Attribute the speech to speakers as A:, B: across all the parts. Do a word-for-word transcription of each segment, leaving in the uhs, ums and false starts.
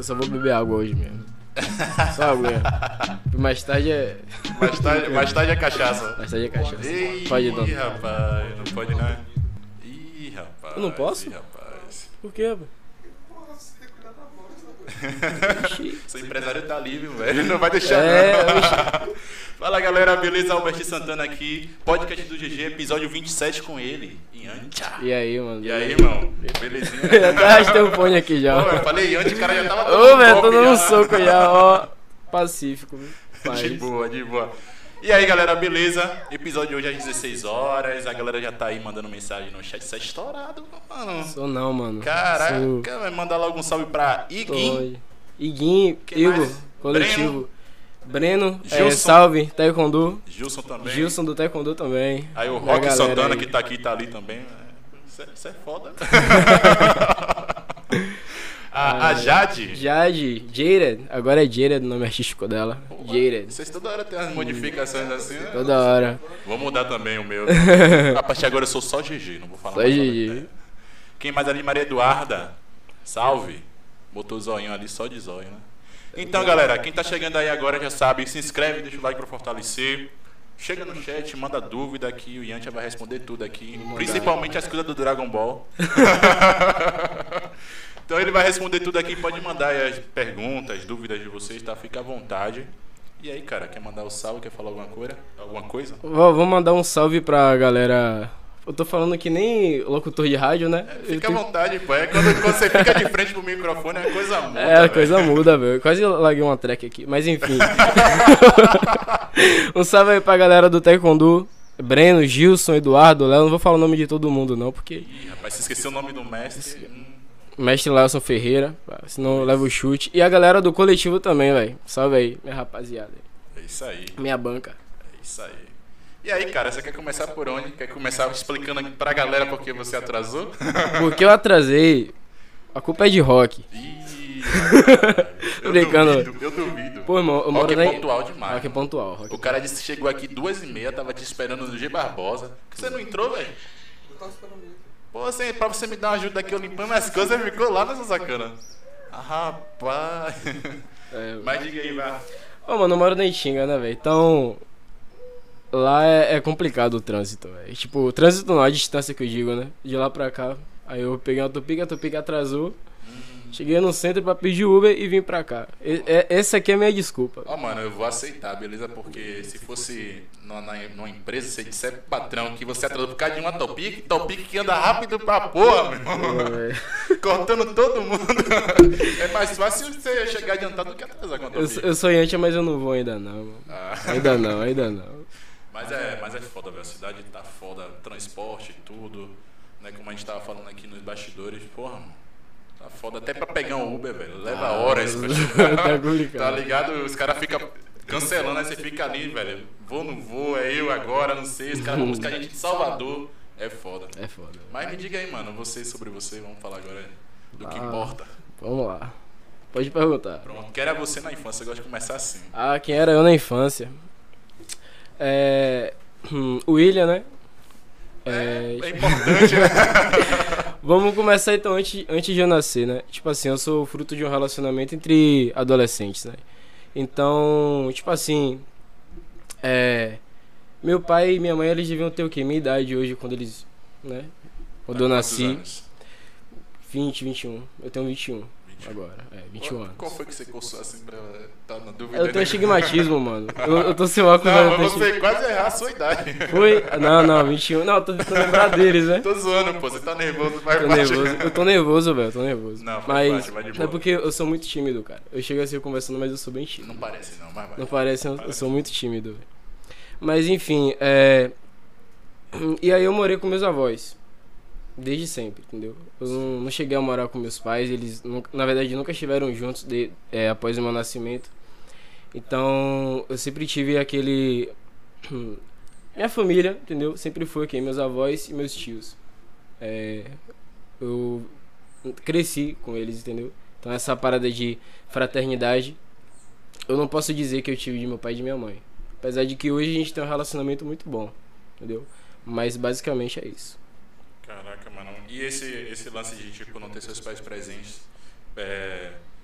A: Eu só vou beber água hoje mesmo. Só água. Mais tarde é...
B: Mais tarde, mais tarde é cachaça.
A: Mais tarde é cachaça.
B: Ih,
A: Pode, não.
B: rapaz, não pode não. Ih, rapaz.
A: Eu não posso?
B: Ih, rapaz.
A: Por quê, velho?
B: Seu empresário tá livre, velho. Não vai deixar
A: É,
B: não. Fala galera, beleza? Alberto Santana aqui. Podcast do G G, episódio vinte e sete com ele. Yantia.
A: E aí, mano?
B: E aí, irmão? Belezinha?
A: Eu até arrastei o fone aqui já.
B: Pô, eu falei Yantia, o cara já tava
A: Ô, velho, tô
B: golpe
A: dando um
B: já.
A: soco já, ó. Pacífico, viu?
B: De
A: Paz.
B: boa, de boa. E aí, galera, beleza? Episódio hoje às dezesseis horas. A galera já tá aí mandando mensagem no chat. Isso é estourado, mano.
A: Sou não, mano.
B: Caraca,
A: Sou...
B: vai mandar logo um salve pra Iguim.
A: Iguim,
B: Quem
A: Igor,
B: mais?
A: coletivo. Breno, é,
B: Gilson.
A: salve, Taekwondo.
B: Gilson também.
A: Gilson do Taekwondo também.
B: Aí o
A: E a
B: Rock
A: galera
B: Santana
A: aí.
B: que tá aqui tá ali também. Isso é, isso é foda. a, a Jade.
A: Jade, Jared, agora é Jared o nome artístico dela. Jared,
B: Vocês toda hora tem umas modificações assim, né?
A: toda hora.
B: Vou mudar também o meu. A partir de agora eu sou só G G, não vou falar
A: Só
B: mais
A: G
B: nada.
A: G.
B: Quem mais ali? Maria Eduarda. Salve. Botou o zoinho ali só de zóio, né? Então, galera, quem tá chegando aí agora já sabe, se inscreve, deixa o like pra fortalecer. Chega no chat, manda dúvida que o Yantia vai responder tudo aqui. Principalmente as coisas do Dragon Ball. Então ele vai responder tudo aqui, pode mandar aí as perguntas, dúvidas de vocês, tá? Fica à vontade. E aí, cara, quer mandar o salve, quer falar alguma coisa? Alguma coisa?
A: Vou, vou mandar um salve pra galera. Eu tô falando que nem locutor de rádio, né?
B: É,
A: Eu
B: fica
A: tenho-
B: à vontade, pô. É quando, quando você fica de frente pro microfone, a coisa muda.
A: É, a
B: velho.
A: coisa muda, velho. Eu quase larguei uma track aqui, mas enfim. Um salve aí pra galera do Taekwondo. Breno, Gilson, Eduardo, Léo. Não vou falar o nome de todo mundo, não, porque.
B: Ih, rapaz, se esqueceu o nome do mestre. hum,
A: Mestre Lelson Ferreira, senão leva o chute. E a galera do coletivo também, velho. Salve aí, minha rapaziada.
B: É isso aí.
A: Minha banca.
B: É isso aí. E aí, cara, você quer começar por onde? Quer começar explicando aqui pra galera por que você atrasou?
A: Porque eu atrasei. A culpa é de rock.
B: Ih, rapaz, eu
A: Brincando.
B: duvido, eu duvido.
A: Pô, irmão, eu moro
B: Rock
A: na...
B: é pontual demais.
A: Rock é pontual. Rock
B: O cara disse que chegou aqui duas e meia, tava te esperando no G Barbosa. Por que você não entrou, velho?
C: Eu tava esperando ele.
B: Pô, você, pra você me dar uma ajuda aqui, eu limpando as coisas, você ficou lá nessa sacana. Ah, rapaz.
A: É...
B: Mas diga aí, vai.
A: Ô, mano, eu moro na Itinga, né, velho? Então... Lá é, é complicado o trânsito, velho. Tipo, o trânsito não, a distância que eu digo, né? De lá pra cá. Aí eu peguei uma Topic, a Topic atrasou. Cheguei no centro pra pedir Uber e vim pra cá. E, é, essa aqui é a minha desculpa.
B: Ó, mano, eu vou aceitar, beleza? Porque se fosse numa, na- numa empresa, você disser pro patrão que você atrasou por causa de uma Topic, Topic que anda rápido pra porra, meu irmão.
A: Pô, velho.
B: Cortando todo mundo. É mais fácil você chegar adiantado do que atrasar com a
A: Eu,
B: Topic.
A: sou- eu sou Yantia, mas eu não vou ainda não, mano.
B: Ah.
A: Ainda não, ainda não.
B: Mas é, mas é foda, velho. A cidade tá foda, transporte, tudo. Né? Como a gente tava falando aqui nos bastidores, porra, mano. Tá foda. Até pra pegar um Uber, velho. Leva
A: Ah,
B: horas pra chegar.
A: tá complicado.
B: Tá ligado? Os caras ficam cancelando, aí você fica ali, velho. Vou, não vou, é eu agora, não sei. Os caras vão buscar a gente de Salvador. É foda.
A: É foda.
B: Mas me diga aí, mano, você sobre você, vamos falar agora do que
A: Ah.
B: importa.
A: Vamos lá. Pode perguntar.
B: Pronto. Que era você na infância, eu gosto de começar assim.
A: Ah, quem era eu na infância? É... hum, o William, né? É...
B: É importante, né?
A: Vamos começar então antes, antes de eu nascer, né? Tipo assim, eu sou fruto de um relacionamento entre adolescentes, né? Então, tipo assim, é... meu pai e minha mãe, eles deviam ter o quê? Minha idade hoje, quando eles, né? Quando eu
B: Quantos
A: nasci,
B: anos?
A: vinte, vinte e um. Eu tenho vinte e um
B: vinte e um.
A: agora, é, vinte e um anos.
B: Qual foi que você coçou assim pra tá na dúvida?
A: Eu
B: né?
A: tenho astigmatismo, mano. Eu, eu tô sem óculos,
B: Não,
A: mas eu
B: mas
A: tenho
B: você quase errar a sua idade.
A: Foi? Não, não, vinte e um. Não, tô tentando lembrar deles, né?
B: Tô zoando, pô. Você tá nervoso, vai
A: Tô
B: vai
A: nervoso.
B: chegar.
A: Eu tô nervoso, velho. Eu tô nervoso.
B: Não, faz
A: mas
B: parte, vai de
A: é
B: boa.
A: porque eu sou muito tímido, cara. Eu chego assim conversando, mas eu sou bem tímido.
B: Não parece não, mas vai.
A: Não parece, eu, eu sou muito tímido, velho. Mas enfim, é. E aí eu morei com meus avós. Desde sempre, entendeu? Eu não, não cheguei a morar com meus pais, eles, nunca- na verdade, nunca estiveram juntos de, é, após o meu nascimento. Então, eu sempre tive aquele. Minha família, entendeu? Sempre foi aqui, meus avós e meus tios. É, eu cresci com eles, entendeu? Então, essa parada de fraternidade, eu não posso dizer que eu tive de meu pai e de minha mãe. Apesar de que hoje a gente tem um relacionamento muito bom, entendeu? Mas basicamente é isso.
B: Caraca, mano. E esse, esse lance de tipo não ter seus pais presentes, é,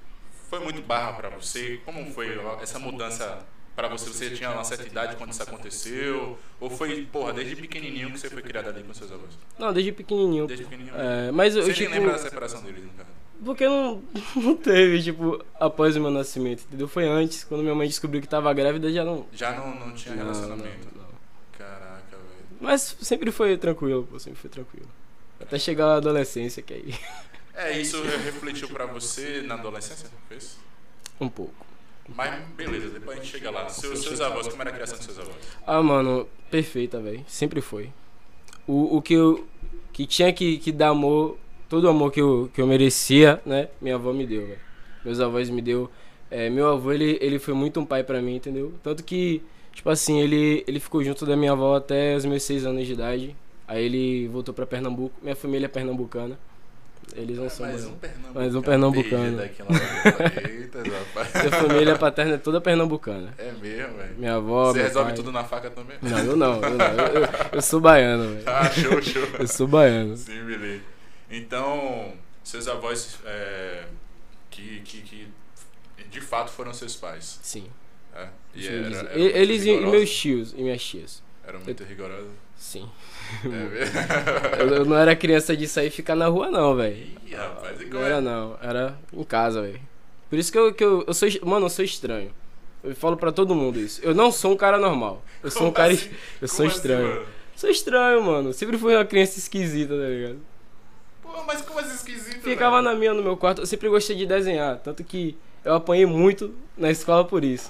B: foi muito barra pra você? Como foi essa mudança pra você? Você tinha uma certa idade quando isso aconteceu? Ou foi, porra, desde pequenininho que você foi criado ali com seus avós?
A: Não, desde pequenininho.
B: Desde pequenininho?
A: É, mas eu,
B: Você
A: tipo,
B: nem lembra da separação deles, no caso?
A: porque não, não teve, tipo, após o meu nascimento, entendeu? Foi antes, quando minha mãe descobriu que tava grávida, já não...
B: Já não, não tinha
A: Não,
B: relacionamento?
A: não, não.
B: Caraca, velho.
A: Mas sempre foi tranquilo, pô, sempre foi tranquilo. Até chegar a adolescência, que aí...
B: É, isso refletiu pra você na adolescência? Fez?
A: Um pouco.
B: Mas beleza, depois a gente chega lá. Seus, seus avós, como era a criação dos seus avós?
A: Ah, mano, perfeita, velho. Sempre foi. O, o que eu... Que tinha que, que dar amor... Todo o amor que eu, que eu merecia, né? Minha avó me deu, velho. Meus avós me deu. É, meu avô, ele, ele foi muito um pai pra mim, entendeu? Tanto que, tipo assim, ele, ele ficou junto da minha avó até os meus seis anos de idade. Aí ele voltou pra Pernambuco. Minha família é pernambucana. Eles não
B: É,
A: são...
B: mais um pernambucano.
A: Mais um pernambucano.
B: Eita, rapaz.
A: Minha família paterna é toda pernambucana.
B: É mesmo, velho.
A: Minha avó,
B: Você
A: meu
B: resolve
A: pai...
B: tudo na faca também?
A: Não, eu não. Eu, não. eu, eu, eu sou baiano, velho.
B: Ah, show, show.
A: Eu sou baiano.
B: Sim, beleza. Então, seus avós é, que, que, que de fato foram seus pais.
A: Sim.
B: É? E
A: Isso
B: era,
A: me diz.
B: eram
A: E-
B: muito
A: Eles e
B: rigorosos?
A: meus tios e minhas tias.
B: Eram muito rigorosos?
A: Sim.
B: É mesmo?
A: Eu, eu não era criança de sair e ficar na rua, não, velho.
B: Ih, rapaz, e
A: Não
B: como
A: era,
B: é?
A: não. Era em casa, velho. Por isso que eu, que eu, eu sou... Mano, eu sou estranho. Eu falo pra todo mundo isso. Eu não sou um cara normal. Eu sou
B: Como
A: um cara...
B: assim?
A: Eu sou
B: Como assim,
A: estranho.
B: mano?
A: Sou estranho, mano. Sempre fui uma criança esquisita, tá ligado?
B: Pô, mas como assim esquisito,
A: Ficava
B: velho?
A: na minha, no meu quarto. Eu sempre gostei de desenhar. Tanto que eu apanhei muito na escola por isso.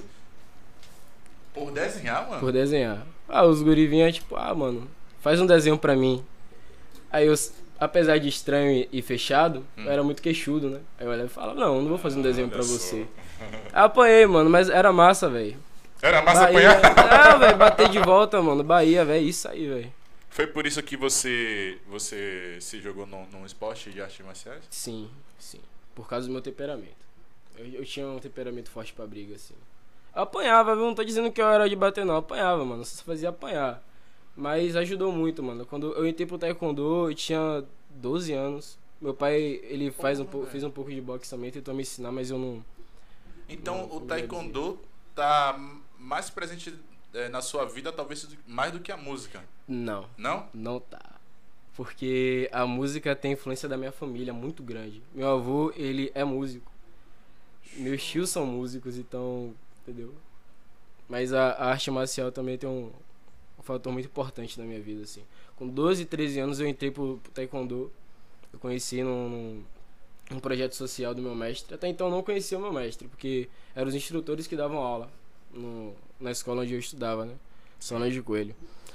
B: Por desenhar, mano?
A: Por desenhar. Ah, os guri vinham tipo, ah, mano, faz um desenho pra mim. Aí eu, apesar de estranho e, e fechado,
B: Hum.
A: eu era muito queixudo, né? Aí eu olhava e falava, não, não vou fazer um desenho
B: Olha
A: pra
B: só.
A: você. Aí apanhei, mano, mas era massa, velho.
B: Era massa
A: Bahia,
B: apanhar?
A: é, velho, bater de volta, mano. Bahia, velho, isso aí, velho.
B: Foi por isso que você, você se jogou num, num esporte de artes marciais?
A: Sim, sim. Por causa do meu temperamento. Eu, eu tinha um temperamento forte pra briga, assim. Eu apanhava, viu? Não tô dizendo que eu era de bater, não. Eu apanhava, mano. Só fazia apanhar. Mas ajudou muito, mano. Quando eu entrei pro taekwondo, eu tinha doze anos. Meu pai, ele faz um
B: Porra,
A: pouco,
B: velho.
A: fez um pouco de boxe também, tentou me ensinar, mas eu não...
B: Então
A: Não,
B: o
A: não
B: taekwondo tá mais presente é, na sua vida, talvez do- mais do que a música.
A: Não,
B: Não?
A: não tá. Porque a música tem influência da minha família muito grande. Meu avô, ele é músico. Meus tios são músicos, então... Entendeu? Mas a, a arte marcial também tem um, um fator muito importante na minha vida, assim. Com doze, treze anos eu entrei pro, pro taekwondo. Eu conheci num, num, num projeto social do meu mestre. Até então eu não conhecia o meu mestre, porque eram os instrutores que davam aula no, na escola onde eu estudava, né? Sona de Coelho.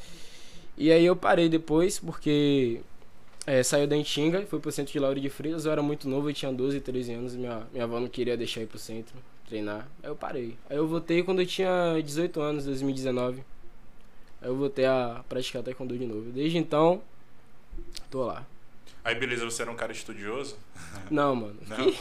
A: E aí eu parei depois, porque é, saiu da Antinga, fui pro centro de Lauro de Freitas. Eu era muito novo, eu tinha doze, treze anos, e minha, minha avó não queria deixar eu ir pro centro treinar. Aí eu parei. Aí eu voltei quando eu tinha dezoito anos, dois mil e dezenove. Aí eu voltei a praticar taekwondo de novo. Desde então, tô lá.
B: Aí beleza, você era um cara estudioso?
A: Não, mano.
B: Não?
A: Que-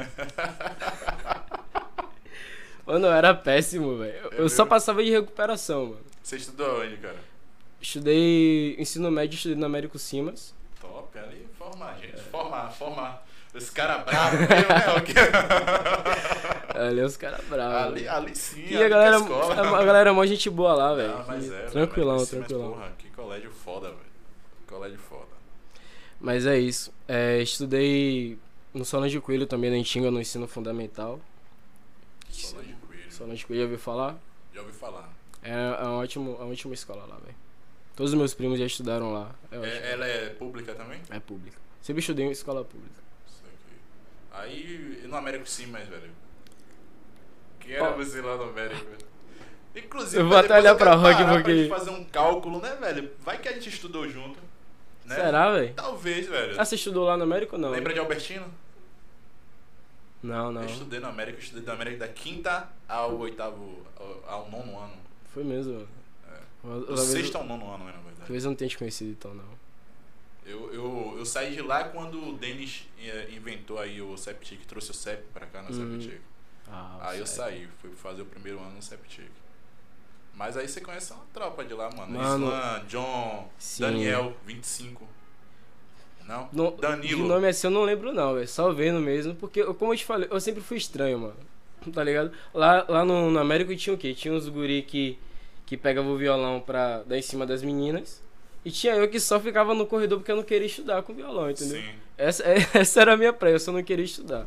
A: Mano, eu era péssimo, velho. Eu, eu só
B: mesmo?
A: passava de recuperação, mano.
B: Você estudou onde, cara?
A: Estudei ensino médio, estudei no Américo Simas.
B: Top, ali forma a gente. Forma, forma os caras bravos mesmo, né? O que-
A: Ali os caras bravos.
B: ali, ali sim,
A: E
B: ali
A: a galera,
B: que é escola.
A: a, a galera é mó gente boa lá, velho.
B: Ah, mas é,
A: Tranquilão,
B: velho, mas,
A: tranquilão.
B: Porra, que colégio foda, velho. Colégio foda.
A: Mas é isso. É, estudei no Solano de Coelho também, na Antinga, no ensino fundamental.
B: Solano de Coelho.
A: Solano de Coelho, já ouviu falar?
B: Já ouvi falar.
A: É, é uma, ótimo, é uma ótima escola lá, velho. Todos os meus primos já estudaram lá. É, ótimo.
B: É, ela é pública também?
A: É pública. Sempre estudei em escola pública.
B: Isso aqui. Aí, e no Américo Simas, velho? Quem era
A: Ó.
B: você lá no Américo, velho? Inclusive,
A: Eu vou até
B: depois
A: olhar
B: eu
A: pra
B: quero
A: Rock
B: parar
A: porque-
B: pra gente fazer um cálculo, né, velho? Vai que a gente estudou junto. Né?
A: Será, velho?
B: Talvez, velho.
A: Ah, você estudou lá no América ou não?
B: Lembra de Albertino?
A: Não, não.
B: Eu estudei no América, eu estudei no América da quinta ao oitavo, ao, ao nono ano.
A: Foi mesmo, mano.
B: É.
A: Uma-
B: Do
A: talvez-
B: sexto ao nono ano, né, na verdade.
A: Talvez eu não tenha te conhecido então, não.
B: Eu, eu, eu saí de lá quando o Denis eh, inventou aí o Septic, trouxe o Cep pra cá no
A: Hum.
B: Septic.
A: Ah,
B: Aí eu
A: sério.
B: saí, fui fazer o primeiro ano no Septic. Mas aí você conhece uma tropa de lá, mano.
A: Mano.
B: Islan, John,
A: Sim.
B: Daniel, vinte e cinco. Não?
A: Não,
B: Danilo.
A: de nome assim eu não lembro não, velho. Só vendo mesmo, porque, eu- como eu te falei, eu sempre fui estranho, mano. Tá ligado? Lá, lá no, no América tinha o quê? Tinha uns guri que, que pegavam o violão pra dar em cima das meninas. E tinha eu que só ficava no corredor porque eu não queria estudar com violão, entendeu?
B: Sim.
A: Essa, essa era a minha praia, eu só não queria estudar.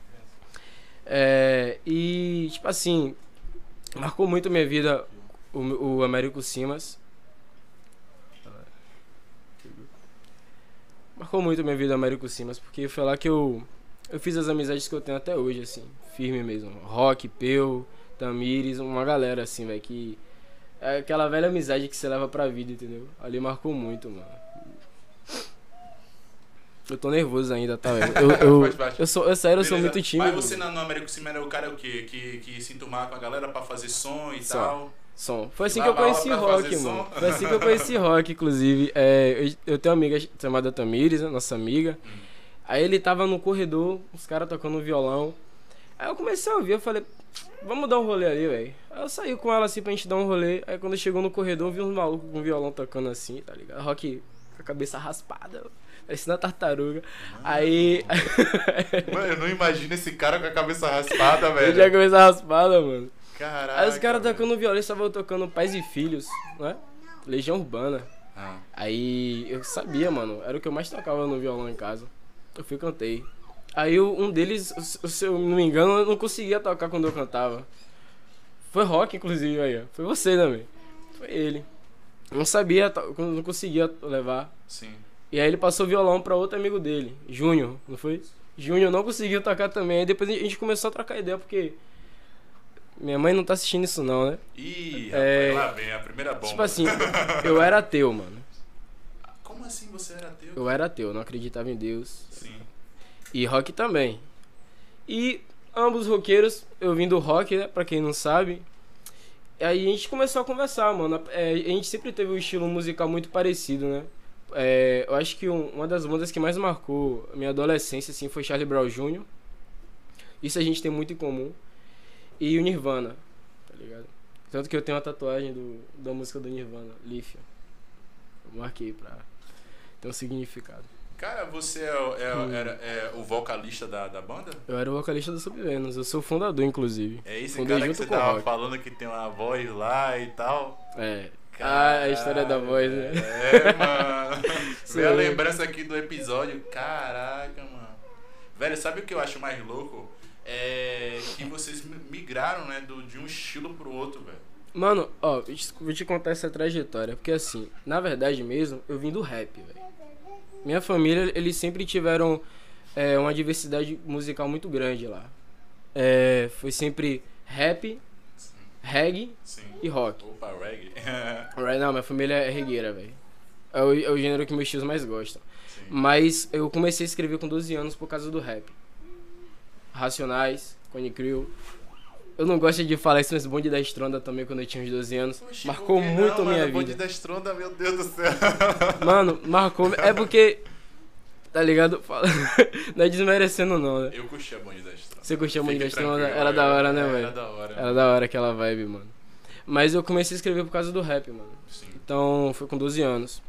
A: É, e, tipo assim, marcou muito a minha vida o, o Américo Simas. Marcou muito a minha vida o Américo Simas, porque foi lá que eu, eu fiz as amizades que eu tenho até hoje, assim, firme mesmo. Rock, Peu, Tamires, uma galera, assim, velho, que... É aquela velha amizade que você leva pra vida, entendeu? Ali marcou muito, mano. Eu tô nervoso ainda, tá, velho? Eu, eu,
B: Faz parte.
A: eu, sou, eu, sério, eu sou
B: Beleza.
A: muito tímido.
B: Mas você na- no Américo Cima era o cara o quê? Que, que se enturmava com a galera pra fazer som e
A: Só.
B: tal?
A: Som. Foi assim
B: Lá
A: que eu
B: na aula
A: conheci
B: pra
A: rock,
B: fazer
A: mano.
B: som?
A: Foi assim que eu conheci rock, inclusive. É, eu, eu tenho uma amiga chamada Tamires, né, nossa amiga.
B: Hum.
A: Aí ele tava no corredor, os caras tocando violão. Aí eu comecei a ouvir, eu falei, vamos dar um rolê ali, velho. Aí eu saí com ela assim pra gente dar um rolê. Aí quando chegou no corredor, eu vi uns malucos com violão tocando assim, tá ligado? Rock com a cabeça raspada, parecendo uma tartaruga. Aí.
B: Mano, eu não imagino esse cara com a cabeça raspada,
A: Eu
B: velho.
A: já cabeça raspada, mano.
B: Caraca.
A: Aí os caras
B: velho.
A: tocando violão, estavam tocando Pais e Filhos, né? Legião Urbana.
B: Ah.
A: Aí eu sabia, mano, era o que eu mais tocava no violão em casa. Eu fui e cantei. Aí o- um deles, se se eu não me engano, eu não conseguia tocar quando eu cantava. Foi rock, inclusive, aí, ó. Foi você também. Foi ele. Não sabia, to- não conseguia levar.
B: Sim.
A: E aí ele passou o violão pra outro amigo dele, Júnior, não foi? Júnior não conseguiu tocar também. Aí depois a gente começou a trocar ideia, porque minha mãe não tá assistindo isso não, né?
B: Ih,
A: É,
B: rapaz, lá vem a primeira bomba.
A: Tipo assim, eu era ateu, mano.
B: Como assim você era ateu?
A: Eu era ateu, não acreditava em Deus.
B: Sim.
A: E rock também. E ambos roqueiros, eu vim do rock, né? Pra quem não sabe. E aí a gente começou a conversar, mano. É, a gente sempre teve um estilo musical muito parecido, né? É, eu acho que um- uma das bandas que mais marcou a minha adolescência, assim, foi Charlie Brown Júnior Isso a gente tem muito em comum. E o Nirvana, tá ligado? Tanto que eu tenho uma tatuagem do, da música do Nirvana, Lithium. Eu marquei pra ter um significado.
B: Cara, você é, o- é, o- era, é o vocalista da, da banda?
A: Eu era o vocalista do Subvenus, eu sou o fundador, inclusive.
B: É esse
A: Fundei
B: cara que
A: junto
B: você
A: com o
B: tava
A: rock.
B: falando que tem uma voz lá e tal?
A: É. Ah, a história da voz, né?
B: É, mano.
A: Sim.
B: Vê a lembrança aqui do episódio. Caraca, mano. Velho, sabe o que eu acho mais louco? É que vocês mi- migraram, né, do, de um estilo pro outro, velho.
A: Mano, ó, eu te- vou te contar essa trajetória, porque assim, na verdade mesmo, eu vim do rap, velho. Minha família, eles sempre tiveram é, uma diversidade musical muito grande lá. É, foi sempre rap, reggae
B: Sim.
A: e rock.
B: Opa, reggae.
A: Right, não, minha família é regueira, velho. É o, é o gênero que meus tios mais gostam.
B: Sim.
A: Mas eu comecei a escrever com doze anos por causa do rap. Racionais, Cone Crew. Eu não gosto de falar isso, mas Bonde da Estronda também, quando eu tinha uns doze anos.
B: Oxi,
A: Marcou
B: por que
A: muito
B: não,
A: a minha
B: mano? Bonde
A: vida.
B: da Estronda, meu Deus do céu.
A: Mano, marcou. É porque. Tá ligado? Fala- Não é desmerecendo, não, né?
B: Eu curti a Bonde da Estronda.
A: Você curtia Bonde da
B: Fique
A: Estronda?
B: tranquilo,
A: Era da hora, né,
B: era
A: velho?
B: da hora.
A: Era da hora aquela vibe, mano. Mas eu comecei a escrever por causa do rap, mano.
B: Sim.
A: Então, foi com doze anos.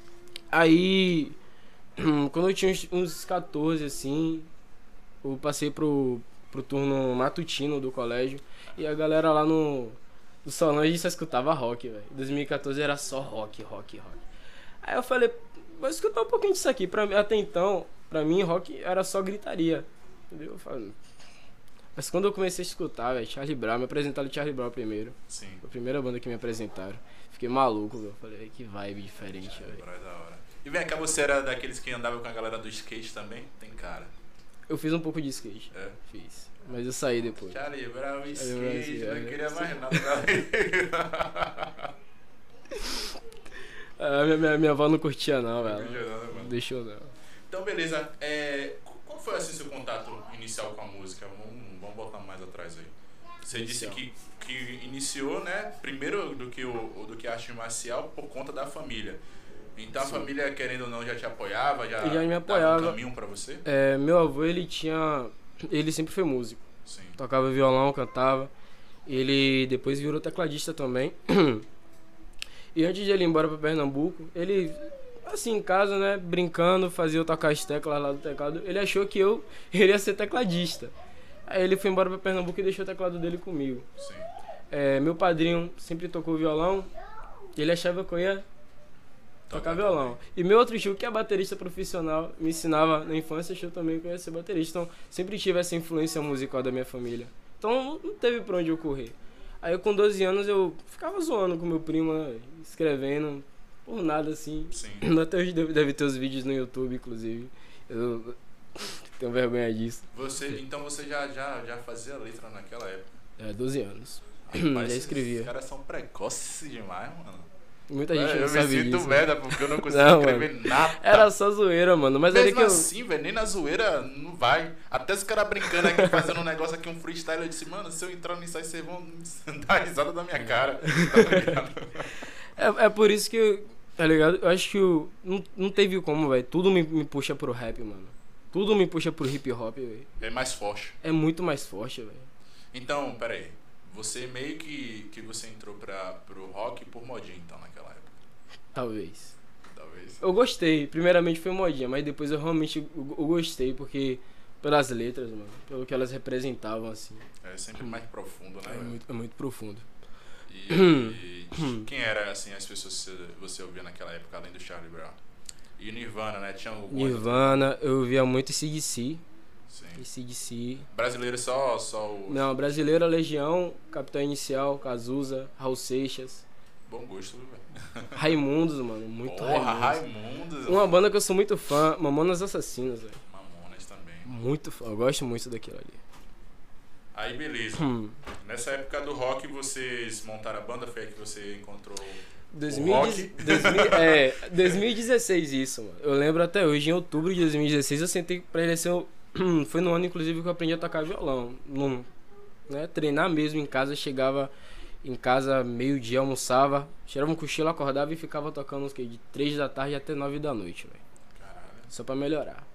A: Aí, quando eu tinha uns- uns catorze, assim, eu passei pro, pro turno matutino do colégio. E a galera lá no, no salão, a gente só escutava rock, velho. dois mil e catorze era só rock, rock, rock. Aí eu falei, vou escutar um pouquinho disso aqui. Pra, mim- até então, pra mim, rock era só gritaria. Entendeu? Eu falei... Mas quando eu comecei a escutar, velho, Charlie Brown, me apresentaram o Charlie Brown primeiro.
B: Sim.
A: Foi a primeira banda que me apresentaram. Fiquei maluco, velho. Falei, "Ai, que vibe diferente, velho."
B: Bora, da hora. E vem cá, você era daqueles que andavam com a galera do skate também? Tem cara.
A: Eu fiz um pouco de skate.
B: É.
A: Fiz. Mas eu saí depois.
B: Charlie Brown,
A: Brown,
B: skate,
A: é.
B: não queria mais nada da vida.
A: Ah, minha, minha, minha avó não curtia não, velho.
B: curtia não, né, mano?
A: Não deixou não.
B: Então, beleza. É, qual foi assim, seu contato inicial com a música? Vamos, vamos voltar mais atrás aí. Você
A: Inicial.
B: disse que, que iniciou, né? Primeiro do que, o, do que a arte marcial por conta da família. Então a
A: Sim.
B: família, querendo ou não, já te apoiava? Já,
A: Já me
B: dava
A: apoiava.
B: um caminho pra você?
A: É, meu avô, ele tinha... Ele sempre foi músico.
B: Sim.
A: Tocava violão, cantava. Ele depois virou tecladista também. E antes de ele ir embora pra Pernambuco, ele... assim, em casa, né, brincando, fazia eu tocar as teclas lá do teclado. Ele achou que eu iria ser tecladista. Aí ele foi embora pra Pernambuco e deixou o teclado dele comigo.
B: Sim.
A: É, meu padrinho sempre tocou violão, ele achava que eu ia tocar violão. E meu outro tio, que é baterista profissional, me ensinava na infância, achou também que eu ia ser baterista. Então, sempre tive essa influência musical da minha família. Então, não teve pra onde eu correr. Aí, eu, com doze anos, eu ficava zoando com meu primo, né, escrevendo, por nada, assim.
B: Sim.
A: Até hoje deve, deve ter os vídeos no YouTube, inclusive. Eu tenho vergonha disso.
B: Você, então você já, já, já fazia letra naquela época?
A: É, doze anos.
B: Rapaz,
A: já escrevia.
B: Os caras são precoces demais, mano.
A: Muita gente
B: Velho,
A: não
B: eu
A: sabe
B: me sinto
A: disso.
B: merda porque eu não consigo
A: Não,
B: escrever nada.
A: Era só zoeira, mano. Mas
B: Mesmo
A: era que eu...
B: assim, velho, nem na zoeira não vai. Até os caras brincando aqui, fazendo um negócio aqui, um freestyle, eu disse, mano, se eu entrar nisso aí, vocês vão dar risada da minha cara. Tá ligado?
A: é, é por isso que, eu, tá ligado? Eu acho que eu, não, não teve como, velho. Tudo me, me puxa pro rap, mano. Tudo me puxa pro hip hop, velho.
B: É mais forte.
A: É muito mais forte, velho.
B: Então, pera aí. Você meio que, que você entrou pra, pro rock por modinha, então, naquela época.
A: Talvez.
B: Talvez.
A: Eu gostei. Primeiramente foi modinha, mas depois eu realmente eu, eu gostei, porque... Pelas letras, mano. Pelo que elas representavam, assim.
B: É sempre mais profundo, né,
A: É
B: velho?
A: muito, é muito profundo.
B: E, e quem era, assim, as pessoas que você ouvia naquela época, além do Charlie Brown? E o Nirvana, né? Tinha o...
A: Nirvana, eu via muito C D C.
B: Sim.
A: C D C.
B: Brasileiro só, só o...
A: Não, brasileira, Legião, Capitão Inicial, Cazuza, Raul Seixas.
B: Bom gosto, viu, velho?
A: Raimundos, mano. Muito
B: Porra,
A: Raimundos.
B: Raimundos.
A: Uma banda que eu sou muito fã, Mamonas Assassinas, velho.
B: Mamonas também.
A: Muito fã, eu gosto muito daquilo ali.
B: Aí, beleza.
A: Hum.
B: Nessa época do rock, vocês montaram a banda? Foi aí que você encontrou
A: dois
B: o
A: mil,
B: rock?
A: dois mil, é, dois mil e dezesseis isso, mano. Eu lembro até hoje, em outubro de dois mil e dezesseis, eu sentei pra ele ser... Foi no ano, inclusive, que eu aprendi a tocar violão. No, né, treinar mesmo em casa, chegava em casa meio-dia, almoçava, tirava um cochilo, acordava e ficava tocando uns que de três da tarde até nove da noite, velho.
B: Caralho.
A: Só pra melhorar.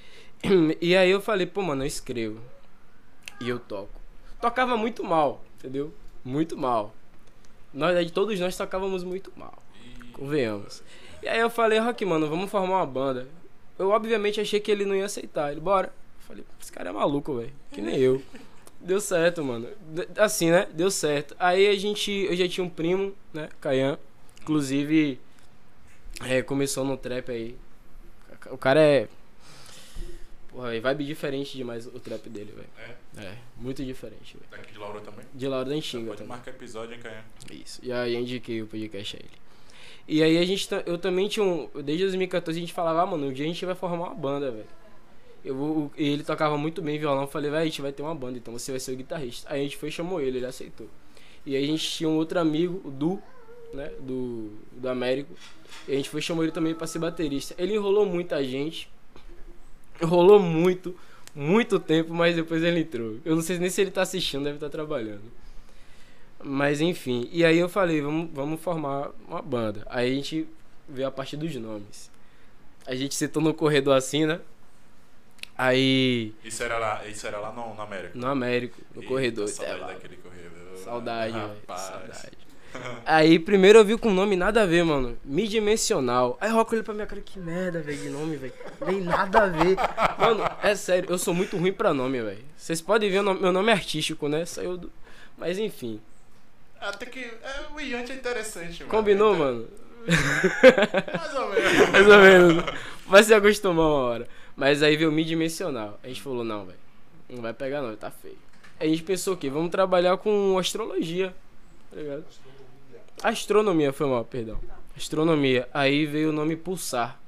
A: E aí eu falei, pô, mano, eu escrevo. E eu toco. Tocava muito mal, entendeu? Muito mal. Na verdade, todos nós tocávamos muito mal. Convenhamos. E aí eu falei, Rock, mano, vamos formar uma banda. Eu obviamente achei que ele não ia aceitar. Ele, bora. Eu falei, esse cara é maluco, velho. Que nem eu. Deu certo, mano. Assim, né? Deu certo. Aí a gente... Eu já tinha um primo, né? Caian. Inclusive, é, começou no trap aí. O cara é... Porra, é vibe diferente demais o trap dele, velho.
B: É?
A: É, muito diferente, velho.
B: Daqui de Laura também?
A: De Lauro da Enxinga
B: Pode
A: também.
B: marcar episódio, hein, Caio?
A: Isso. E aí eu indiquei o podcast a ele. E aí a gente... ta- Eu também tinha um... Desde dois mil e quatorze a gente falava, ah, mano, um dia a gente vai formar uma banda, velho. Eu vou, e ele tocava muito bem violão. Eu falei, velho, a gente vai ter uma banda, então você vai ser o guitarrista. Aí a gente foi e chamou ele, ele aceitou. E aí a gente tinha um outro amigo, o Du, né, do, do Américo. E a gente foi e chamou ele também pra ser baterista. Ele enrolou muita gente. Enrolou muito, muito tempo, mas depois ele entrou. Eu não sei nem se ele tá assistindo, deve estar trabalhando. Mas enfim, e aí eu falei, vamos, vamos formar uma banda. Aí a gente veio a partir dos nomes. A gente sentou no corredor assim, né? Aí...
B: Isso era lá, isso era lá no, no América?
A: No Américo, no
B: Eita,
A: corredor.
B: Saudade
A: é, lá.
B: daquele corredor.
A: Saudade, velho.
B: Rapaz.
A: Saudade. Aí primeiro eu vi com nome nada a ver, mano. Midimensional. Aí o Rock olhou pra minha cara, que merda, velho, de nome, velho. Nem nada a ver. Mano, é sério, eu sou muito ruim pra nome, velho. Vocês podem ver o nome- meu nome é artístico, né? Saiu do... Mas enfim.
B: Até que é, o Iante é interessante, mano.
A: Combinou,
B: Então,
A: mano?
B: Mais ou menos.
A: Mais ou menos. Vai se acostumar uma hora. Mas aí veio midimensional. A gente falou, não, velho. Não vai pegar não, tá feio. Aí a gente pensou o quê? Vamos trabalhar com astrologia. Tá ligado? Astronomia, foi mal, perdão. Astronomia. Aí veio o nome Pulsar.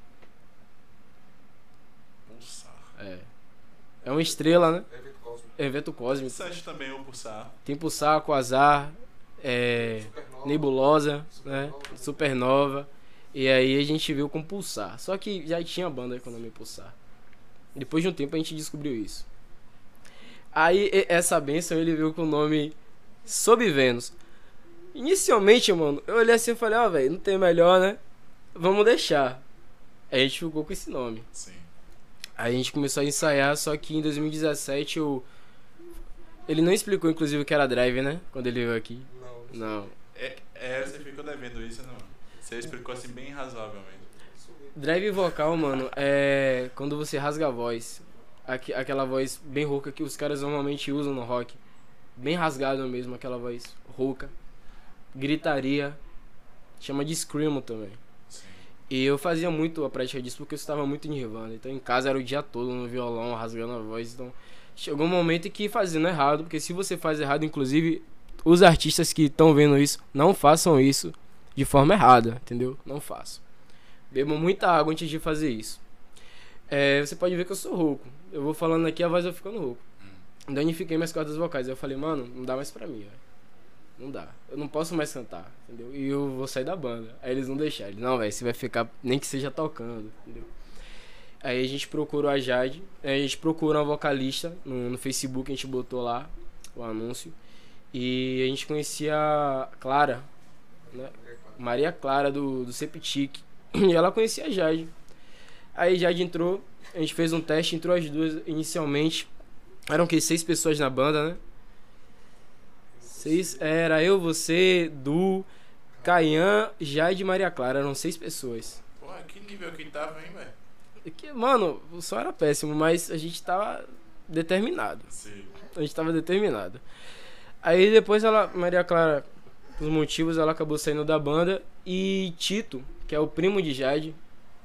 B: Pulsar.
A: É. É uma estrela, né?
C: Evento cósmico.
A: Evento cósmico.
B: Interessante também o Pulsar.
A: Tem Pulsar, Quasar, é,
C: Supernova.
A: Nebulosa, né?
C: Supernova.
A: Supernova. E aí a gente viu com Pulsar. Só que já tinha banda com o nome Pulsar. Depois de um tempo a gente descobriu isso. Aí e- essa benção ele veio com o nome Sob Vênus. Inicialmente, mano, eu olhei assim e falei, ó, velho, não tem melhor, né? Vamos deixar. Aí a gente ficou com esse nome.
B: Sim.
A: Aí a gente começou a ensaiar, só que em dois mil e dezessete eu... Ele não explicou, inclusive, o que era drive, né? Quando ele veio aqui.
C: Não,
A: Não.
B: É, é, você ficou devendo isso, não? Você explicou assim bem razoavelmente.
A: Drive vocal, mano, é quando você rasga a voz. Aqu- aquela voz bem rouca que os caras normalmente usam no rock. Bem rasgado mesmo, aquela voz rouca. Gritaria. Chama de screamo também.
B: Sim.
A: E eu fazia muito a prática disso porque eu estava muito nirvana. Então em casa era o dia todo no violão, rasgando a voz. Então chegou um momento em que fazendo errado. Porque se você faz errado, inclusive, os artistas que estão vendo isso, não façam isso de forma errada, entendeu? Não façam. Bebam muita água antes de fazer isso. É, você pode ver que eu sou rouco. Eu vou falando aqui, a voz vai ficando rouco.
B: Hum.
A: Danifiquei minhas cordas vocais. Eu falei, mano, não dá mais pra mim, velho. Não dá. Eu não posso mais cantar, entendeu? E eu vou sair da banda. Aí eles não deixaram. Eles, não, velho, você vai ficar, nem que seja tocando, entendeu? Aí a gente procurou a Jade. Aí a gente procurou uma vocalista no, no Facebook, a gente botou lá o anúncio. E a gente conhecia a Clara, né? Maria Clara do, do Septic. E ela conhecia a Jade. Aí Jade entrou, a gente fez um teste, entrou as duas inicialmente. Eram que seis pessoas na banda, né? Seis, era eu, você, Du, Caian, Jade e Maria Clara. Eram seis pessoas.
B: Porra, que nível que tava, hein, velho?
A: Que, mano, o som era péssimo, mas a gente tava determinado.
B: Sim.
A: A gente tava determinado. Aí depois ela, Maria Clara, por motivos, ela acabou saindo da banda. E Tito, que é o primo de Jade,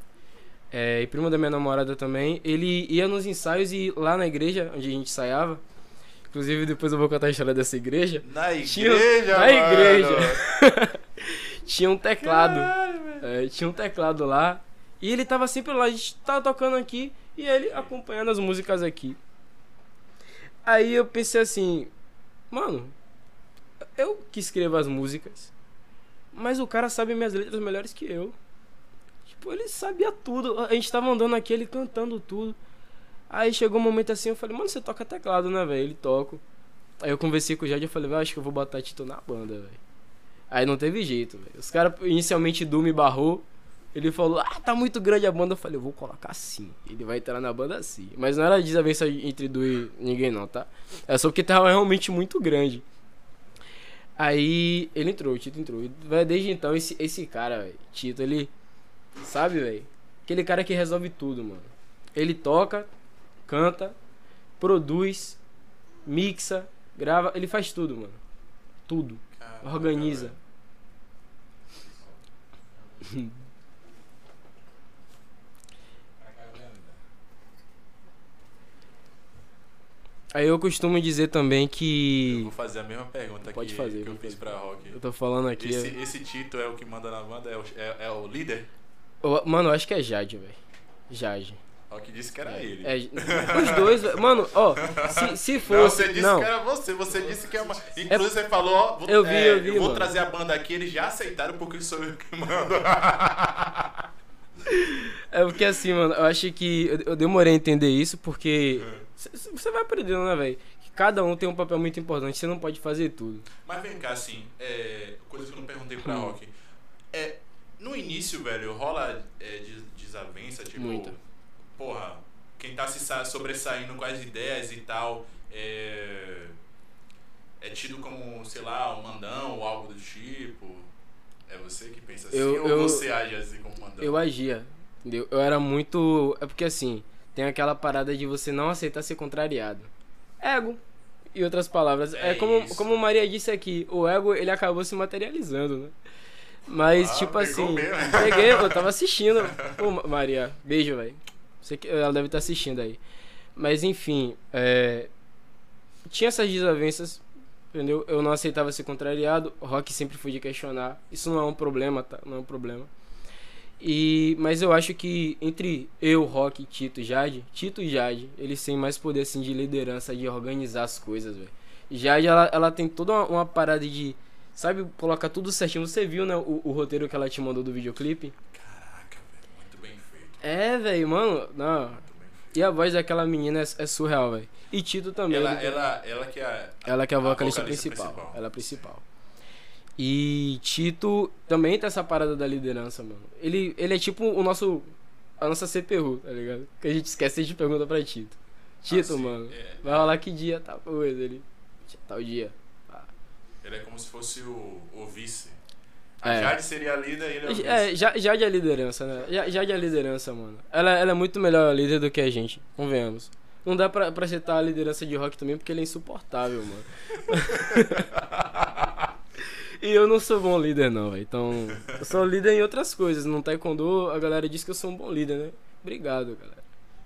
A: é, e primo da minha namorada também, ele ia nos ensaios e lá na igreja onde a gente ensaiava, inclusive depois eu vou contar a história dessa igreja.
B: Na
A: tinha,
B: igreja,
A: Na
B: mano.
A: igreja. Tinha um teclado.
B: Caralho,
A: É, tinha um teclado lá. E ele tava sempre lá, a gente tava tocando aqui e ele acompanhando as músicas aqui. Aí eu pensei assim, mano, eu que escrevo as músicas, mas o cara sabe minhas letras melhores que eu. Tipo, ele sabia tudo. A gente tava andando aqui, ele cantando tudo. Aí chegou um momento assim, eu falei, mano, você toca teclado, né, velho? Ele toca. Aí eu conversei com o Jade e falei, velho, acho que eu vou botar Tito na banda, velho. Aí não teve jeito, velho. Os caras, inicialmente, Du me barrou. Ele falou, ah, tá muito grande a banda. Eu falei, eu vou colocar assim. Ele vai entrar na banda assim. Mas não era desavença entre Du e ninguém, não, tá? É só porque tava realmente muito grande. Aí ele entrou, o Tito entrou. E, véio, desde então, esse, esse cara, véio, Tito, ele... Sabe, velho? Aquele cara que resolve tudo, mano. Ele toca, canta, produz, mixa, grava. Ele faz tudo, mano. Tudo.
B: Caraca,
A: Organiza. Aí eu costumo dizer também
B: Eu
A: que...
B: vou fazer a mesma pergunta
A: Pode
B: que,
A: fazer,
B: que eu
A: pode
B: fiz
A: fazer.
B: pra Rock.
A: Eu tô falando aqui...
B: Esse, esse Tito é o que manda na banda? É o, é, é o líder?
A: eu- Mano, eu acho que é Jade, velho. Jade.
B: Rock disse que era ele.
A: É, os dois, véio. Mano, ó, se, se
B: Não,
A: fosse...
B: você disse
A: Não,
B: que era você, você disse que é uma. Inclusive, você falou, ó, vou,
A: Eu vi,
B: é,
A: eu vi,
B: vou
A: mano.
B: trazer a banda aqui, eles já aceitaram porque sou eu que mando.
A: é porque assim, mano, eu acho que eu, eu demorei a entender isso porque c- c- você vai aprendendo, né, velho? Que cada um tem um papel muito importante, você não pode fazer tudo.
B: Mas vem cá, assim, é, coisa que eu não perguntei pra
A: Hum.
B: Rock. É, no início, velho, rola é, des- desavença, tipo,
A: Muita.
B: porra, quem tá se sa- sobressaindo com as ideias e tal, é, é tido como, sei lá, um mandão ou algo do tipo. É você que pensa assim,
A: Eu-
B: ou
A: eu-
B: você age assim como mandão?
A: Eu agia, entendeu? Eu era muito... É porque assim, tem aquela parada de você não aceitar ser contrariado. Ego. Em outras palavras, é,
B: É
A: como,
B: isso.
A: como Maria disse aqui, o ego, ele acabou se materializando, né? Mas,
B: Ah,
A: tipo
B: pegou
A: assim,
B: mesmo.
A: peguei, eu tava assistindo. Pô, Ma- Maria, beijo, velho. Ela deve estar assistindo aí. Mas, enfim, é... tinha essas desavenças, entendeu? Eu não aceitava ser contrariado, o Rock sempre foi de questionar. Isso não é um problema, tá? Não é um problema. E, mas eu acho que entre eu, Rock, Tito e Jade, Tito e Jade, eles têm mais poder assim de liderança, de organizar as coisas, velho. Jade, ela, ela tem toda uma, uma parada de, sabe, colocar tudo certinho. Você viu, né, o, o roteiro que ela te mandou do videoclipe?
B: Caraca, velho, muito bem feito.
A: É, velho, mano, não.
B: Muito bem feito.
A: E a voz daquela menina é, é surreal, velho. E Tito também.
B: Ela,
A: ele-
B: ela, ela que é a,
A: ela que é a vocalista,
B: vocalista
A: principal.
B: principal.
A: Ela é a principal. E Tito também tem essa parada da liderança, mano. Ele, ele é tipo o nosso... A nossa C P U, tá ligado? Que a gente esquece de pergunta pra Tito. Tito,
B: Ah, sim,
A: mano,
B: é.
A: vai rolar que dia, tá? Coisa, ele... Tal dia. Ah.
B: Ele é como se fosse o, o vice. A
A: É.
B: Jade seria a líder e ele é o vice.
A: É, já, já de a liderança, né? Já, já de a liderança, mano. Ela, ela é muito melhor líder do que a gente, convenhamos. Não dá pra, pra citar a liderança de rock também, porque ele é insuportável, mano. E eu não sou bom líder, não, velho. Então, eu sou líder em outras coisas. No taekwondo, a galera diz que eu sou um bom líder, né? Obrigado, galera.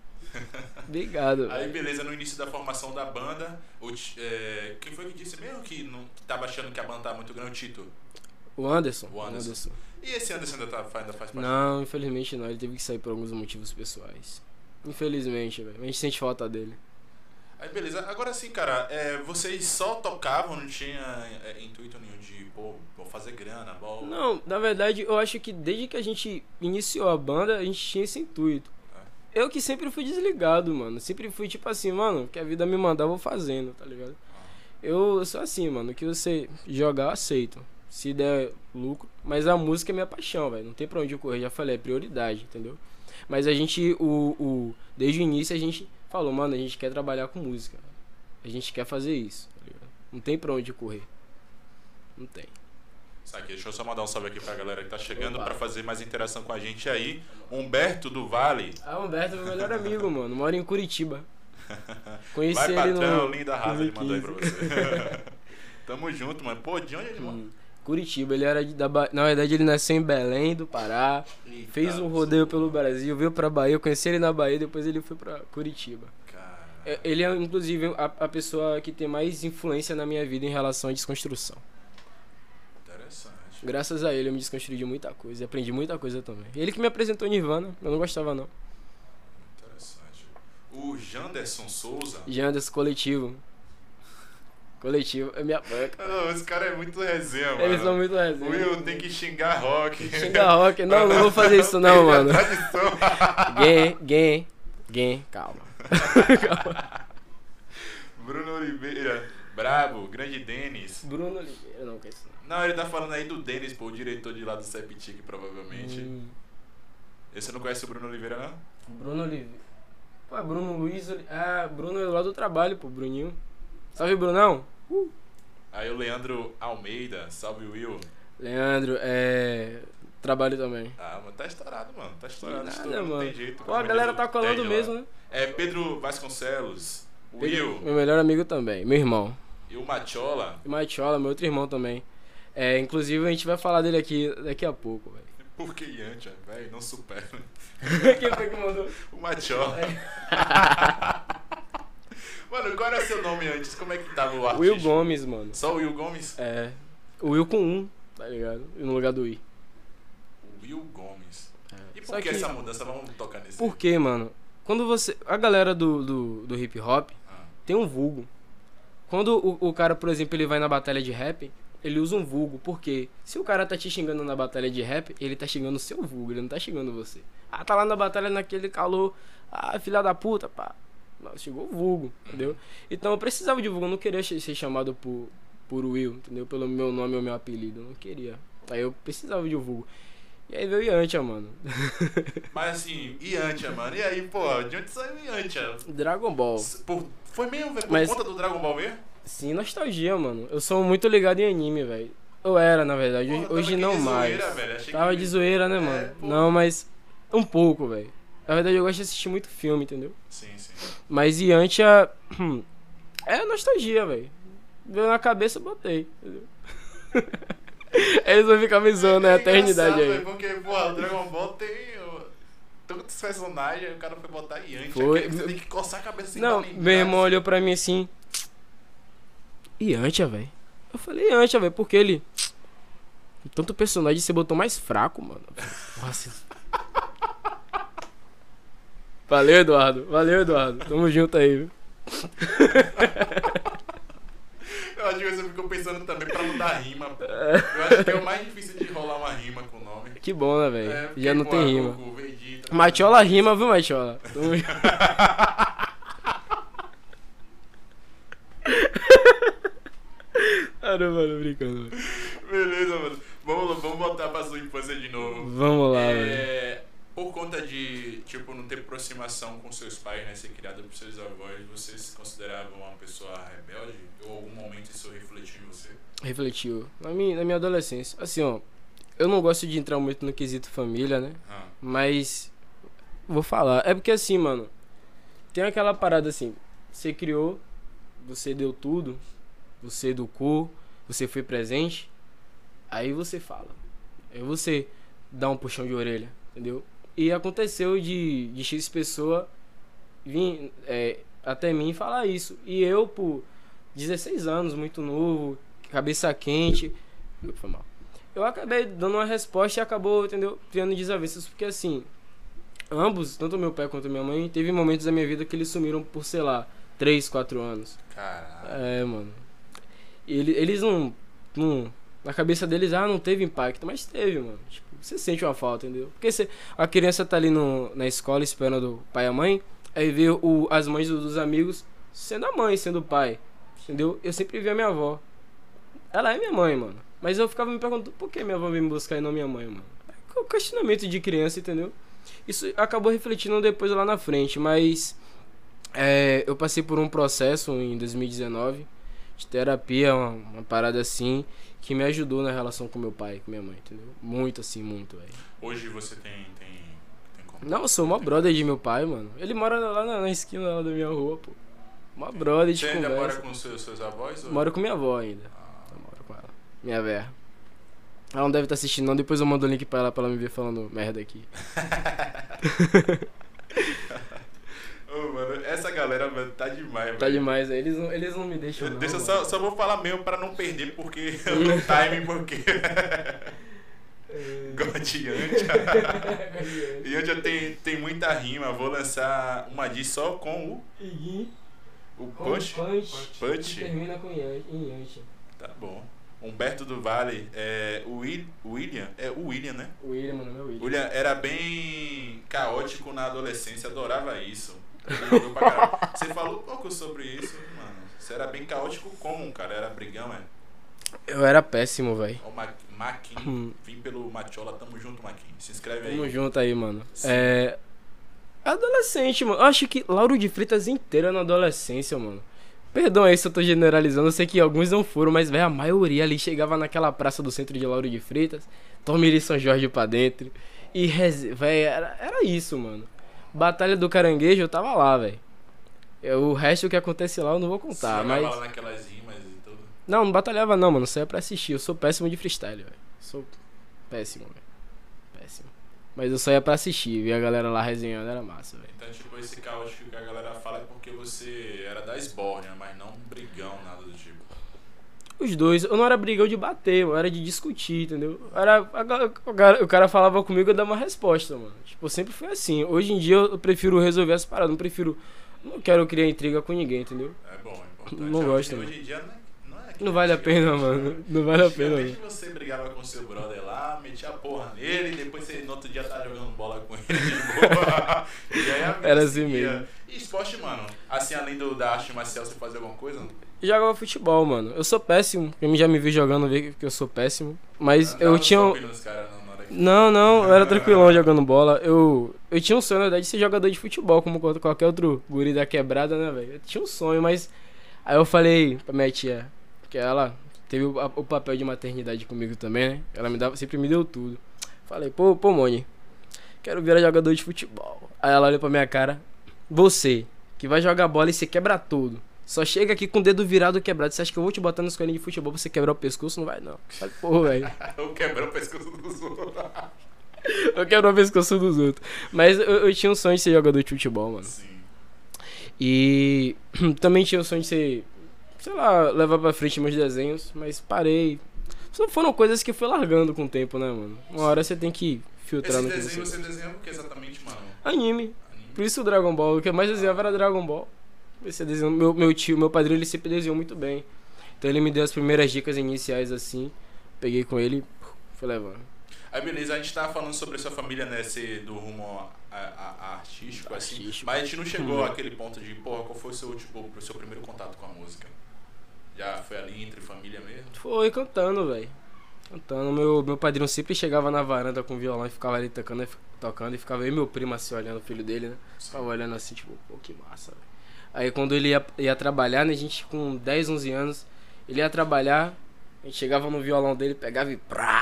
A: Obrigado.
B: Aí,
A: velho.
B: beleza, no início da formação da banda, o, Ti- é, quem foi que disse mesmo que, não, que tava achando que a banda tava muito grande? O Tito.
A: O Anderson.
B: O Anderson. E esse Anderson ainda, tá, ainda faz parte?
A: Não, infelizmente não. Ele teve que sair por alguns motivos pessoais. Infelizmente, velho. A gente sente falta dele.
B: Aí, beleza. Agora sim, cara, é, vocês só tocavam, não tinha é, intuito nenhum de, pô, vou fazer grana, bom.
A: Não, na verdade, eu acho que desde que a gente iniciou a banda, a gente tinha esse intuito. Eu que sempre fui desligado, mano. Sempre fui tipo assim, mano, que a vida me mandar, eu vou fazendo, tá ligado? Eu sou assim, mano, que você jogar, eu aceito. Se der lucro. Mas a música é minha paixão, velho. Não tem pra onde eu correr, já falei, é prioridade, entendeu? Mas a gente, o, o, desde o início, a gente falou, mano, a gente quer trabalhar com música. A gente quer fazer isso, tá ligado? Não tem pra onde correr. Não tem.
B: Sabe, deixa eu só mandar um salve aqui pra galera que tá chegando
A: Opa.
B: pra fazer mais interação com a gente aí. Humberto do Vale.
A: Ah, o Humberto é meu melhor amigo, mano. Mora em Curitiba. Conheci
B: Vai,
A: ele
B: patrão,
A: no...
B: linda raça, ele mandou aí pra
A: dois mil e quinze.
B: você. Tamo junto, mano. Pô, de onde ele mora?
A: Hum. Curitiba, ele era de, da ba... Na verdade, ele nasceu em Belém do Pará.
B: Eita,
A: Fez um rodeio pelo Brasil, veio pra Bahia. Eu conheci ele na Bahia, depois ele foi pra Curitiba.
B: Cara.
A: É, Ele é, inclusive, a, a pessoa que tem mais influência na minha vida em relação à desconstrução.
B: Interessante.
A: Graças a ele, eu me desconstruí de muita coisa. E aprendi muita coisa também. Ele que me apresentou Nirvana. Eu não gostava, não.
B: Interessante. O Janderson Souza.
A: Jandas, coletivo. Coletivo, é minha banca.
B: Não, esse cara é muito resenha, mano.
A: Eles são muito
B: O
A: resenha.
B: Will tem que xingar rock.
A: Xinga rock. Não, não vou fazer isso não, mano.
B: Tradição.
A: Gay, gay, gay. Calma. Calma.
B: Bruno Oliveira. Brabo. Grande Denis.
A: Bruno Oliveira, não, que é isso não.
B: Não, ele tá falando aí do Denis, pô, o diretor de lá do Septic, provavelmente.
A: Hum,
B: Esse não conhece o Bruno Oliveira, não?
A: Bruno Oliveira. Pô, é Bruno Luiz. Oli- Ah, Bruno é lá do trabalho, pô, Bruninho. Salve, Brunão. Uh.
B: Aí o Leandro Almeida. Salve, Will.
A: Leandro, é. Trabalho também.
B: Ah, mas tá estourado, mano. Tá estourado.
A: Nada,
B: estourado, não
A: mano.
B: tem jeito.
A: Pô, a galera tá colando
B: Entende lá.
A: mesmo, né?
B: É Pedro Vasconcelos. Will.
A: Meu melhor amigo também, meu irmão.
B: E o Machola.
A: E Machola, meu outro irmão também. É, inclusive a gente vai falar dele aqui daqui a pouco, velho.
B: Por que Yantia, velho? Não supera.
A: Quem foi que mandou?
B: O Machola. Mano, qual era seu nome antes? Como é que tava o artista?
A: Will Gomes, mano.
B: Só o Will Gomes?
A: É. O Will com um, tá ligado? No lugar do I.
B: Will Gomes. E por
A: Só
B: que,
A: que-
B: essa mudança? Vamos tocar nesse.
A: Por quê, mano? Quando você. A galera do, do, do hip hop
B: Ah,
A: tem um vulgo. Quando o, o cara, por exemplo, ele vai na batalha de rap, ele usa um vulgo. Por quê? Se o cara tá te xingando na batalha de rap, ele tá xingando o seu vulgo, ele não tá xingando você. Ah, tá lá na batalha naquele calor. Ah, filha da puta, pá. Não, chegou o vulgo, entendeu? Então eu precisava de vulgo, eu não queria ser ser chamado por, por Will, entendeu? Pelo meu nome ou meu apelido, eu não queria. Aí eu precisava de um vulgo. E aí veio Yantia, mano.
B: Mas assim, Yantia, mano. E aí, pô, de onde saiu Yantia?
A: Dragon Ball.
B: Por, foi mesmo, velho? Por
A: Mas-
B: conta do Dragon Ball mesmo?
A: Sim, nostalgia, mano. Eu sou muito ligado em anime, velho. Eu era, na verdade.
B: Porra,
A: Hoje,
B: tava
A: hoje
B: aqui
A: não
B: de
A: mais.
B: zoeira, velho. Achei
A: Tava
B: que-
A: de zoeira, né,
B: É,
A: mano?
B: pô.
A: Não, mas um pouco, velho. Na verdade, eu gosto de assistir muito filme, entendeu?
B: Sim, sim.
A: Mas Yantia é nostalgia, velho. Veio na cabeça, eu botei, entendeu? Eles vão ficar me zoando a
B: É
A: eternidade
B: engraçado,
A: aí.
B: velho, porque, porra, o Dragon Ball tem ó, tantos personagens, aí o cara foi botar Yantia.
A: Foi.
B: que Você tem que coçar a cabeça assim
A: Não,
B: pra lembrar.
A: meu irmão olhou pra mim assim. Yantia, velho. Eu falei Yantia, velho, porque ele. Tanto personagem você botou mais fraco, mano. Nossa. Valeu, Eduardo. Valeu, Eduardo. Tamo junto aí, viu?
B: Eu acho que você ficou pensando também pra mudar a rima. Pô. Eu acho que é o mais difícil de rolar uma rima com o nome.
A: Que bom, né, velho?
B: É, porque,
A: Já não
B: pô,
A: tem rima.
B: Goku, Vegeta,
A: Machola rima, viu, Machola? Tamo junto. Caramba, mano, brincando. Velho.
B: Beleza, mano. Vamos, vamos voltar pra sua infância de novo.
A: Vamos lá, velho.
B: É, por conta de, tipo, não ter aproximação com seus pais, né? Ser criado por seus avós, você se considerava uma pessoa rebelde? Ou algum momento isso refletiu em você?
A: Refletiu. Na minha, na minha adolescência. Assim, ó. eu não gosto de entrar muito no quesito família, né?
B: Ah.
A: Mas vou falar. É porque assim, mano, tem aquela parada assim, você criou, você deu tudo, você educou, você foi presente, aí você fala. Aí você dá um puxão de orelha, entendeu? E aconteceu de, de X pessoa vir é, até mim falar isso. E eu, por dezesseis anos, muito novo, cabeça quente, foi mal. Eu acabei dando uma resposta e acabou, entendeu, criando desavenças, porque assim, ambos, tanto meu pai quanto minha mãe, teve momentos da minha vida que eles sumiram por, sei lá, três, quatro anos.
B: Caralho.
A: É, mano. Ele, eles não, não... Na cabeça deles, ah, não teve impacto, mas teve, mano. Tipo, você sente uma falta, entendeu? Porque você, a criança tá ali no, na escola esperando o pai e a mãe, aí vê o, as mães dos amigos sendo a mãe, sendo o pai, entendeu? Eu sempre vi a minha avó. Ela é minha mãe, mano. Mas eu ficava me perguntando, por que minha avó veio me buscar e não minha mãe, mano? É o questionamento de criança, entendeu? Isso acabou refletindo depois lá na frente, mas é, eu passei por um processo em dois mil e dezenove de terapia, uma, uma parada assim, que me ajudou na relação com meu pai e com minha mãe, entendeu? Muito assim, muito, velho.
B: Hoje você tem, tem, tem como?
A: Não, eu sou uma brother de meu pai, mano. Ele mora lá na, na esquina lá da minha rua, pô. Uma brother de
B: Você ainda
A: conversa.
B: mora com os seus, seus avós? Ou...
A: Moro com minha avó ainda.
B: Ah.
A: Eu moro com ela. Minha véia. Ela não deve estar assistindo não, depois eu mando o link pra ela pra ela me ver falando merda aqui.
B: Ô, mano, essa galera, mano, tá demais,
A: Tá
B: velho.
A: demais, aí. Eles não, eles não me deixam não,
B: Deixa eu
A: mano.
B: só, só vou falar mesmo pra não perder, porque no time, porque... God Yantia. Yantia tem, tem muita rima, vou lançar uma diss só com o...
A: Iguinho.
B: O
A: Com
B: Punch.
A: punch.
B: Punch.
A: Que termina com Yan- em Yantia.
B: Tá bom. Humberto do Vale, é, o Will, William, é o William, né?
A: O William, mano, meu William.
B: William era bem caótico na adolescência, adorava isso. Ele jogou pra caralho. Você falou um pouco sobre isso, mano. Você era bem caótico como, cara? Era brigão, é?
A: Eu era péssimo, velho.
B: Ó, o Ma- Maquin, vim pelo Machola, tamo junto, Maquin. Se inscreve aí.
A: Tamo junto aí, mano.
B: Sim.
A: É. Adolescente, mano. Eu acho que Lauro de Freitas inteira na adolescência, mano. Perdão aí se eu tô generalizando, eu sei que alguns não foram, mas, velho, a maioria ali chegava naquela praça do centro de Lauro de Freitas, Tomiri São Jorge pra dentro, e, reze... velho, era, era isso, mano. Batalha do Caranguejo, eu tava lá, velho. O resto que acontece lá eu não vou contar,
B: Você
A: mas...
B: jogava lá naquelas rimas e tudo.
A: Não, não batalhava não, mano, só ia pra assistir, eu sou péssimo de freestyle, velho. Sou péssimo, velho. Péssimo. Mas eu só ia pra assistir, ver a galera lá resenhando, era massa, velho.
B: Então, tipo, esse caótico que a galera fala é porque você era da esbórnia, mas não brigão, nada do tipo.
A: Os dois, eu não era brigão de bater, eu era de discutir, entendeu? Era, a- o, cara, o cara falava comigo, eu dava uma resposta, mano. Tipo, eu sempre fui assim. Hoje em dia eu prefiro resolver as paradas, não prefiro. Não quero criar intriga com ninguém, entendeu?
B: É bom, é importante.
A: Não
B: hoje,
A: gosto,
B: Hoje
A: mano.
B: em dia não é, não é que
A: Não vale a pena, mano. Não vale a pena,
B: Antigamente
A: mano.
B: você brigava com seu brother lá, metia a porra nele, e depois você no outro dia tá jogando bola com ele de boa. E aí a vida
A: Era assim
B: seguia.
A: mesmo.
B: E esporte, mano? Assim, além do, da arte marcial, você fazia alguma coisa?
A: Jogava futebol, mano. Eu sou péssimo. Quem já me viu jogando vê que eu sou péssimo. Mas
B: Não
A: eu
B: dava
A: tinha. um-
B: soco nos caras, não, na hora que-
A: Não, não, eu era tranquilão jogando bola. Eu, eu tinha um sonho, na verdade, de ser jogador de futebol, como qualquer outro guri da quebrada, né, velho? Eu tinha um sonho, mas. Aí eu falei pra minha tia, que ela teve o, a- o papel de maternidade comigo também, né? Ela me dava, sempre me deu tudo. Falei, pô, pô, Moni, quero virar jogador de futebol. Aí ela olhou pra minha cara, você, que vai jogar bola e você quebra tudo. Só chega aqui com o dedo virado quebrado. Você acha que eu vou te botar na escolinha de futebol pra você quebrar o pescoço? Não vai, não. Falei, pô, velho.
B: Eu quebrei o pescoço dos outros.
A: Eu quebro o pescoço dos outros. Mas eu, eu tinha um sonho de ser jogador de futebol, mano.
B: Sim.
A: E também tinha o sonho de ser, sei lá, levar pra frente meus desenhos, mas parei. Só foram coisas que eu fui largando com o tempo, né, mano? Uma hora você tem que filtrar
B: Esse
A: no que
B: desenho
A: você...
B: você desenhou o que exatamente, mano?
A: Anime.
B: Anime?
A: Por isso o Dragon Ball. O que eu mais desenhava era Dragon Ball. Esse desenho, meu, meu tio, meu padrinho, ele sempre desenhou muito bem. Então ele me deu as primeiras dicas iniciais assim. Peguei com ele e fui levando.
B: Aí beleza, a gente tava falando sobre a sua família, né, ser do rumo a, a- a artístico, assim,
A: Artístico.
B: mas a gente não chegou
A: Hum.
B: àquele ponto de, porra, qual foi o seu, tipo, o seu primeiro contato com a música? Já foi ali entre família mesmo?
A: Foi cantando, velho. Cantando. Meu, meu padrinho sempre chegava na varanda com violão e ficava ali tocando, tocando. E ficava eu e meu primo assim olhando o filho dele, né? Ficava olhando assim, tipo, pô, que massa, velho. Aí quando ele ia, ia trabalhar, né? A gente com dez, onze anos, ele ia trabalhar, a gente chegava no violão dele, pegava e prá!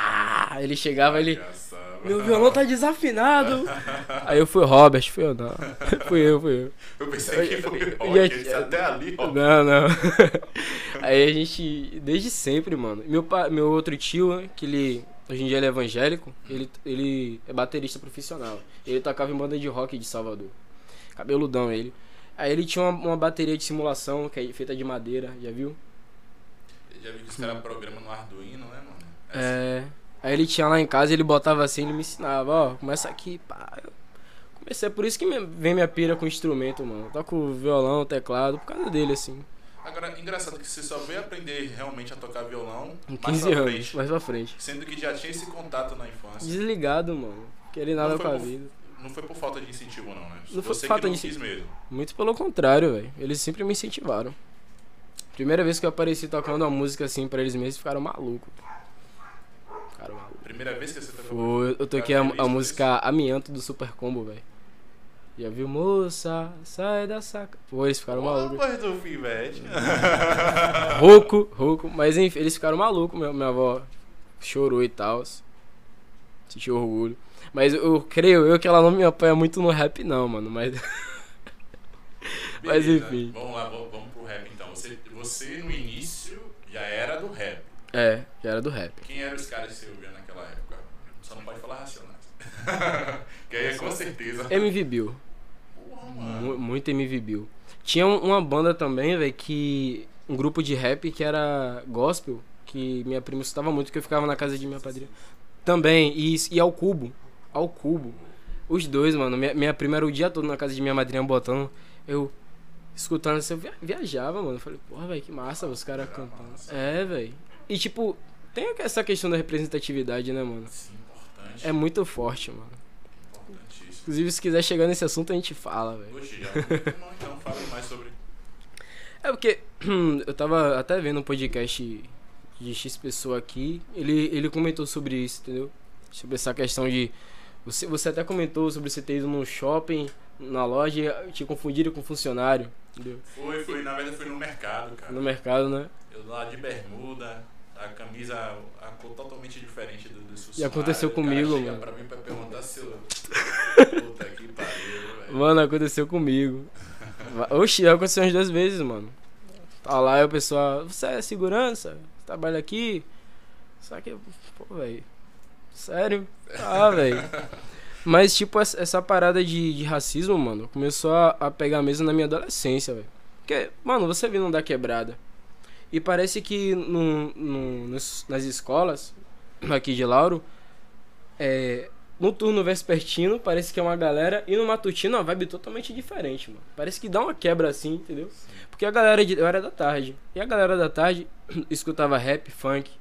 A: pá, ele chegava, ele,
B: Caçava.
A: meu violão tá desafinado. Aí eu fui, Robert, fui eu não. Fui eu, fui eu.
B: Eu pensei que foi
A: Eu-
B: o
A: eu-
B: Rock, ele até ali, ó.
A: Não, não. Aí a gente, desde sempre, mano. Meu, pa- meu outro tio, né, que ele, hoje em dia ele é evangélico, ele, ele é baterista profissional. Ele tocava em banda de rock de Salvador. Cabeludão ele. Aí ele tinha uma, uma bateria de simulação, que é feita de madeira, já viu?
B: Já vi que os caras programam no Arduino, né, mano?
A: É. Aí ele tinha lá em casa, ele botava assim, ele me ensinava, ó, começa aqui, pá. Eu comecei, é por isso que me- vem minha pira com instrumento, mano. Eu toco violão, teclado, por causa dele, assim.
B: Agora, engraçado que você só veio aprender realmente a tocar violão
A: Com
B: mais
A: quinze
B: pra
A: anos,
B: frente.
A: mais pra frente.
B: Sendo que já tinha esse contato na infância.
A: Desligado, mano. Querer nada
B: Não
A: com
B: foi
A: a
B: por-
A: vida.
B: Não foi por falta de incentivo, não, né?
A: Não foi
B: Você
A: falta
B: que não
A: de
B: quis mesmo.
A: Muito pelo contrário, velho. Eles sempre me incentivaram. Primeira vez que eu apareci tocando uma música assim pra eles mesmos, ficaram malucos. Ficaram malucos.
B: Primeira vez que você tocou.
A: Foi, eu toquei a, a música Amianto do Super Combo, velho. Já viu, moça, sai da saca. Pô, eles ficaram malucos.
B: Rapaz do Fivete.
A: Rouco, rouco. Mas enfim, eles ficaram malucos. Minha, minha avó chorou e tal. Sentiu orgulho. Mas eu, eu creio eu que ela não me apoia muito no rap, não, mano. Mas. Mas
B: Beleza,
A: enfim.
B: Vamos lá, vamos vamos pro rap então. Você, você no início já era do rap.
A: É, já era do rap.
B: Quem eram os caras que você ouvia naquela época? Só não pode falar Racionais. Que aí é com certeza.
A: M V Bill.
B: Porra, mano.
A: Mu- Muito M V Bill. Tinha um- uma banda também, velho, que. Um grupo de rap que era gospel, que minha prima escutava muito, que eu ficava na casa de minha padrinha. Também, e, e ao cubo. Ao cubo. Os dois, mano. Minha, minha prima era o dia todo na casa de minha madrinha botando. Eu. Escutando isso, eu via- viajava, mano. Eu falei, porra, velho, que massa os caras cantando. É, velho. E tipo, tem essa questão da representatividade, né, mano?
B: Sim, importante.
A: É muito forte, mano.
B: Importantíssimo.
A: Inclusive, se quiser chegar nesse assunto, a gente fala, velho.
B: Oxe, já. Não, então, fale mais sobre.
A: É porque eu tava até vendo um podcast de X pessoa aqui, ele, ele comentou sobre isso, entendeu? Sobre essa questão de... Você, você até comentou sobre você ter ido no shopping, na loja, e te confundiram com funcionário, entendeu?
B: Foi, foi, na verdade foi no mercado, cara.
A: No mercado, né?
B: Eu lá de bermuda, a camisa, a cor totalmente diferente do, dos funcionários.
A: E aconteceu
B: O cara
A: comigo,
B: chega
A: mano.
B: pra mim pra perguntar se eu... Puta que pariu, velho.
A: Mano, aconteceu comigo. Oxi, aconteceu umas duas vezes, mano. Tá lá e o pessoal, você é segurança? Você trabalha aqui? Só que, pô, velho. Sério? Tá, velho. Mas, tipo, essa, essa parada de, de racismo, mano, começou a, a pegar mesmo na minha adolescência, velho. Porque, mano, você vindo da quebrada. E parece que no, no, nos- nas escolas, aqui de Lauro, é, no turno vespertino parece que é uma galera, e no matutino é uma vibe totalmente diferente, mano. Parece que dá uma quebra assim, entendeu? Porque a galera de, eu era da tarde. E a galera da tarde escutava rap, funk.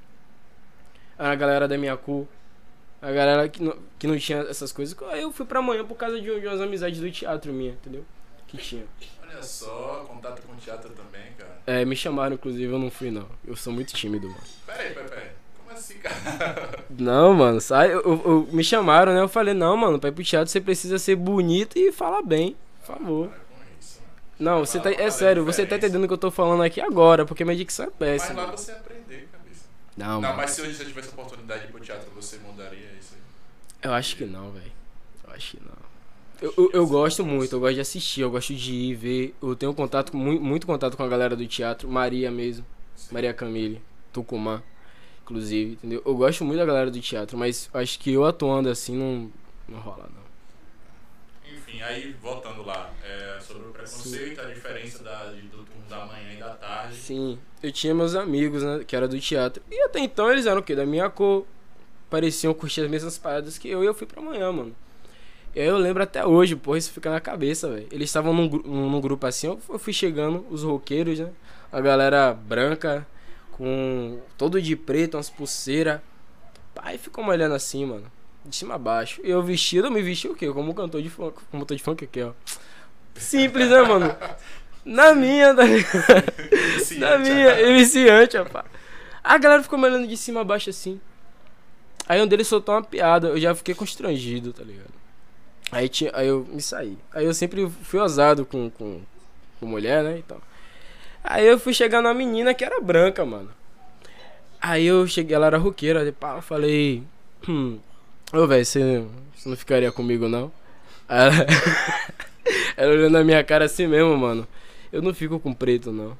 A: A galera da minha cor. A galera que não, que não tinha essas coisas. Aí eu fui pra manhã por causa de, de umas amizades do teatro minha, entendeu? Que tinha.
B: Olha só, contato com teatro também, cara.
A: É, me chamaram, inclusive, eu não fui, não. Eu sou muito tímido, mano.
B: Pera aí, pera aí, pera aí. Como assim, cara?
A: Não, mano, sai. Eu, eu- eu- me chamaram, né? Eu falei, não, mano, pra ir pro teatro você precisa ser bonito e falar bem. Por favor.
B: Para com isso, mano.
A: Não, você tá.
B: Fala,
A: É
B: fala a
A: sério, você tá
B: diferença.
A: entendendo o que eu tô falando aqui agora, porque minha dicção é
B: Mas
A: péssima.
B: lá você aprender, cabeça.
A: Não,
B: Não,
A: mano.
B: mas se hoje você tivesse a oportunidade de ir pro teatro, você mudaria isso aí?
A: Eu acho que não, velho. Eu acho que não. Eu, eu, eu gosto muito, eu gosto de assistir, eu gosto de ir ver. Eu tenho contato, com- muito, muito contato com a galera do teatro, Maria mesmo, Maria Camille, Tucumã, inclusive, entendeu? Eu gosto muito da galera do teatro, mas acho que eu atuando assim não, não rola, não.
B: Enfim, aí voltando lá, é, sobre o preconceito, a diferença da, de- do turno da manhã e da tarde.
A: Sim, eu tinha meus amigos, né, que era do teatro. E até então eles eram o quê? Da minha cor. Pareciam curtir as mesmas paradas que eu e eu fui pra manhã, mano. E aí eu lembro até hoje, porra, isso fica na cabeça, velho. Eles estavam num, gru- num, num grupo assim, eu eu fui chegando, os roqueiros, né? A galera branca, com todo de preto, umas pulseiras. Pai, ficou me olhando assim, mano. De cima a baixo. E eu vestido, eu me vesti o quê? Como cantor de funk, como cantor de funk aqui, ó. Simples, né, mano? Na minha, tá ligado?
B: Iniciante,
A: Na minha, iniciante, rapaz. A galera ficou me olhando de cima a baixo assim. Aí um deles soltou uma piada, eu já fiquei constrangido, tá ligado? Aí, tinha, aí eu me saí. Aí eu sempre fui ousado com, com, com mulher, né, então. Aí eu fui chegar numa menina que era branca, mano. Aí eu cheguei, ela era roqueira, aí, pá, eu falei... Hum. Ô, velho, você, você não ficaria comigo, não? Ela... Ela olhando na minha cara assim mesmo, mano. Eu não fico com preto, não.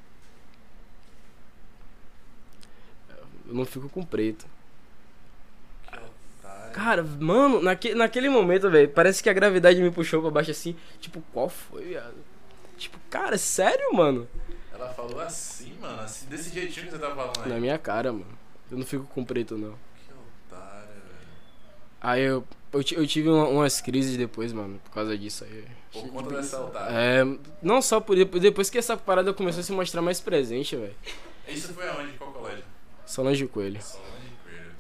A: Eu não fico com preto. Cara, mano, naque, naquele momento, velho, parece que a gravidade me puxou pra baixo assim. Tipo, qual foi, viado? Tipo, cara, sério, mano?
B: Ela falou assim, mano, assim, desse jeitinho que você tá falando aí.
A: Na minha cara, mano. Eu não fico com preto, não.
B: Que otário, velho.
A: Aí eu, eu, eu tive uma, umas crises depois, mano, por causa disso aí.
B: Por conta dessa otária.
A: É, não só por depois que essa parada começou a se mostrar mais presente, velho.
B: Isso foi aonde? Qual colégio?
A: Solange Coelho.
B: Solange Coelho.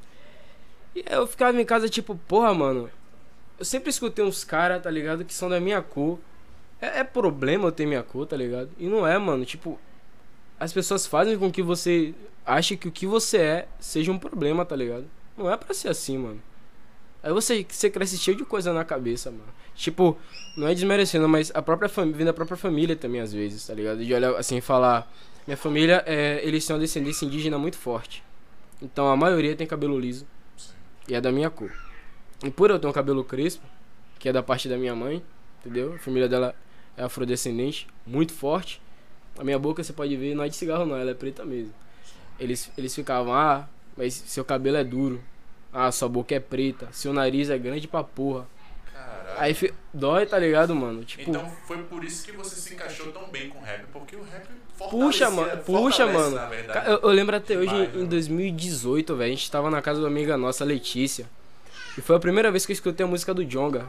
A: E eu ficava em casa tipo, porra, mano. Eu sempre escutei uns caras, tá ligado, que são da minha cor. É, é problema eu ter minha cor, tá ligado? E não é, mano. Tipo, as pessoas fazem com que você ache que o que você é seja um problema, tá ligado? Não é pra ser assim, mano. Aí você, você cresce cheio de coisa na cabeça, mano. Tipo, não é desmerecendo, mas a própria família, vem da própria família também, às vezes, tá ligado? De olhar assim e falar, minha família, é, eles têm uma descendência indígena muito forte. Então a maioria tem cabelo liso.
B: Sim.
A: E é da minha cor. E por eu ter um cabelo crespo, que é da parte da minha mãe, entendeu? A família dela é afrodescendente, muito forte. A minha boca, você pode ver, não é de cigarro não, ela é preta mesmo. Eles, eles ficavam, ah, mas seu cabelo é duro. Ah, sua boca é preta. Seu nariz é grande pra porra.
B: Caralho.
A: Aí fi... dói, tá ligado, mano? Tipo...
B: Então foi por isso que você se encaixou tão bem com o rap, porque o rap
A: Puxa, mano, puxa, mano.
B: Na verdade.
A: Eu, eu lembro até
B: Demais,
A: hoje, em
B: né?
A: dois mil e dezoito, velho, a gente tava na casa de uma amiga nossa, Letícia. E foi a primeira vez que eu escutei a música do Djonga.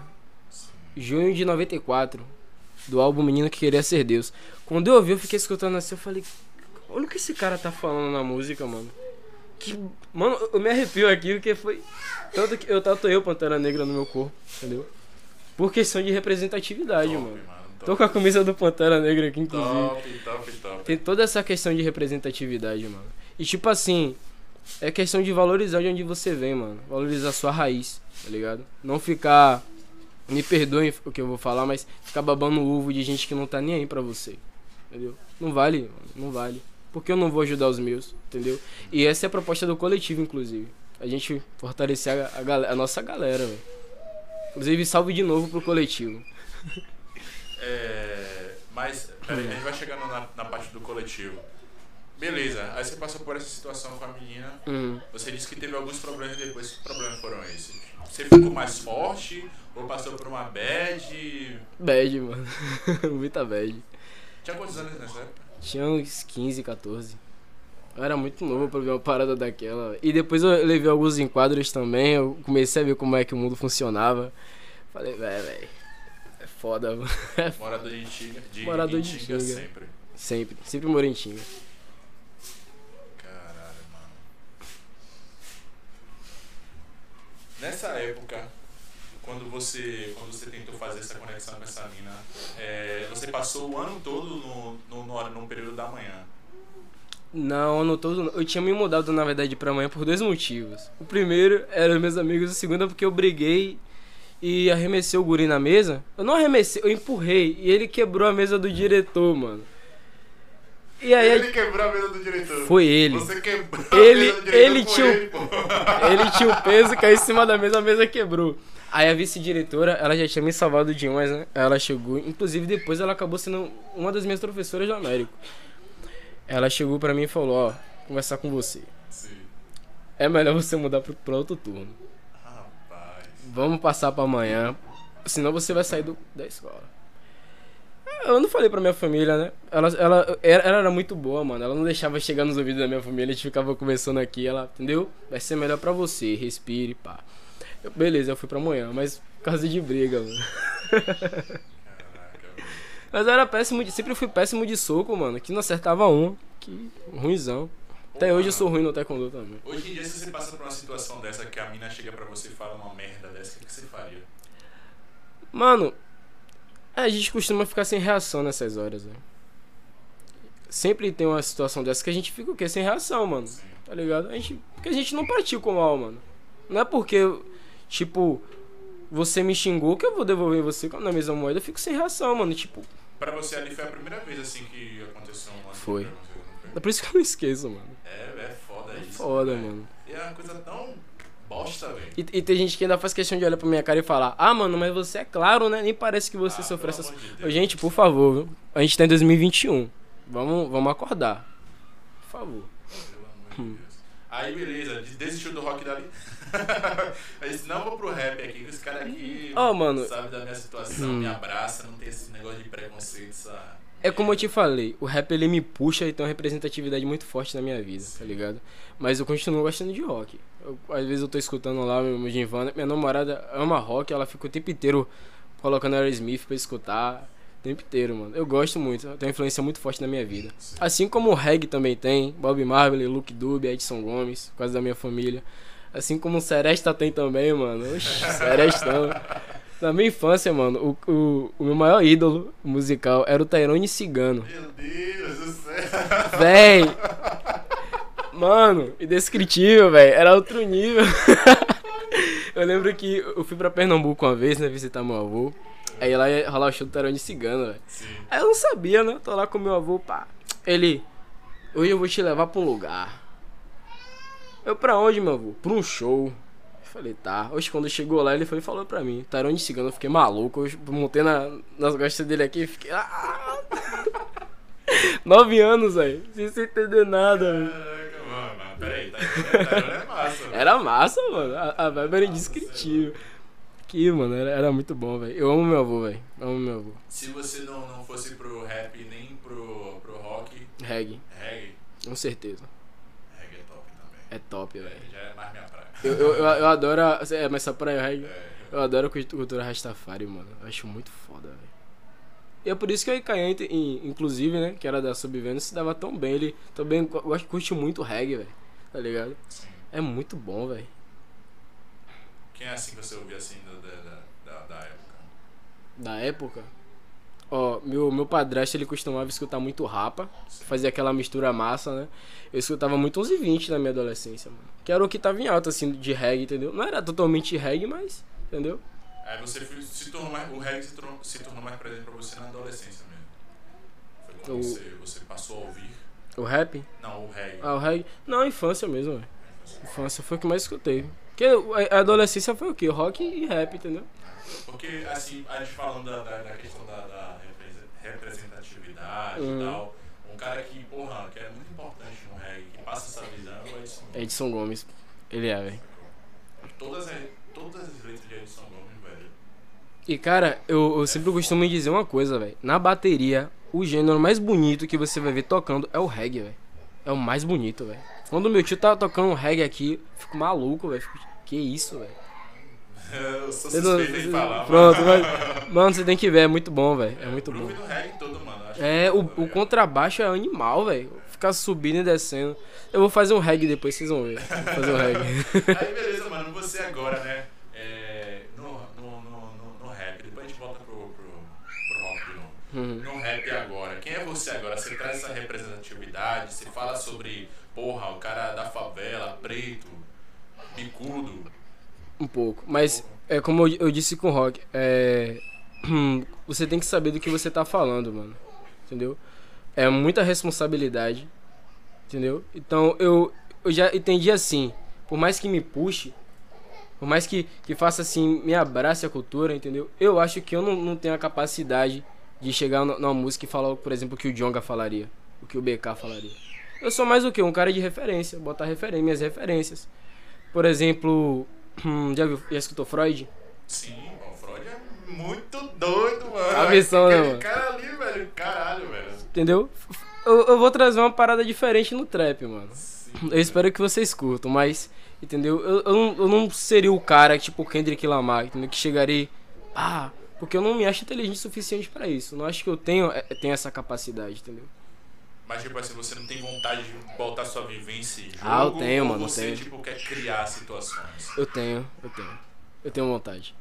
A: Junho de noventa e quatro. Do álbum Menino que Queria Ser Deus. Quando eu ouvi, eu fiquei escutando assim, eu falei... Olha o que esse cara tá falando na música, mano. Que... Mano, eu me arrepio aqui, porque foi... Tanto que eu tatuei o Pantera Negra no meu corpo, entendeu? Por questão de representatividade,
B: Top,
A: mano.
B: mano, top.
A: Tô com a camisa do Pantera Negra aqui, inclusive.
B: Top, top, top.
A: Tem toda essa questão de representatividade, mano. E tipo assim, é questão de valorizar de onde você vem, mano. Valorizar a sua raiz, tá ligado? Não ficar... Me perdoem o que eu vou falar, mas ficar babando o ovo de gente que não tá nem aí pra você. Entendeu? Não vale, mano, não vale. Porque eu não vou ajudar os meus, entendeu? E essa é a proposta do coletivo, inclusive. A gente fortalecer a, a, gal- a nossa galera, velho. Inclusive, salve de novo pro coletivo.
B: É, mas, peraí, a gente vai chegando na, na parte do coletivo. Beleza, aí você passou por essa situação com a menina.
A: Uhum.
B: Você disse que teve alguns problemas depois. Que problemas foram esses? Você ficou mais forte? Ou passou por uma bad?
A: Bad, mano. Muita bad.
B: Tinha quantos anos nessa época?
A: Tinha uns quinze, catorze. Eu era muito novo pra ver uma parada daquela. E depois eu levei alguns enquadros também. Eu comecei a ver como é que o mundo funcionava. Falei, velho, velho. É foda, mano. É foda.
B: Morador de Tinga. De
A: Morador de
B: Itinga
A: Tinga.
B: sempre.
A: Sempre. Sempre morei em Tinga.
B: Caralho, mano. Nessa época, quando você, quando você tentou fazer essa conexão com essa mina, é, você passou o ano todo no, no, no, no período da manhã.
A: Não, não todo. Eu tinha me mudado, na verdade, pra amanhã por dois motivos. O primeiro era meus amigos, o segundo é porque eu briguei e arremessei o guri na mesa. Eu não arremessei, eu empurrei e ele quebrou a mesa do diretor, mano. E aí.
B: Ele quebrou a mesa do diretor.
A: Foi ele.
B: Você quebrou
A: Ele,
B: a mesa do diretor.
A: ele
B: foi
A: tinha,
B: ele, pô.
A: ele tinha o peso, caiu em cima da mesa, a mesa quebrou. Aí a vice-diretora, ela já tinha me salvado de umas, né? Ela chegou, inclusive depois ela acabou sendo uma das minhas professoras do Américo. Ela chegou pra mim e falou, ó, conversar com você.
B: Sim.
A: É melhor você mudar pro, pro outro turno.
B: Rapaz.
A: Vamos passar pra amanhã, senão você vai sair do, da escola. Eu não falei pra minha família, né? Ela, ela, ela era muito boa, mano. Ela não deixava chegar nos ouvidos da minha família. A gente ficava conversando aqui. Ela, entendeu? Vai ser melhor pra você. Respire, pá. Eu, beleza, eu fui pra amanhã, mas por causa de briga, mano.
B: Caraca,
A: Mas eu era péssimo de, sempre fui péssimo de soco, mano. Que não acertava um. Que ruimzão. Até hoje eu sou ruim no taekwondo também.
B: hoje em dia, se você passa por uma situação dessa que a mina chega pra você e fala uma merda dessa, o que, que você faria?
A: Mano, a gente costuma ficar sem reação nessas horas, velho. Sempre tem uma situação dessa que a gente fica o quê? Sem reação, mano.
B: Sim.
A: Tá ligado? A gente, porque a gente não pratica o mal, mano. Não é porque, tipo, você me xingou que eu vou devolver você na mesma moeda. Eu fico sem reação, mano. Tipo,
B: Pra você ali foi a primeira vez assim que aconteceu um lance
A: Foi.
B: pra você, não
A: é por isso que eu não esqueço, mano.
B: É, é foda
A: É
B: isso.
A: foda,
B: né?
A: mano.
B: E é uma coisa tão bosta, velho.
A: E, e tem gente que ainda faz questão de olhar pra minha cara e falar: ah, mano, mas você é claro, né? Nem parece que você
B: Ah,
A: sofreu
B: pelo
A: essas...
B: amor de Deus.
A: Gente, por favor, viu? A gente tá em dois mil e vinte e um. Vamos, vamos acordar. Por favor.
B: Pelo amor de Deus. Aí, beleza, desistiu do rock dali. Aí disse, não vou pro rap aqui, que esse cara aqui
A: Ó, mano.
B: sabe da minha situação,
A: Hum.
B: me abraça, não tem esse negócio de preconceito, essa...
A: É como eu te falei, o rap ele me puxa e tem uma representatividade muito forte na minha vida, tá ligado? Mas eu continuo gostando de rock. Eu, às vezes eu tô escutando lá meu, meu Givana, minha namorada ama rock, ela fica o tempo inteiro colocando Aerosmith pra escutar, o tempo inteiro, mano. Eu gosto muito, tem uma influência muito forte na minha vida.
B: Sim.
A: Assim como o reggae também tem, Bob Marley, Luke Dube, Edson Gomes, por causa da minha família. Assim como o Seresta tem também, mano. Oxi, Serestão. Na minha infância, mano, o, o, o meu maior ídolo musical era o Tyrone Cigano.
B: Meu Deus do céu.
A: Véi! Mano, indescritível, velho. Era outro nível. Eu lembro que eu fui pra Pernambuco uma vez, né, visitar meu avô. Aí lá ia rolar o show do Tyrone Cigano, velho.
B: Sim.
A: Aí eu não sabia, né? Tô lá com meu avô, pá. Ele, hoje eu vou te levar pra um lugar. Eu, pra onde, meu avô? Pra um show. Eu falei, tá. Hoje quando chegou lá, ele foi e falou pra mim. Tyrone Cigano, eu fiquei maluco. Eu montei na, nas costas dele aqui e fiquei... Ah! Nove anos, velho. Sem sem entender nada, velho.
B: Caraca, mano, mas peraí, Tyrone é massa, velho.
A: Era massa, mano. A, a vibe era indescritível. Que, mano, era, era muito bom, velho. Eu amo meu avô, velho. Amo meu avô.
B: Se você não, não fosse pro rap nem pro, pro rock,
A: Reggae,
B: reggae,
A: com certeza.
B: reggae é top também.
A: É top, velho.
B: Já é mais minha praia.
A: Eu, eu, eu, eu adoro. A, é, mas só pra eu reggae.
B: É,
A: Eu adoro a cultu- cultura Rastafari, mano. Eu acho muito foda, velho. E é por isso que o Ikayan, inclusive, né, que era da Subvenus, se dava tão bem. Ele também cu- eu acho que curte muito reggae, velho. Tá ligado?
B: sim.
A: É muito bom, velho.
B: Quem é assim que você ouvia assim da, da, da, da época?
A: Da época. Ó, meu, meu padrasto, ele costumava escutar muito rapa. Fazia aquela mistura massa, né? Eu escutava muito onze e vinte na minha adolescência, mano. Que era o que tava em alta, assim, de reggae, entendeu? Não era totalmente reggae, mas... Entendeu?
B: Aí você foi- se tornou mais, o reggae se tornou, se tornou mais presente pra você na adolescência mesmo. Foi quando
A: O-
B: você, você passou a ouvir.
A: O rap?
B: Não, o reggae.
A: Ah, o reggae... Não, infância mesmo, velho. Infância foi o que mais escutei. Porque a a adolescência foi o quê? Rock e rap, entendeu?
B: Porque, assim, a gente falando da, da, da questão da, da represe- representatividade
A: Hum.
B: e tal, um cara que, porra, que é muito importante no reggae, que passa essa visão, é Edson Gomes.
A: Edson Gomes. Ele é, velho.
B: Todas, as- todas as letras de Edson Gomes, velho.
A: E, cara, eu, eu sempre costumo dizer uma coisa, velho. Na bateria, o gênero mais bonito que você vai ver tocando é o reggae, velho. É o mais bonito, velho. Quando o meu tio tá tocando um reggae aqui, eu fico maluco, velho. Fico, que isso, velho.
B: Eu sou
A: Você não-
B: suspeito em falar,
A: Pronto,
B: mano.
A: mas... Mano, você tem que ver, é muito bom, velho. É muito
B: o
A: bom.
B: groove do reggae todo, mano. Acho
A: É, o,
B: foda,
A: o
B: velho.
A: contrabaixo é animal, velho. Ficar subindo e descendo. Eu vou fazer um reggae depois, vocês vão ver. Vou fazer um reggae.
B: Aí beleza, mano, você agora, né? É, no, no, no, no, no rap, depois a gente volta pro, pro, pro rock de novo.
A: Uhum.
B: No rap agora, quem é você agora? Você traz essa representatividade, você fala sobre, porra, o cara da favela, preto, bicudo.
A: Um pouco. Mas, é como eu, eu disse com o rock, é... você tem que saber do que você tá falando, mano. Entendeu? É muita responsabilidade. Entendeu? Então, eu, eu já entendi assim. Por mais que me puxe, por mais que, que faça assim, me abrace a cultura, entendeu? Eu acho que eu não, não tenho a capacidade de chegar no- numa música e falar, por exemplo, o que o Djonga falaria. O que o B K falaria. Eu sou mais o que? Um cara de referência. Botar referen minhas referências. Por exemplo... Hum, já, viu, já escutou Freud?
B: Sim, o Freud é muito doido, mano.
A: A missão, né,
B: Aquele
A: mano?
B: cara ali, velho, caralho, velho.
A: Entendeu? Eu, eu vou trazer uma parada diferente no trap, mano.
B: Sim,
A: Eu espero que vocês curtam, mas... Entendeu? Eu, eu, não, eu não seria o cara tipo Kendrick Lamar, entendeu? Que chegaria... Ah, porque eu não me acho inteligente o suficiente pra isso. Eu não acho que eu tenho, é, tenho essa capacidade, entendeu?
B: Mas, tipo assim, você não tem vontade de botar sua vivência em jogo?
A: Ah, eu tenho,
B: ou
A: mano, eu
B: você,
A: tenho.
B: tipo, quer criar situações?
A: Eu tenho, eu tenho. Eu tenho vontade.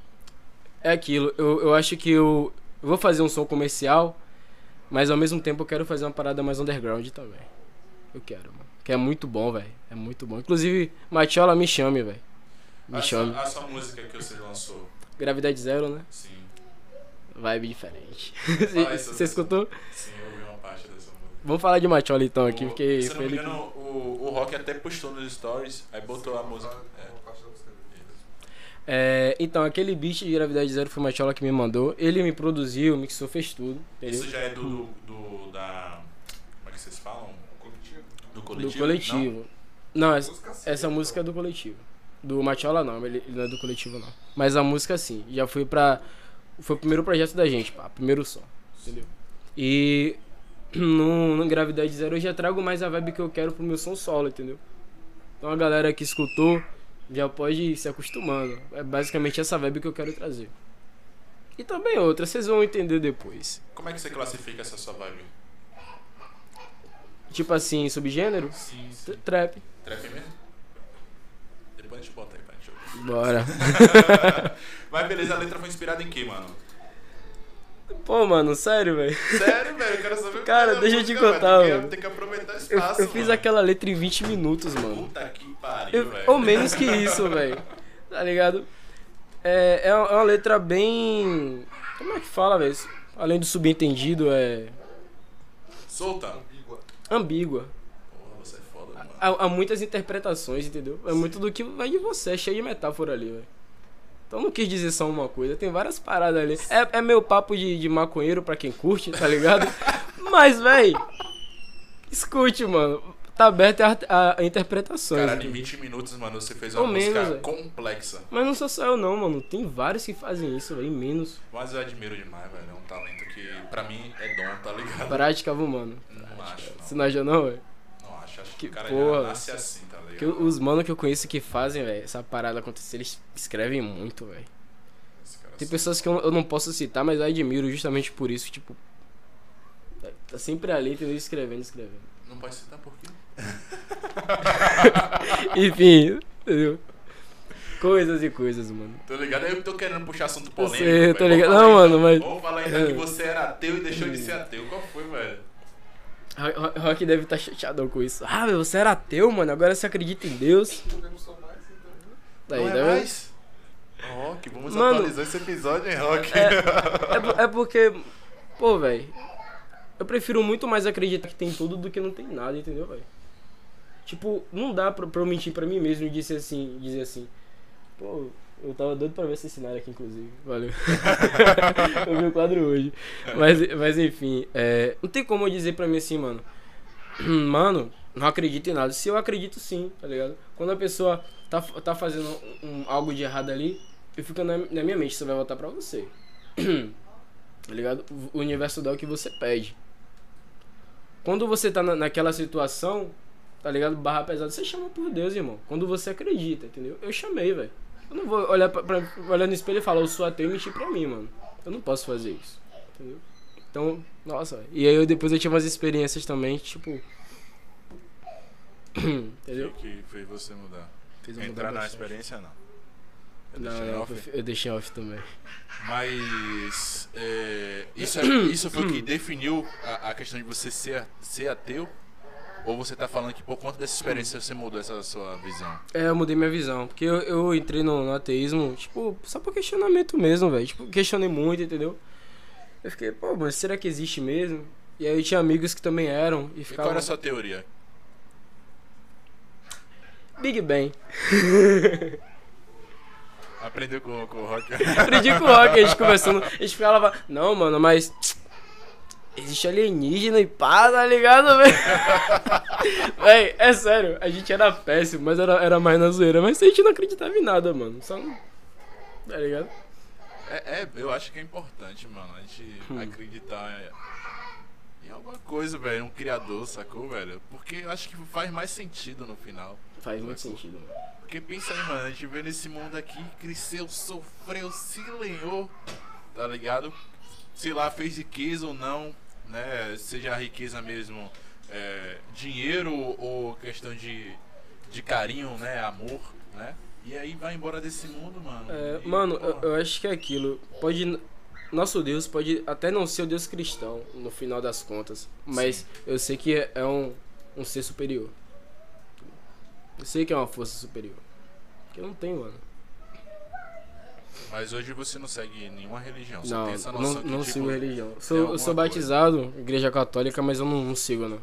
A: É aquilo, eu, eu acho que eu, eu vou fazer um som comercial, mas ao mesmo tempo eu quero fazer uma parada mais underground também. Eu quero, mano. Que é muito bom, velho. É muito bom. Inclusive, Matiola, me chame, velho. Me
B: a,
A: chame.
B: sua, a sua música que você lançou,
A: Gravidade Zero, né?
B: sim.
A: Vibe diferente.
B: Fala isso,
A: Você escutou?
B: Sim, eu ouvi uma parte dessa música.
A: Vamos falar de Matiola então aqui,
B: O-
A: porque
B: se eu não
A: foi
B: me
A: ele que...
B: engano, o, o Rock até postou nos stories, aí botou a música. É.
C: Uma parte
A: É, então, aquele beat de Gravidade Zero foi o Machola que me mandou. Ele me produziu, mixou, fez tudo. Entendeu?
B: Isso já é do, do, do- da... Como é que vocês falam?
C: Coletivo.
B: Do coletivo?
A: Do coletivo. Não, essa, essa música é do coletivo. Do Machola não, ele, ele não é do coletivo não. Mas a música sim, já foi pra... Foi o primeiro projeto da gente, pá, primeiro som. Entendeu? E no, no Gravidade Zero eu já trago mais a vibe que eu quero pro meu som solo, entendeu? Então a galera que escutou já pode ir se acostumando. É basicamente essa vibe que eu quero trazer. E também outra, vocês vão entender depois.
B: Não? Como é que você classifica essa sua vibe?
A: Tipo assim, subgênero?
B: Sim,
A: T- Trap.
B: Trap mesmo? Depois a gente bota aí pra gente ouvir.
A: Bora.
B: Mas beleza, a letra foi inspirada em quê, mano?
A: Pô, mano, sério, velho.
B: Sério, velho? Eu quero saber o que
A: Cara,
B: é da
A: deixa eu te
B: música,
A: contar,
B: velho. Tem que-
A: mano.
B: Tem que aproveitar o
A: Eu,
B: espaço,
A: eu fiz
B: mano.
A: aquela letra em vinte minutos, mano.
B: Puta que pariu,
A: Eu-
B: velho.
A: ou menos que isso, velho. Tá ligado? É, é uma é uma letra bem... Como é que fala, velho? Além do subentendido, é...
B: Solta.
C: Ambígua.
A: ambígua.
B: Porra, você é foda, mano.
A: Há, há muitas interpretações, entendeu? É muito do que vai de você, é cheio de metáfora ali, velho. Então não quis dizer só uma coisa, tem várias paradas ali. É, é meu papo de, de maconheiro pra quem curte, tá ligado? Mas, véi, escute, mano. Tá aberto a, a, a interpretações.
B: Cara, em
A: entendeu?
B: vinte minutos, mano, você fez uma
A: Ou
B: música
A: menos, velho.
B: complexa.
A: Mas não sou só eu não, mano. Tem vários que fazem isso, velho, em menos.
B: Mas eu admiro demais, velho. É um talento que, pra mim, é dom, tá ligado?
A: Prática, mano.
B: Não acho,
A: Você
B: não.
A: não acha não, velho?
B: Não acho. Acho que,
A: Que
B: o cara
A: porra,
B: já nasce assim, tá ligado?
A: Porque os mano que eu conheço que fazem, velho, essa parada acontecer, eles escrevem muito, velho.
B: Esse cara
A: Tem
B: sabe.
A: pessoas que eu, eu não posso citar, mas eu admiro justamente por isso, tipo... tá- Tá sempre ali, entendeu? Escrevendo, escrevendo.
B: Não pode citar por quê?
A: Enfim, entendeu? Coisas e coisas, mano.
B: Tô ligado? Eu tô querendo puxar assunto
A: Eu
B: polêmico,
A: sei,
B: velho.
A: tô
B: Vamos
A: ligado.
B: falar
A: Não,
B: então-
A: mano, mas-
B: Vamos falar então que você era ateu e deixou de ser ateu. Qual foi, velho?
A: Ro- Ro- Rock deve estar chateadão com isso. Ah, meu, você era ateu, mano, agora você acredita em Deus.
C: Eu não sou mais, então.
A: Daí,
B: Não
A: tá
B: é
A: vendo?
B: mais? Rock, vamos
A: Mano,
B: atualizar esse episódio, hein, Rock?
A: É, por- é porque, pô, velho, eu prefiro muito mais acreditar que tem tudo do que não tem nada, entendeu, velho? Tipo, não dá pra, pra eu mentir pra mim mesmo e dizer assim, dizer assim, pô, eu tava doido pra ver esse cenário aqui, inclusive, valeu. Eu vi o quadro hoje. Mas, mas enfim, é, não tem como eu dizer pra mim assim, mano, mano, não acredito em nada. Se eu acredito sim, tá ligado? Quando a pessoa tá, tá fazendo um- algo de errado ali, eu fico na, na minha mente, isso vai voltar pra você. Tá ligado? O universo dá o que você pede. Quando você tá na, naquela situação, tá ligado? Barra pesada, você chama por Deus, irmão. Quando você acredita, entendeu? Eu chamei, velho. Eu não vou olhar, pra, pra, olhar no espelho e falar, eu sou ateu e mentir pra mim, mano. Eu não posso fazer isso, entendeu? Então, nossa, véio. E aí eu, depois eu tive umas experiências também, tipo... Entendeu?
B: O que fez você mudar?
A: Fez eu mudar
B: Entrar na
A: bastante.
B: experiência, não. Eu
A: Não,
B: deixei
A: não,
B: off.
A: eu deixei off também.
B: Mas é, isso, é- isso foi o que definiu a, a questão de você ser, ser ateu? Ou você tá falando que por conta dessa experiência você mudou essa sua visão?
A: É, eu mudei minha visão. Porque eu, eu entrei no, no ateísmo, tipo, só por questionamento mesmo, velho. Tipo, questionei muito, entendeu? Eu fiquei, pô, mas será que existe mesmo? E aí eu tinha amigos que também eram e
B: E qual
A: ficavam...
B: era a sua teoria?
A: Big Bang.
B: Aprendeu com, com o Rock?
A: Aprendi com o Rock, a gente conversando, a gente falava, não, mano, mas... Existe alienígena e pá, tá ligado, velho? Véi, é sério, a gente era péssimo, mas era, era mais na zoeira. Mas a gente não acreditava em nada, mano. Só não... Tá ligado?
B: É, é, eu acho que é importante, mano, a gente
A: Hum.
B: acreditar em, em alguma coisa, velho, um criador, sacou, velho? Porque eu acho que faz mais sentido no final.
A: Faz muito sentido, mano.
B: Porque pensa aí, mano, a gente veio nesse mundo aqui, cresceu, sofreu, se lenhou, tá ligado? Sei lá, fez riqueza ou não, né? Seja a riqueza mesmo, é, dinheiro ou questão de, de carinho, né? Amor, né? E aí vai embora desse mundo, mano.
A: É,
B: E,
A: mano, eu,
B: porra,
A: eu acho que é aquilo. Pode. Nosso Deus pode até não ser o Deus cristão, no final das contas. Mas
B: Sim.
A: eu sei que é, é um, um ser superior. Eu sei que é uma força superior. Que eu não tenho, mano.
B: Mas hoje você não segue nenhuma religião, você
A: Não,
B: tem essa
A: não,
B: noção
A: não
B: que, tipo,
A: sigo religião.
B: tem
A: Sou, eu
B: alguma
A: sou
B: coisa.
A: batizado, igreja católica, mas eu não, não sigo, não.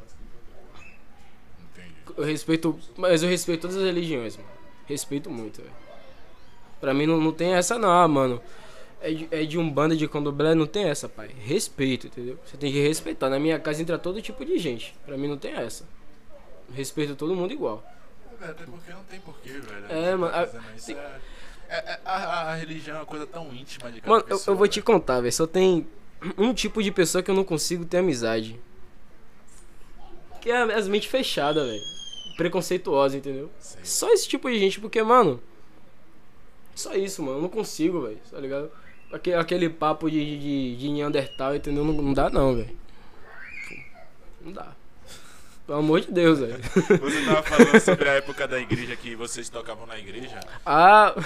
B: Entendi.
A: Eu respeito. Mas eu respeito todas as religiões, mano. Respeito muito, velho. Pra mim não, não tem essa não, ah, mano. É de, é de Umbanda, de Candomblé, não tem essa, pai. Respeito, entendeu? Você tem que respeitar. Na minha casa entra todo tipo de gente. Pra mim não tem essa. Respeito todo mundo igual.
B: É, até porque não tem porquê, velho.
A: É, mano. A,
B: isso é, é, é, a, a religião é uma coisa tão íntima de cada
A: mano,
B: pessoa.
A: eu, eu vou te
B: velho.
A: contar, velho. Só tem um tipo de pessoa que eu não consigo ter amizade. Que é as mentes fechadas, velho. Preconceituosa, entendeu?
B: Sim.
A: Só esse tipo de gente, porque, mano. Só isso, mano. Eu não consigo, velho. Tá ligado? Aquele, aquele papo de, de, de Neandertal, entendeu? Não, não dá, não, velho. Não dá. Pelo amor de Deus, velho.
B: Você tava falando sobre a época da igreja que vocês tocavam na igreja.
A: Ah.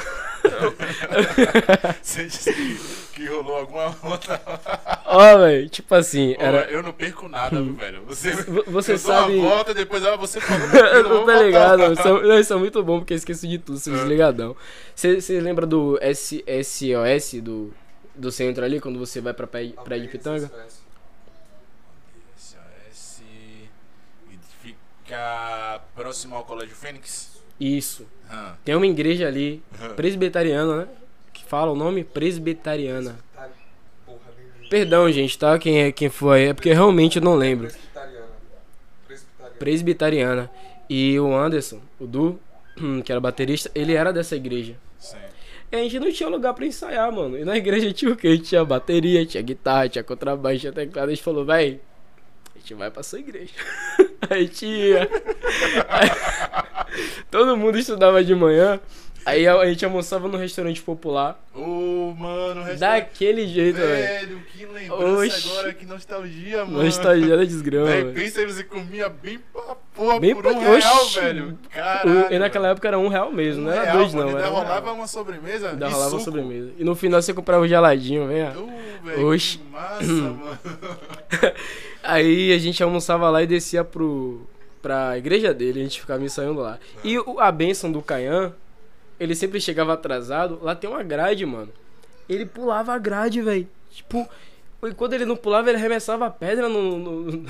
B: Você disse que, que rolou alguma outra.
A: Ó, velho, tipo assim,
B: Ô,
A: era.
B: eu não perco nada, viu, velho. Você,
A: Você
B: eu
A: sabe.
B: dou uma volta, depois ah, você falou.
A: Eu não tô ligado, são, não, isso é muito bom porque eu esqueço de tudo, sou desligadão. Você lembra do S S O S do, do centro ali, quando você vai pra Praia Praia de Pitanga?
B: S O S. E fica próximo ao Colégio Fênix?
A: Isso.
B: Hum.
A: Tem uma igreja ali,
B: Hum.
A: presbiteriana, né? Que fala o nome presbiteriana. Perdão, gente, tá? Quem, é, quem foi aí, é porque realmente eu não lembro.
C: Presbiteriana. Presbiteriana.
A: Presbiteriana. E o Anderson, o Du, que era baterista, ele era dessa igreja.
B: Sim.
A: E a gente não tinha lugar pra ensaiar, mano. E na igreja tinha o quê? Tinha bateria, tinha guitarra, tinha contrabaixo, tinha teclado. A gente falou, véi, a gente vai pra sua igreja. A gente ia. Aí, todo mundo estudava de manhã. Aí a gente almoçava no restaurante popular.
B: Ô, oh, mano, resta...
A: Daquele jeito, velho.
B: Velho, que lembrança
A: Oxi.
B: agora, que nostalgia, mano.
A: Nostalgia da desgrama,
B: Véi,
A: velho.
B: pensa aí, você comia bem pra porra
A: Bem
B: por
A: pra-
B: um real,
A: Oxi.
B: velho. Caralho.
A: E naquela época era um real mesmo,
B: um
A: não era
B: real,
A: dois
B: mano,
A: não.
B: Ainda
A: Era um
B: rolava
A: real.
B: uma sobremesa
A: Ainda
B: e
A: rolava
B: suco.
A: sobremesa. E no final você comprava um geladinho, vem.
B: Uh, velho,
A: Oxi.
B: que massa, mano.
A: Aí a gente almoçava lá e descia pro, pra igreja dele, a gente ficava ensaiando lá. E o- a bênção do Caian, ele sempre chegava atrasado, lá tem uma grade, mano. Ele pulava a grade, velho. Tipo, e quando ele não pulava, ele arremessava a pedra no... no,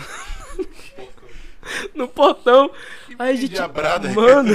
A: no portão. Aí a gente...
B: diabrada.
A: Mano...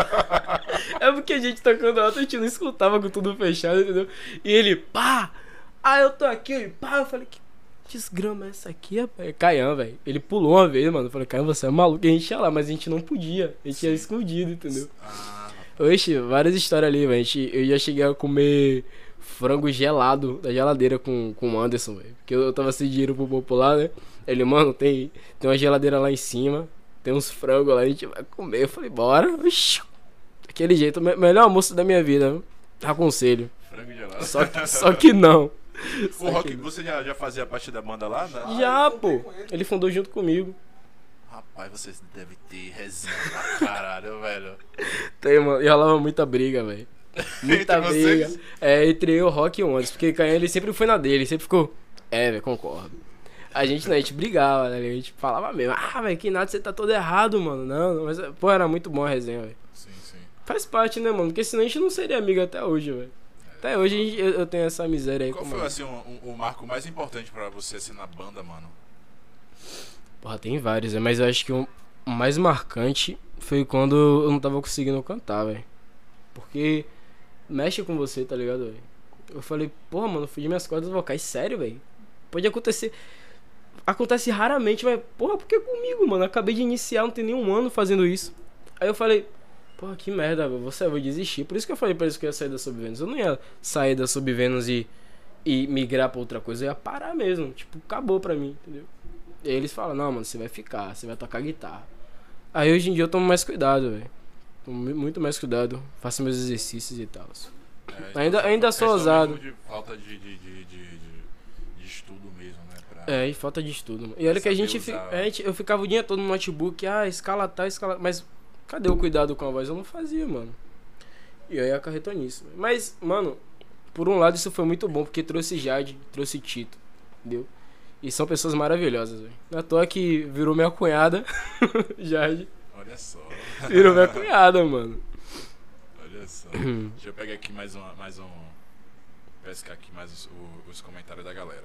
A: É porque a gente tocando alto, a gente não escutava com tudo fechado, entendeu? E ele, pá! Ah, eu tô aqui, ele, pá! Eu falei, que desgrama é essa aqui, rapaz? É Caian, velho. Ele pulou uma vez, mano. Eu falei, Caian, você é maluco. E a gente ia lá, mas a gente não podia. A gente ia escondido, entendeu?
B: Ah,
A: Oxe, várias histórias ali, velho. A gente- Eu já cheguei a comer frango gelado da geladeira com, com o Anderson, velho. Porque eu tava sem dinheiro pro popular, né? Ele, mano, tem, tem uma geladeira lá em cima. Tem uns frangos lá, a gente vai comer. Eu falei, bora. Oxi. Daquele jeito, me- melhor almoço da minha vida, viu? Aconselho.
B: frango gelado.
A: Só que, só que não.
B: O Rock, você já, já fazia parte da banda lá? né?
A: Já, pô. Ele fundou junto comigo.
B: Rapaz, vocês devem ter resenha pra caralho, velho.
A: Tem, mano. E rolava muita briga, velho. Muita
B: Entre
A: briga.
B: vocês?
A: É, entre eu, Rock e o Anderson. Porque Caian, ele sempre foi na dele. Ele sempre ficou... É, velho, concordo. A gente, né, a gente brigava, né? A gente falava mesmo. Ah, velho, que nada, você tá todo errado, mano. Não, não. Mas, pô, era muito bom a resenha, velho.
B: Sim, sim.
A: Faz parte, né, mano? Porque senão a gente não seria amigo até hoje, velho. Até hoje a gente- eu, eu tenho essa miséria aí
B: Qual
A: com
B: foi,
A: mano.
B: assim, o um, um marco mais importante pra você, assim, na banda, mano?
A: Porra, tem vários, né? Mas eu acho que o mais marcante foi quando eu não tava conseguindo cantar, velho. Porque mexe com você, tá ligado, velho? Eu falei, porra, mano, fui de minhas cordas vocais, sério, velho? Pode acontecer. Acontece raramente, mas, porra, por que comigo, mano? Eu acabei de iniciar, não tem nenhum ano fazendo isso. Aí eu falei, porra, que merda, velho, você vai desistir. Por isso que eu falei pra eles que eu ia sair da Subvenus. Eu não ia sair da Subvenus e, e migrar pra outra coisa, eu ia parar mesmo. Tipo, acabou pra mim, entendeu? E aí eles falam, não, mano, você vai ficar, você vai tocar guitarra. Aí hoje em dia eu tomo mais cuidado, velho. Tomo mu- muito mais cuidado, faço meus exercícios e tal.
B: É,
A: Ainda-
B: então,
A: ainda
B: foi
A: sou
B: questão
A: ousado.
B: mesmo de falta de, de, de, de, de- de estudo mesmo, né? Pra...
A: É, e falta de estudo, mano. E olha que a
B: Saber
A: gente, fi-
B: usar.
A: a gente. Eu ficava o dia todo no notebook, ah, escala tal, escala. Mas cadê o cuidado com a voz? Eu não fazia, mano. E aí acarretou nisso. Mas, mano, por um lado isso foi muito bom, porque trouxe Jade, trouxe Tito, entendeu? E são pessoas maravilhosas, velho. Não é à toa que virou minha cunhada, Jade.
B: Olha só.
A: Virou minha cunhada, mano.
B: Olha só. Deixa eu pegar aqui mais, uma, mais um. Pescar aqui mais os, o- os comentários da galera.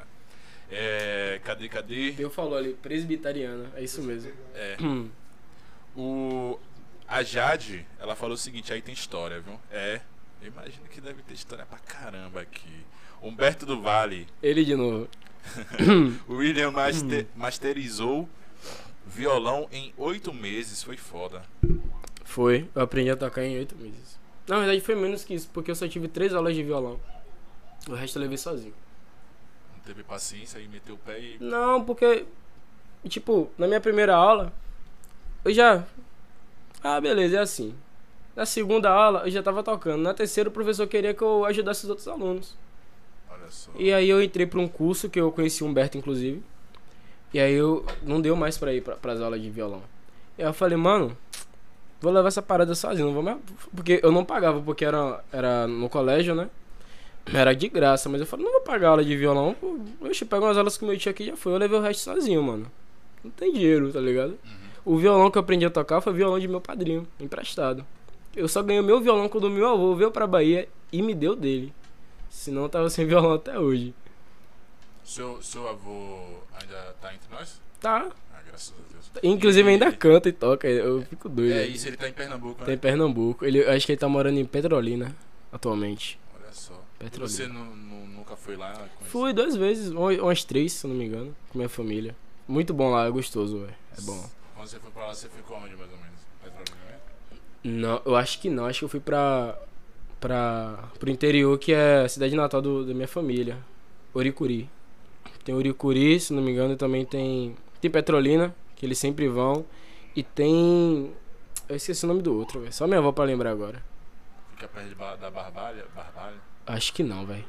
B: É, cadê, cadê?
A: Eu falou ali, presbiteriana, é isso mesmo.
B: É,
A: Hum.
B: o, a Jade, ela falou o seguinte, aí tem história, viu? É, Eu imagino que deve ter história pra caramba aqui. Humberto do Vale.
A: Ele de novo.
B: O William master, masterizou violão em oito meses. Foi foda.
A: Foi, eu aprendi a tocar em oito meses. Na verdade foi menos que isso, porque eu só tive três aulas de violão. O resto eu levei sozinho.
B: Não teve paciência e meteu o pé e...
A: Não, porque, tipo, na minha primeira aula, eu já... Ah, beleza, é assim. Na segunda aula, eu já tava tocando. Na terceira, o professor queria que eu ajudasse os outros alunos.
B: Olha só.
A: E aí eu entrei pra um curso que eu conheci o Humberto, inclusive. E aí eu não deu mais pra ir pra, pras aulas de violão. E aí eu falei, mano, vou levar essa parada sozinho, não vou mais... Porque eu não pagava, porque era, era no colégio, né? Era de graça, mas eu falei, não vou pagar aula de violão. Pô, oxe, pego umas aulas que o meu tio aqui já foi. Eu levei o resto sozinho, mano. Não tem dinheiro, tá ligado?
B: Uhum.
A: O violão que eu aprendi a tocar foi o violão de meu padrinho, emprestado. Eu só ganhei o meu violão quando o meu avô veio pra Bahia e me deu dele. Senão eu tava sem violão até hoje.
B: Seu, seu avô ainda tá entre nós?
A: Tá.
B: Ah, graças a Deus.
A: Inclusive
B: E-
A: ainda canta e toca, eu fico doido.
B: É isso, ele tá em Pernambuco,
A: Tá em
B: né?
A: Pernambuco. Ele, eu acho que ele tá morando em Petrolina, atualmente.
B: Olha só. E
A: Petrolina.
B: você nu- nu- nunca foi lá? conhecer?
A: Fui duas vezes, uma- umas três, se eu não me engano, com minha família. Muito bom lá, é gostoso, velho. É bom.
B: Quando você foi pra lá, você ficou onde mais ou menos? Petrolina mesmo?
A: Não, eu acho que não. Acho que eu fui pra, pra, pro interior, que é a cidade natal do, da minha família. Oricuri. Tem Oricuri, se não me engano, também tem... Tem Petrolina, que eles sempre vão. E tem... Eu esqueci o nome do outro, velho. Só minha avó pra lembrar agora.
B: Fica perto de Ba- da Barbalha? Barbalha?
A: Acho que não, velho.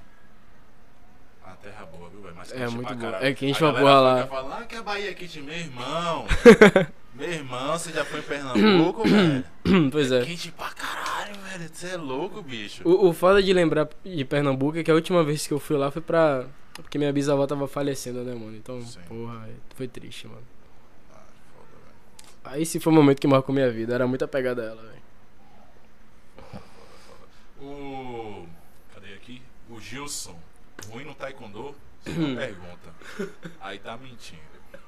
B: Uma terra boa, viu, velho? Mas
A: É
B: quente
A: muito
B: pra
A: boa.
B: caralho.
A: É quente
B: A
A: pra
B: galera
A: porra lá.
B: fica falando, ah, que a Bahia é quente, meu irmão. Meu irmão, você já foi em Pernambuco, velho?
A: Pois é.
B: Quente pra caralho, velho. Você é louco, bicho.
A: O, o foda de lembrar de Pernambuco é que a última vez que eu fui lá foi pra... Porque minha bisavó tava falecendo, né, mano? Então,
B: Sim.
A: porra, véio, foi triste, mano.
B: Ah, foda, velho.
A: Aí sim foi o momento que marcou minha vida. Era muito apegada a ela, velho.
B: O... Cadê aqui? O Gilson. Ruim no taekwondo? Você não pergunta. Aí tá mentindo.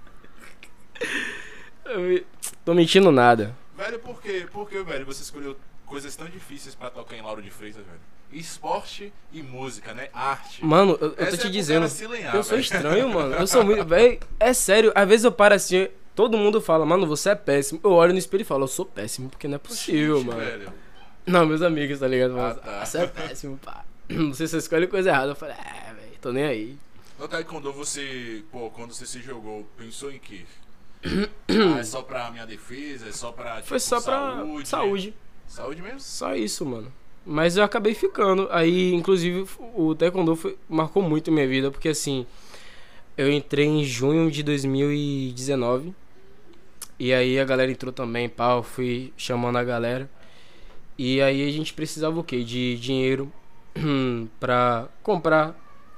A: Eu me- Tô mentindo nada.
B: Velho, por quê? Por que, velho, você escolheu coisas tão difíceis pra tocar em Lauro de Freitas, velho? Esporte e música, né? Arte.
A: Mano, eu, eu
B: Essa
A: tô
B: é
A: te
B: pro
A: dizendo.
B: cara se lenhar,
A: Eu sou
B: velho.
A: estranho, mano. Eu sou muito. Véi, é sério. Às vezes eu paro assim. Todo mundo fala, mano, você é péssimo. Eu olho no espelho e falo, eu sou péssimo, porque não é possível,
B: Gente,
A: mano.
B: velho.
A: Não, meus amigos, tá ligado? Falam,
B: Ah, tá.
A: "Ah, você é péssimo, pá. Você só escolhe coisa errada. Eu falei, é, velho, tô nem aí.
B: No taekwondo você, pô, quando você se jogou, pensou em quê? Ah, é só pra minha defesa? É só pra, tipo,
A: Foi só pra
B: saúde?
A: saúde.
B: Saúde mesmo?
A: Só isso, mano. Mas eu acabei ficando. Aí, inclusive, o taekwondo foi, marcou muito minha vida, porque assim, eu entrei em junho de dois mil e dezenove. E aí a galera entrou também, pau, fui chamando a galera. E aí a gente precisava o quê? De dinheiro pra comprar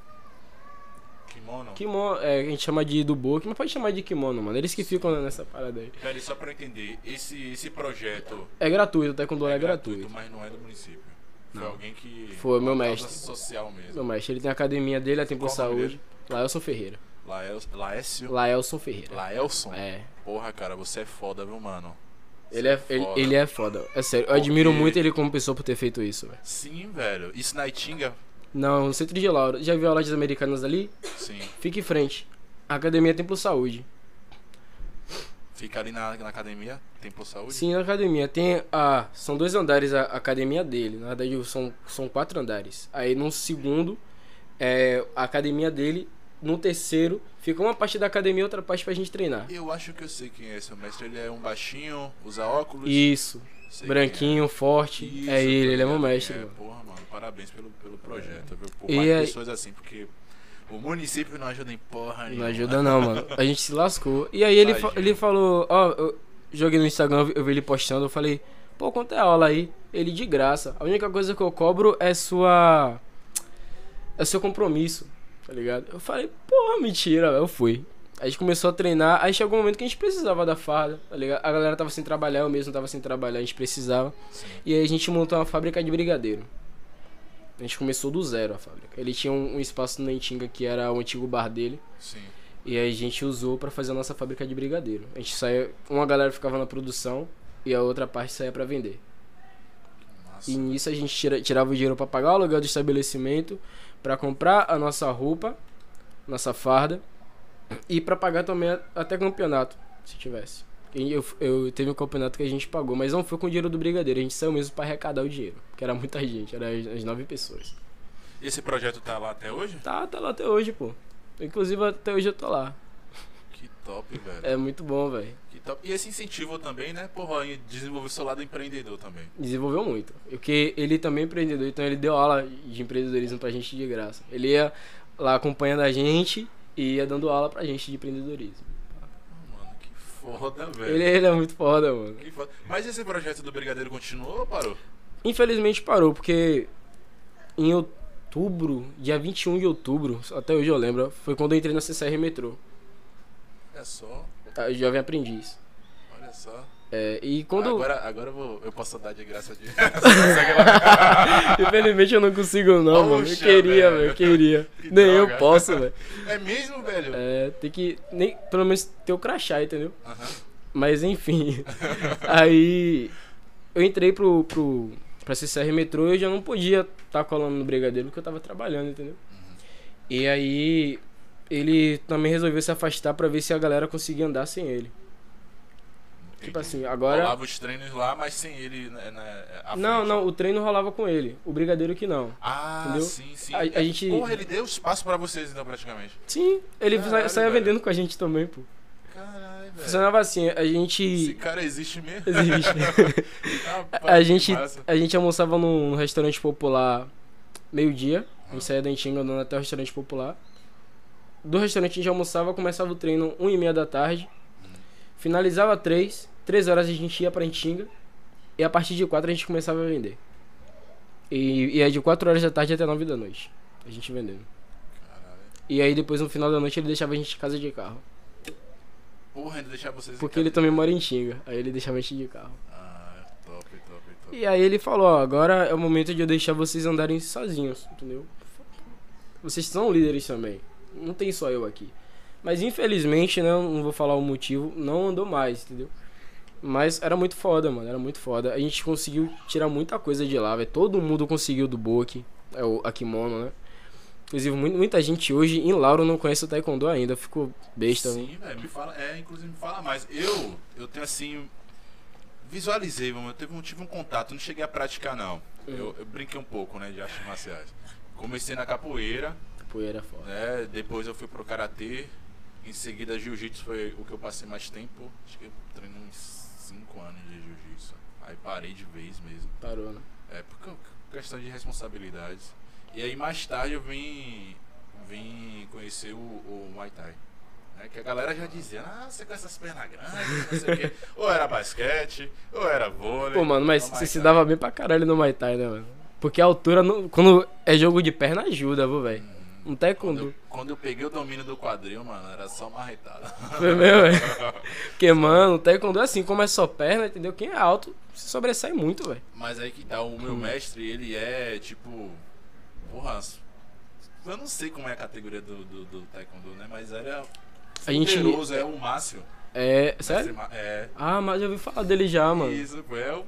B: Kimono?
A: kimono. É, a gente chama de duboki, mas pode chamar de kimono, mano. Eles que ficam nessa parada aí.
B: Velho, só pra eu entender, esse, esse projeto
A: É gratuito, o taekwondo é, gratuito.
B: mas não é do município. Foi
A: Não.
B: alguém que...
A: Foi meu
B: uma
A: mestre.
B: causa social mesmo.
A: Meu mestre, ele tem a academia dele, a Templo
B: Qual o nome
A: Saúde. Laelson Ferreira.
B: Lael, Laécio?
A: Laelson Ferreira.
B: Laelson?
A: É.
B: Porra, cara, você é foda, viu, mano?
A: Ele é,
B: Você
A: ele,
B: foda.
A: ele é foda. É sério. Eu admiro
B: Porque-
A: muito ele como pessoa por ter feito isso, velho.
B: Sim, velho. Isso na Itinga?
A: Não, no centro de Laura. Já viu a lojas americanas ali?
B: Sim.
A: Fica em frente. A academia Templo Saúde.
B: Fica ali na, na academia, Templo Saúde?
A: Sim, na academia. Tem a. São dois andares a academia dele. Na verdade, são, são quatro andares. Aí no segundo, é a academia dele. No terceiro, fica uma parte da academia e outra parte pra gente treinar.
B: Eu acho que eu sei quem é seu mestre. Ele é um baixinho, usa óculos.
A: Isso.
B: Sei
A: Branquinho, forte.
B: quem Isso,
A: é ele,
B: tô
A: ele é meu
B: ligado
A: mestre,
B: quem é.
A: mano.
B: Porra, mano, parabéns pelo, pelo projeto, viu? Por
A: E
B: mais
A: aí-
B: pessoas assim, porque o município não ajuda em porra
A: Não
B: nenhuma.
A: ajuda não, mano. A gente se lascou. E aí ele, fa-
B: Tadinho.
A: ele falou, ó, eu joguei no Instagram, eu vi ele postando, eu falei, pô, quanto é a aula aí? Ele, de graça. A única coisa que eu cobro é sua... É seu compromisso, tá ligado? Eu falei, porra, mentira, velho. Eu fui. Aí a gente começou a treinar, aí chegou um momento que a gente precisava da farda, tá ligado? A galera tava sem trabalhar, eu mesmo tava sem trabalhar, a gente precisava.
B: Sim.
A: E aí a gente montou uma fábrica de brigadeiro. A gente começou do zero a fábrica. Ele tinha um, um espaço na Itinga que era o antigo bar dele.
B: Sim.
A: E aí a gente usou pra fazer a nossa fábrica de brigadeiro. A gente saía, uma galera ficava na produção e a outra parte saía pra vender.
B: Nossa.
A: E nisso a gente tira, tirava o dinheiro pra pagar o aluguel do estabelecimento, pra comprar a nossa roupa, nossa farda, e pra pagar também a- até campeonato, se tivesse. E eu, eu teve um campeonato que a gente pagou, mas não foi com o dinheiro do brigadeiro, a gente saiu mesmo pra arrecadar o dinheiro, porque era muita gente, era as, as nove pessoas.
B: E esse projeto tá lá até hoje?
A: Tá, tá lá até hoje, pô. Inclusive até hoje eu tô lá.
B: Que top, velho.
A: É muito bom, velho.
B: Que top. E esse incentivo também, né? Porra, em desenvolver o seu lado empreendedor também.
A: Desenvolveu muito. Porque ele também é empreendedor, então ele deu aula de empreendedorismo pra gente de graça. Ele ia lá acompanhando a gente e ia dando aula pra gente de empreendedorismo.
B: Mano, que foda, velho.
A: Ele, ele é muito foda, mano.
B: Que foda. Mas esse projeto do Brigadeiro continuou ou parou?
A: Infelizmente parou, porque em outubro, dia vinte e um de outubro, até hoje eu lembro, foi quando eu entrei na C C R Metrô,
B: Olha só,
A: a Jovem Aprendiz.
B: olha só.
A: É, e quando...
B: Agora, agora eu, vou, eu posso dar de graça de. Você consegue lá?
A: Infelizmente eu não consigo não, mano. Eu
B: Poxa,
A: queria,
B: velho.
A: velho, eu queria.
B: Que
A: Nem
B: droga.
A: eu posso, velho.
B: É mesmo, velho?
A: É, tem que, nem, pelo menos ter o crachá, entendeu?
B: Aham.
A: Mas enfim. Aí eu entrei pro, pro, pra C C R Metrô e eu já não podia estar colando no Brigadeiro porque eu tava trabalhando, entendeu? E aí ele também resolveu se afastar pra ver se a galera conseguia andar sem ele. Tipo assim, agora...
B: Rolava os treinos lá, mas sem ele, né, né, à
A: Não,
B: frente.
A: não, o treino rolava com ele. O Brigadeiro que não.
B: Ah,
A: Entendeu?
B: sim, sim.
A: A- a gente-
B: Porra, ele deu espaço pra vocês, então, praticamente.
A: Sim, ele sa-
B: Caralho,
A: saía
B: velho.
A: vendendo com a gente também, pô.
B: Caralho, velho.
A: Funcionava assim, a gente...
B: Esse cara existe mesmo?
A: Existe.
B: Rapaz,
A: A
B: que
A: gente,
B: massa.
A: a gente almoçava num restaurante popular meio-dia. A gente saía da Antinga andando até o restaurante popular. Do restaurante a gente almoçava, começava o treino uma e meia da tarde. Finalizava três. Três horas a gente ia pra Antinga. E a partir de quatro a gente começava a vender. E, e aí de quatro horas da tarde até nove da noite. A gente vendendo.
B: Caralho.
A: E aí depois no final da noite ele deixava a gente em casa de carro.
B: Porra, ainda deixar vocês em
A: Porque
B: casa
A: ele
B: de-
A: também mora em Tinga. Aí ele deixava a gente de carro.
B: Ah, top, top, top.
A: E aí ele falou, ó, agora é o momento de eu deixar vocês andarem sozinhos, entendeu? Vocês são líderes também. Não tem só eu aqui. Mas infelizmente, né, eu não vou falar o motivo, não andou mais, entendeu? Mas era muito foda, mano, era muito foda. A gente conseguiu tirar muita coisa de lá, velho. Todo mundo conseguiu do Boki, é o a kimono, né? Inclusive, mu- muita gente hoje em Lauro não conhece o Taekwondo ainda, ficou besta,
B: Sim, velho, me fala, é, inclusive me fala mais. Eu, eu tenho assim, visualizei, vamos, eu tive um, tive um contato, não cheguei a praticar não. Eu, eu brinquei um pouco, né, de artes marciais. Comecei na capoeira,
A: Poeira foda.
B: né, depois eu fui pro karatê, em seguida jiu-jitsu foi o que eu passei mais tempo. Acho que eu treino uns cinco anos de jiu-jitsu. Aí parei de vez mesmo.
A: Parou, né?
B: É, porque questão de responsabilidades. E aí mais tarde eu vim, vim conhecer o, o Muay Thai. Né, que a galera já dizia, ah, você com essas pernas grandes, não sei o quê. Ou era basquete, ou era vôlei.
A: Pô, mano, mas
B: ou
A: você
B: Muay
A: se
B: Thai.
A: dava bem pra caralho no Muay Thai, né, mano? Porque a altura, não- quando é jogo de perna, ajuda, viu, velho? Um
B: Quando
A: Taekwondo.
B: eu, quando eu peguei o domínio do quadril, mano, era só marretada.
A: Foi mesmo, velho? Porque, mano, o Taekwondo é assim, como é só perna, entendeu? Quem é alto se sobressai muito, velho.
B: Mas aí que tá, o meu mestre, ele é tipo. Porra, eu não sei como é a categoria do, do, do Taekwondo, né? Mas ele é.
A: A gente-
B: Poderoso, é o Márcio.
A: É, sério?
B: Mestre Ma- É.
A: Ah, mas já ouvi falar dele já, mano.
B: Isso, pô, é o.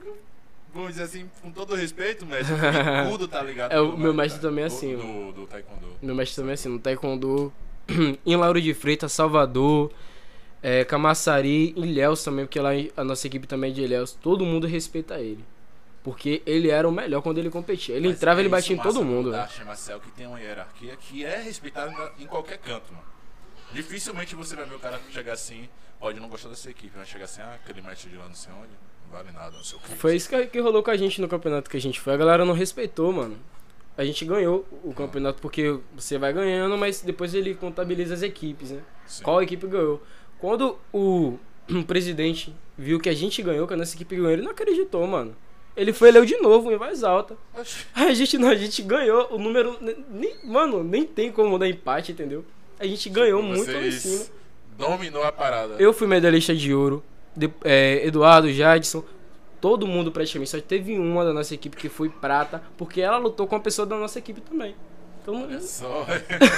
B: Vamos dizer assim, com todo respeito, mestre, o bicudo, tá ligado?
A: É, o
B: Do
A: meu
B: Muay
A: mestre
B: Thai,
A: também é
B: do-
A: assim,
B: Do, do Taekwondo.
A: Meu mestre também é assim, no Taekwondo, em Lauro de Freitas, Salvador, é, Camaçari, em Ilhéus também, porque lá a nossa equipe também é de Ilhéus. Todo mundo respeita ele. Porque ele era o melhor quando ele competia. Ele
B: Mas
A: entrava e
B: é
A: ele batia em
B: isso,
A: todo
B: massa
A: mundo,
B: do
A: velho.
B: arte marcial que tem uma hierarquia que é respeitada em- em qualquer canto, mano. Dificilmente você vai ver o cara chegar assim, pode não gostar dessa equipe, vai chegar assim, ah, aquele mestre de lá não sei onde, não vale nada, não sei o que.
A: Foi isso que, que rolou com a gente no campeonato que a gente foi. A galera não respeitou, mano. A gente ganhou o campeonato porque você vai ganhando, mas depois ele contabiliza as equipes, né?
B: Sim.
A: Qual equipe ganhou. Quando o, o presidente viu que a gente ganhou, que a nossa equipe ganhou, ele não acreditou, mano. Ele foi e leu de novo em voz alta.
B: Oxi.
A: A gente não, a gente ganhou o número. Nem, mano, nem tem como dar empate, entendeu? A gente ganhou
B: Tipo,
A: muito lá em
B: vocês
A: cima.
B: Dominou a parada.
A: Eu fui medalhista de ouro. de- é, Eduardo, Jadson, todo mundo praticamente. Só teve uma da nossa equipe que foi prata, porque ela lutou com uma pessoa da nossa equipe também. Então,
B: Olha só.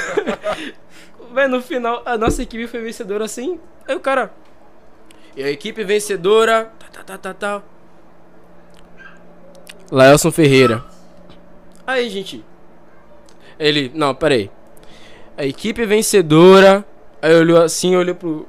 A: velho, no final, a nossa equipe foi vencedora assim. Aí o cara. E a equipe vencedora. Tá, tá, tá, tá, tá. Laelson Ferreira. Aí, gente. Ele, não, peraí. A equipe vencedora. Aí olhou assim, olhou pro.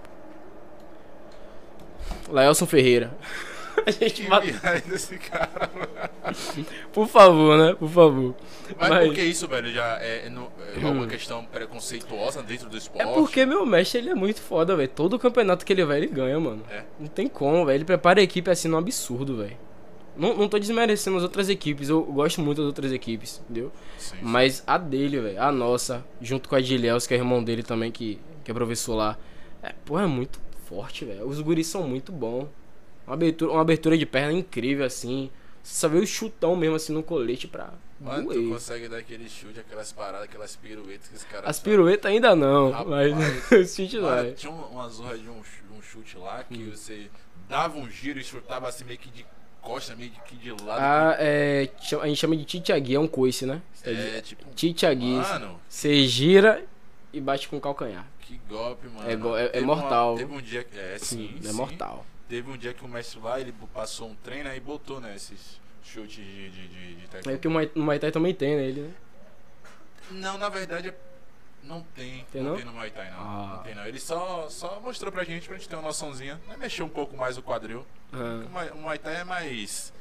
A: Laelson Ferreira. A gente
B: Que
A: mata.
B: viagem desse cara, mano.
A: Por favor, né? Por favor.
B: Mas,
A: Mas-
B: por que isso, velho? Já é, é no- é alguma questão preconceituosa dentro do esporte?
A: É porque meu mestre, ele é muito foda, velho. Todo campeonato que ele vai, ele ganha, mano.
B: É.
A: Não tem como, velho. Ele prepara a equipe assim num absurdo, velho. Não, não tô desmerecendo as outras equipes. Eu gosto muito das outras equipes, entendeu?
B: Sim, sim.
A: Mas a dele, velho. A nossa, junto com a Giliels, que é irmão dele também, que, que é professor lá. É, pô, é muito forte, velho. Os guris são muito bons. Uma abertura, uma abertura de perna incrível, assim. Você só vê o chutão mesmo, assim, no colete pra
B: Mano, tu
A: doer.
B: consegue dar aquele chute, aquelas paradas, aquelas piruetas que esse cara...
A: As piruetas ainda não,
B: Rapaz,
A: mas o chute vai.
B: Mano, tinha um- uma zorra de um, chu- um chute lá que
A: Hum.
B: você dava um giro e chutava assim meio que de costa, meio que de lado.
A: Ah, é, chama- a gente chama de titiagui, é um coice, né?
B: que, é, tipo...
A: Titiagui.
B: Mano,
A: Você gira e bate com o calcanhar.
B: que golpe, mano.
A: É go- é- é
B: Teve uma-
A: mortal.
B: teve um dia... É, sim,
A: é
B: sim.
A: mortal.
B: Teve um dia que o mestre lá, ele passou um treino e botou, né, esses chutes de, de, de, de
A: É
B: taekwondo.
A: que o Muay, o Muay Thai também tem, né? Ele, né?
B: Não, na verdade, não tem.
A: Tem
B: não,
A: não?
B: tem no Muay Thai, não.
A: Ah.
B: Não tem, não. Ele só, só mostrou pra gente, pra gente ter uma noçãozinha. Né, mexer um pouco mais o quadril.
A: Ah.
B: O Muay- o Muay Thai é mais...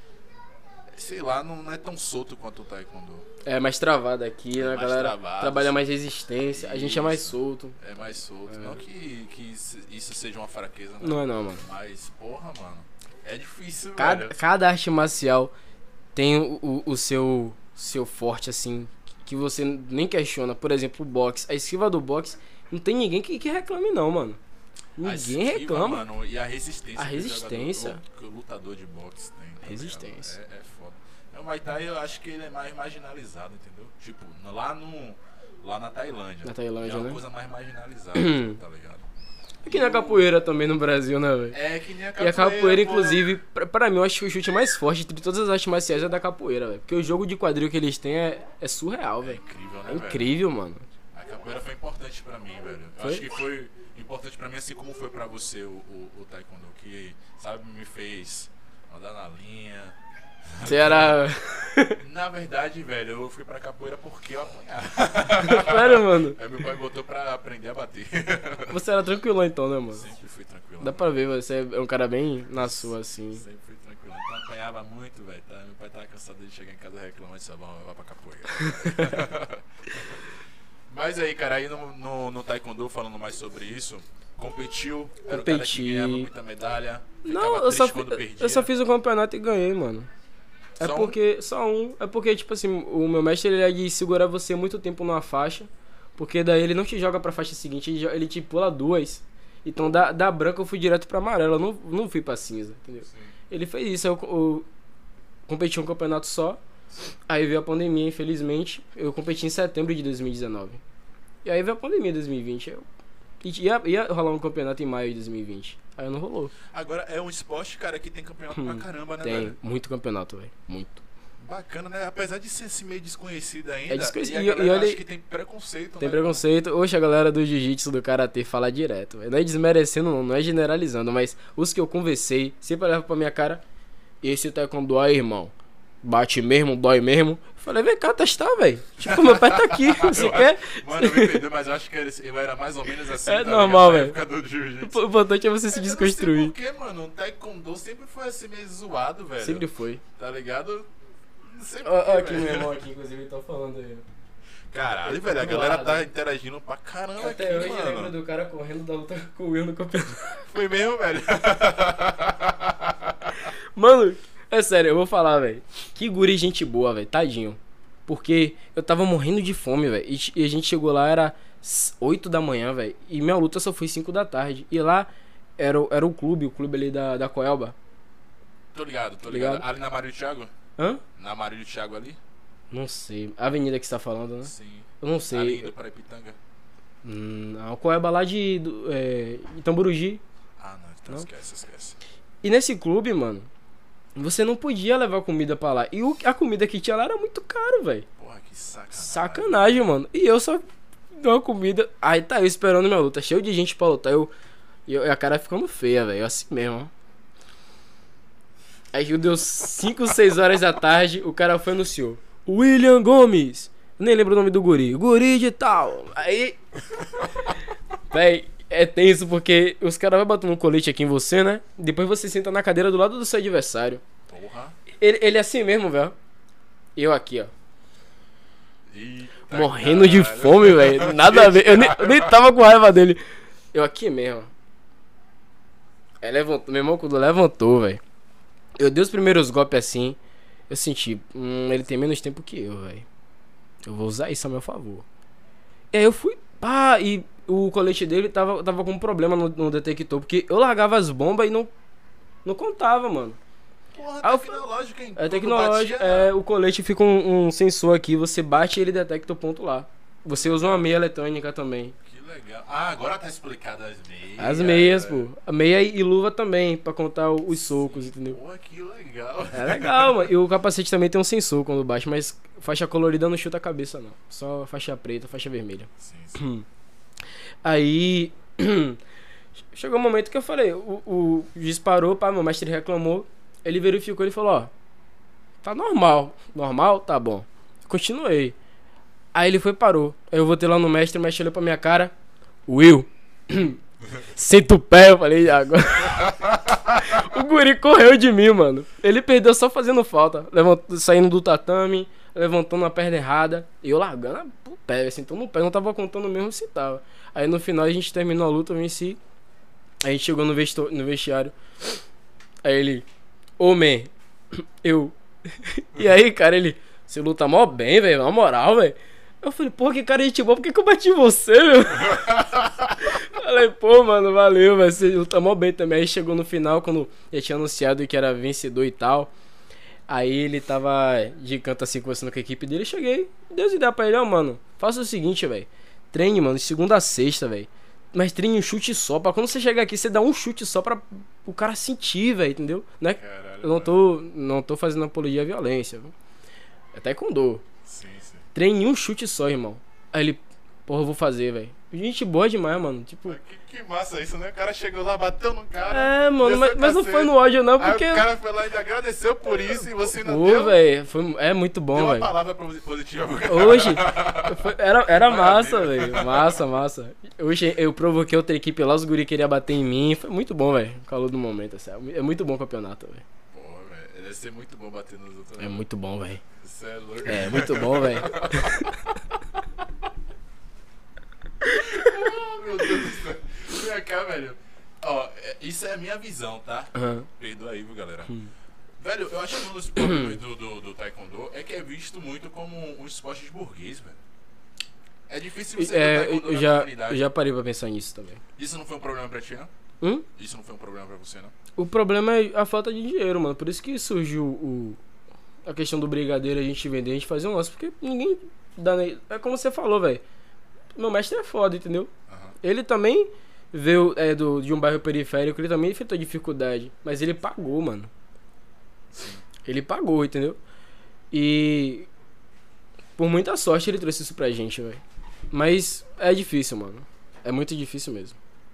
B: Sei lá, não, não é tão solto quanto o Taekwondo.
A: É mais travado aqui,
B: É
A: né? A
B: mais
A: galera
B: travado,
A: trabalha
B: sim.
A: mais resistência. A gente é mais
B: Isso.
A: solto.
B: É mais solto.
A: É.
B: Não que, que isso- isso seja uma fraqueza, né?
A: Não é não, mano.
B: Mas, porra, mano. É difícil,
A: Cada,
B: velho.
A: cada arte marcial tem o, o, o seu, seu forte, assim, que você nem questiona. Por exemplo, o boxe. A esquiva do boxe, não tem ninguém que, que reclame não, mano.
B: A
A: Ninguém
B: esquiva,
A: reclama.
B: Mano, e a resistência.
A: A
B: que o
A: resistência.
B: jogador- Que o lutador de boxe tem. tá
A: Resistência.
B: ligado? É, é foda. O Muay Thai eu acho que ele é mais marginalizado, entendeu? Tipo, lá no. Lá na Tailândia.
A: Na Tailândia,
B: é uma
A: né?
B: coisa mais marginalizada, tá ligado?
A: É que nem a capoeira também no Brasil, né, velho?
B: É que nem a
A: E
B: capoeira.
A: a capoeira,
B: pô.
A: inclusive, pra, pra mim, eu acho que o chute mais forte de todas as artes marciais é da capoeira, velho. Porque o jogo de quadril que eles têm é, é surreal,
B: É
A: velho.
B: incrível, né,
A: É
B: velho?
A: incrível, mano.
B: A capoeira foi importante pra mim, velho. Eu
A: Foi?
B: acho que foi importante pra mim, assim como foi pra você o, o, o Taekwondo, que, sabe, me fez andar na linha.
A: Você era.
B: Na verdade, velho, eu fui pra capoeira porque eu apanhava.
A: Sério, mano.
B: Aí meu pai botou pra aprender a bater.
A: Você era tranquilão então, né, mano?
B: Sempre fui tranquilo.
A: Dá pra ver, você é um cara bem na sua, assim.
B: Sempre fui tranquilo. Então apanhava muito, velho. Tá? Meu pai tava cansado de chegar em casa reclamando e disse, vamos, vai pra capoeira. Mas aí, cara, aí no, no, no Taekwondo, falando mais sobre isso, competiu, era o cara que
A: Competi.
B: ganhava muita medalha,
A: Não,
B: ficava
A: eu só,
B: triste quando
A: fi-
B: perdia.
A: eu só fiz o campeonato e ganhei, mano. É
B: Só um?
A: porque. Só um. É porque, tipo assim, o meu mestre ele é de segurar você muito tempo numa faixa. Porque daí ele não te joga pra faixa seguinte, ele, jo- ele te pula duas. Então da, da branca eu fui direto pra amarela, eu não, não fui pra cinza, entendeu?
B: Sim.
A: Ele fez isso, eu, eu competi um campeonato só. Aí veio a pandemia, infelizmente. Eu competi em setembro de dois mil e dezenove. E aí veio a pandemia em dois mil e vinte. Eu, ia, ia rolar um campeonato em maio de dois mil e vinte. Aí não rolou.
B: Agora é um esporte, cara, que tem campeonato pra
A: Hum,
B: caramba, né,
A: Tem
B: velho?
A: muito campeonato, velho. Muito.
B: Bacana, né? Apesar de ser assim meio desconhecido ainda,
A: É desconhecido.
B: e a
A: E-
B: galera
A: e olha-
B: acha que tem preconceito,
A: Tem
B: né?
A: preconceito. Hoje a galera do jiu-jitsu, do karatê, fala direto. Véio. Não é desmerecendo, não, não é generalizando, mas os que eu conversei sempre levam pra minha cara. Esse taekwondo aí, irmão. Bate mesmo, dói mesmo. Eu falei, vem cá testar, velho. Tipo, meu pé tá aqui. Você quer?
B: Mano, eu me perdoe, mas eu acho que eu era mais ou menos assim.
A: É
B: tá
A: normal,
B: ligado? Na
A: velho.
B: época do jiu-jitsu.
A: O importante é você se
B: Eu não sei
A: desconstruir.
B: por que, mano, o taekwondo sempre foi assim meio zoado, velho.
A: Sempre foi.
B: Tá ligado? Não sei
A: Ó,
B: porquê,
A: ó aqui
B: velho.
A: meu irmão aqui, inclusive, ele tá falando aí.
B: Caralho, velho, a
A: Do
B: galera
A: lado.
B: tá interagindo pra caramba
A: Até
B: aqui,
A: hoje eu lembro
B: mano.
A: do cara correndo da luta com o Will no campeonato.
B: Foi mesmo, velho?
A: Mano, é sério, eu vou falar, velho. Que guri gente boa, velho. Tadinho. Porque eu tava morrendo de fome, velho. E, e a gente chegou lá, era oito da manhã, velho. E minha luta só foi cinco da tarde. E lá era, o- era o clube, o clube ali da, da Coelba.
B: Tô ligado, tô ligado.
A: Ligado?
B: Ali na Mário Thiago?
A: Hã?
B: Na Mário Thiago ali?
A: Não sei. A avenida que você tá falando, né?
B: Sim.
A: Eu não
B: Ali
A: sei.
B: indo pra Ipitanga?
A: Hum, Não, a Coelba lá de do, é, Itamburugi.
B: Ah, não, então
A: Não?
B: esquece, esquece.
A: E nesse clube, mano, você não podia levar comida pra lá. E o, a comida que tinha lá era muito caro, velho.
B: Porra, que sacanagem.
A: Sacanagem, mano. E eu só dei uma comida. Aí tá eu esperando minha luta, cheio de gente pra lutar. Eu, e eu, e a cara ficando feia, velho. Assim mesmo. Aí deu cinco, seis horas da tarde, o cara foi e anunciou. William Gomes. Nem lembro o nome do guri. Guri de tal. Aí... Véi, é tenso porque os caras vão batendo um colete aqui em você, né? Depois você senta na cadeira do lado do seu adversário.
B: Porra.
A: Ele, ele é assim mesmo, velho. Eu aqui, ó.
B: Eita,
A: Morrendo de
B: caralho.
A: fome, velho. Nada a ver. Eu nem, eu nem tava com raiva dele. Eu aqui mesmo. Aí levantou. Meu irmão, quando levantou, velho. Eu dei os primeiros golpes assim. Eu senti. Hum, ele tem menos tempo que eu, velho. Eu vou usar isso a meu favor. E aí eu fui. Pá, e o colete dele tava, tava com um problema no, no detector. Porque eu largava as bombas e não. Não contava, mano.
B: Porra,
A: Aí eu-
B: tecnológica, hein?
A: É
B: Quando
A: tecnológico,
B: batia,
A: é, o colete fica um, um sensor aqui, você bate e ele detecta o ponto lá. Você usa uma meia eletrônica também.
B: Que legal. Ah, agora tá explicado as meias.
A: As meias,
B: é.
A: pô. A meia e luva também, pra contar o- os socos, entendeu?
B: Porra, que legal.
A: É legal, mano. E o capacete também tem um sensor quando bate, mas faixa colorida não chuta a cabeça, não. Só faixa preta, faixa vermelha.
B: Sim, sim.
A: Aí. Chegou um momento que eu falei, o, o juiz parou, pá, meu mestre reclamou. Ele verificou e falou, ó. Tá normal. Normal? Tá bom. Continuei. Aí ele foi e parou. Aí eu voltei lá no mestre, o mestre olhou pra minha cara. Will. Senta o pé, eu falei, agora. O guri correu de mim, mano. Ele perdeu só fazendo falta. Levant... Saindo do tatame, levantando a perna errada. E eu largando o pé, assim, então no pé. Não tava contando mesmo se tava. Aí no final a gente terminou a luta, eu venci. Aí a gente chegou no, vesto... no vestiário. Aí ele. Ô, man. Eu. E aí, cara, ele. Você luta mó bem, velho. Na moral, velho. Eu falei, pô, que cara de gente boa, por que, que eu bati em você, meu? Falei, pô, mano, valeu, velho. Você luta mó bem também. Aí chegou no final, quando ele tinha anunciado que era vencedor e tal. Aí ele tava de canto assim, conversando com a equipe dele. Eu cheguei, dei as ideias pra ele, ó, mano. Faça o seguinte, velho. Treine, mano, de segunda a sexta, velho. Mas treine um chute só. Pra quando você chegar aqui, você dá um chute só pra o cara sentir, velho, entendeu? Não é,
B: Caralho,
A: eu não tô, não tô fazendo apologia à violência, viu? É taekwondo.
B: Sim, sim.
A: Treine um chute só, irmão. Aí ele, porra, eu vou fazer, velho. Gente boa demais, mano. Tipo.
B: Mas Que, que massa isso, né? O cara chegou lá, bateu no cara.
A: É, mano,
B: desceu
A: mas,
B: o
A: mas não
B: cacete.
A: foi no ódio, não,
B: Aí
A: porque.
B: o cara foi lá e ainda agradeceu por isso e você não
A: Pô,
B: deu,
A: velho, foi- é muito
B: deu
A: bom,
B: uma
A: velho.
B: palavra posi- positiva pro cara.
A: Hoje, foi- era, era massa,
B: Maravilha.
A: velho. Massa, massa. Hoje eu provoquei outra equipe lá, os guri queriam bater em mim. Foi muito bom, velho. Calor do momento, assim. É muito bom o campeonato, velho.
B: Porra, velho. Deve ser muito bom bater nos outros.
A: É muito bom, velho.
B: Isso é louco.
A: É muito bom, velho.
B: Oh, meu Deus do céu. Vem cá, velho. Ó, é- isso é a minha visão, tá?
A: Aham.
B: Perdoa aí, viu, galera.
A: Hum.
B: Velho, eu acho que um dos problemas do, do, do Taekwondo é que é visto muito como um esporte de burguês, velho. É difícil você ter
A: É,
B: Taekwondo
A: eu
B: na
A: já,
B: comunidade.
A: eu já parei pra pensar nisso também.
B: Isso não foi um problema pra ti, não?
A: Hum?
B: Isso não foi um problema pra você, não?
A: O problema é a falta de dinheiro, mano. Por isso que surgiu o, a questão do brigadeiro, a gente vender, a gente fazer um lance. Porque ninguém dá nem... É como você falou, velho. Meu mestre é foda, entendeu?
B: Aham.
A: Ele também veio é, do, de um bairro periférico, ele também enfrentou dificuldade. Mas ele pagou, mano.
B: Sim.
A: Ele pagou, entendeu? E por muita sorte ele trouxe isso pra gente, velho. Mas é difícil, mano. É muito difícil mesmo.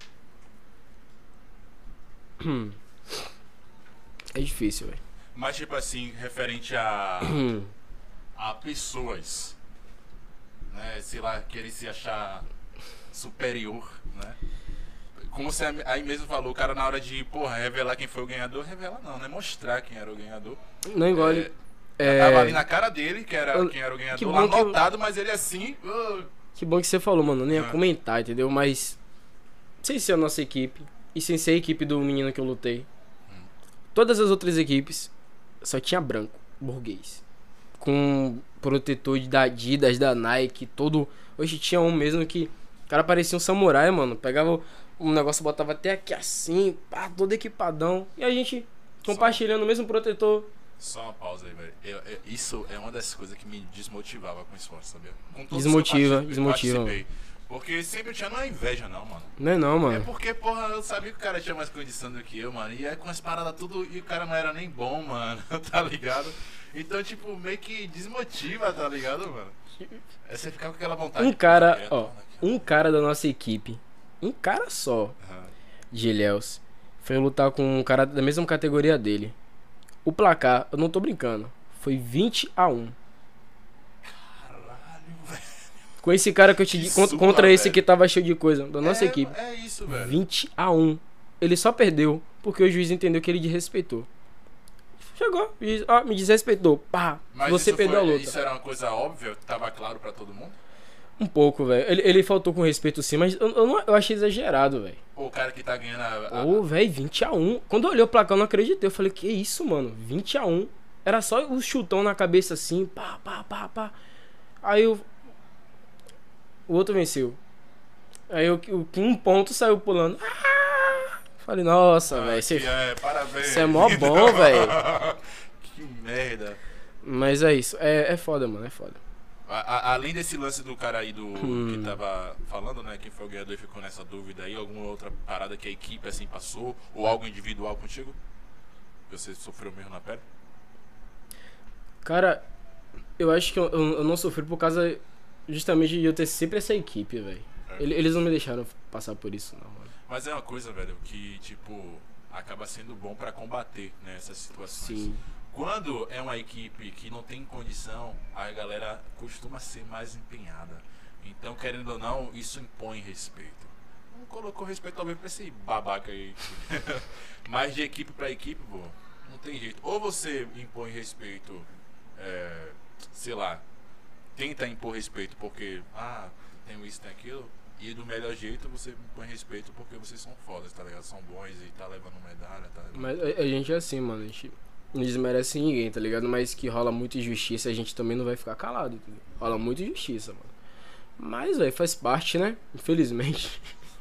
A: Hum. É difícil, velho.
B: Mas, tipo assim, referente a,
A: Hum.
B: a pessoas, né? Sei lá, querer se achar superior, né? Como você aí mesmo falou, o cara na hora de, porra, revelar quem foi o ganhador, revela não, né? Mostrar quem era o ganhador.
A: Não engole.
B: É,
A: É,
B: Tava ali na cara dele, que era,
A: Eu-
B: quem era o ganhador,
A: que
B: lá
A: bom que eu-
B: anotado, mas ele assim... "Ah,
A: Que bom que você falou, mano. Eu nem ia
B: Ah.
A: comentar, entendeu? Mas sem ser a nossa equipe e sem ser a equipe do menino que eu lutei, todas as outras equipes só tinha branco, burguês. Com protetor da Adidas, da Nike, todo. Hoje tinha um mesmo que. O cara parecia um samurai, mano. Pegava um negócio, botava até aqui assim, pá, todo equipadão. E a gente compartilhando o mesmo protetor.
B: Só uma pausa aí, velho. Eu- eu- isso é uma das coisas que me desmotivava com o esporte, sabia? Com todos
A: Desmotiva,
B: que eu participei-
A: desmotiva,
B: participei. Porque sempre tinha, não é inveja não, mano.
A: Não é não,
B: É
A: mano.
B: porque, porra, eu sabia que o cara tinha mais condição do que eu, mano. E aí com as paradas tudo, e o cara não era nem bom, mano, tá ligado? Então, tipo, meio que desmotiva, tá ligado, mano? É você ficar com aquela vontade.
A: Um cara,
B: de-
A: ó, um cara da nossa equipe, um cara só,
B: Aham.
A: de Ilhéus, foi lutar com um cara da mesma categoria dele. O placar, eu não tô brincando, foi vinte a um.
B: Caralho, velho.
A: Com esse cara que eu te
B: Que
A: disse, contra,
B: surra,
A: contra esse
B: velho.
A: que tava cheio de coisa, da nossa
B: é,
A: equipe.
B: É isso, velho.
A: vinte a um. Ele só perdeu porque o juiz entendeu que ele desrespeitou. Chegou, juiz, ó, me desrespeitou. Pá,
B: Mas
A: você
B: isso
A: perdeu
B: foi-
A: a luta.
B: Isso era uma coisa óbvia, tava claro pra todo mundo?
A: Um pouco, velho. Ele, ele faltou com respeito sim, mas eu, eu, não, eu achei exagerado, velho.
B: Pô, o cara que tá ganhando a... a-
A: Ô, velho, vinte a um. Quando eu olhei o placar, eu não acreditei. Eu falei, que isso, mano? vinte a um. Era só o chutão na cabeça assim, pá, pá, pá, pá. Aí o. O outro venceu. Aí o o que um ponto saiu pulando. Ah! Falei, nossa,
B: Ah,
A: velho. Você
B: que é, parabéns.
A: você é mó bom, velho.
B: Que merda.
A: Mas é isso. É, é foda, mano. É foda.
B: A- a- além desse lance do cara aí do
A: Hum.
B: que tava falando, né? Quem foi o ganhador e ficou nessa dúvida aí, alguma outra parada que a equipe assim passou, ou algo individual contigo? Você sofreu mesmo na pele?
A: Cara, eu acho que eu, eu, eu não sofri por causa justamente de eu ter sempre essa equipe, velho.
B: É.
A: Ele- Eles não me deixaram passar por isso, não, mano.
B: Mas é uma coisa, velho, que tipo acaba sendo bom pra combater, né, essas situações.
A: Sim.
B: Quando é uma equipe que não tem condição, a galera costuma ser mais empenhada. Então, querendo ou não, isso impõe respeito. Não colocou respeito talvez pra esse babaca aí. Mas de equipe pra equipe, pô, não tem jeito. Ou você impõe respeito, é, sei lá, tenta impor respeito porque, ah, tem isso, tem aquilo. E do melhor jeito você impõe respeito porque vocês são fodas, tá ligado? São bons e tá levando medalha, tá levando...
A: Mas a, a gente é assim, mano. A gente não desmerece ninguém, tá ligado? Mas que rola muita injustiça, a gente também não vai ficar calado, entendeu? Rola muita injustiça, mano. Mas, velho, faz parte, né? Infelizmente.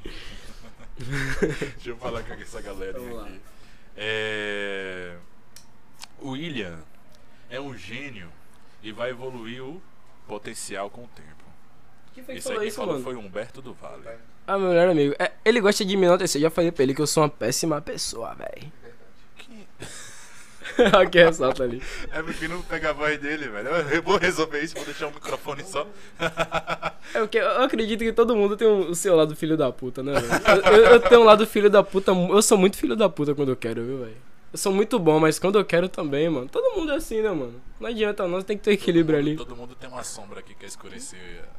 B: Deixa eu falar com essa galera
A: Vamos lá.
B: aqui. É... O William é um gênio e vai evoluir o potencial com o tempo.
A: Quem foi que
B: Isso
A: falou
B: aí quem
A: isso,
B: falou
A: mano?
B: foi o Humberto do Vale.
A: Ah, meu melhor amigo. É, ele gosta de me enaltecer. Já falei pra ele que eu sou uma péssima pessoa, velho.
B: Que-
A: Olha que ressalta ali.
B: É porque não pega a voz dele, velho. Eu vou resolver isso, vou deixar o microfone só.
A: É porque eu acredito que todo mundo tem o seu lado filho da puta, né, velho? Eu, eu- eu tenho um lado filho da puta. Eu sou muito filho da puta quando eu quero, viu, velho? Eu sou muito bom, mas quando eu quero também, mano. Todo mundo é assim, né, mano? Não adianta, não. Tem que ter equilíbrio ali.
B: Todo mundo tem uma sombra que quer escurecer.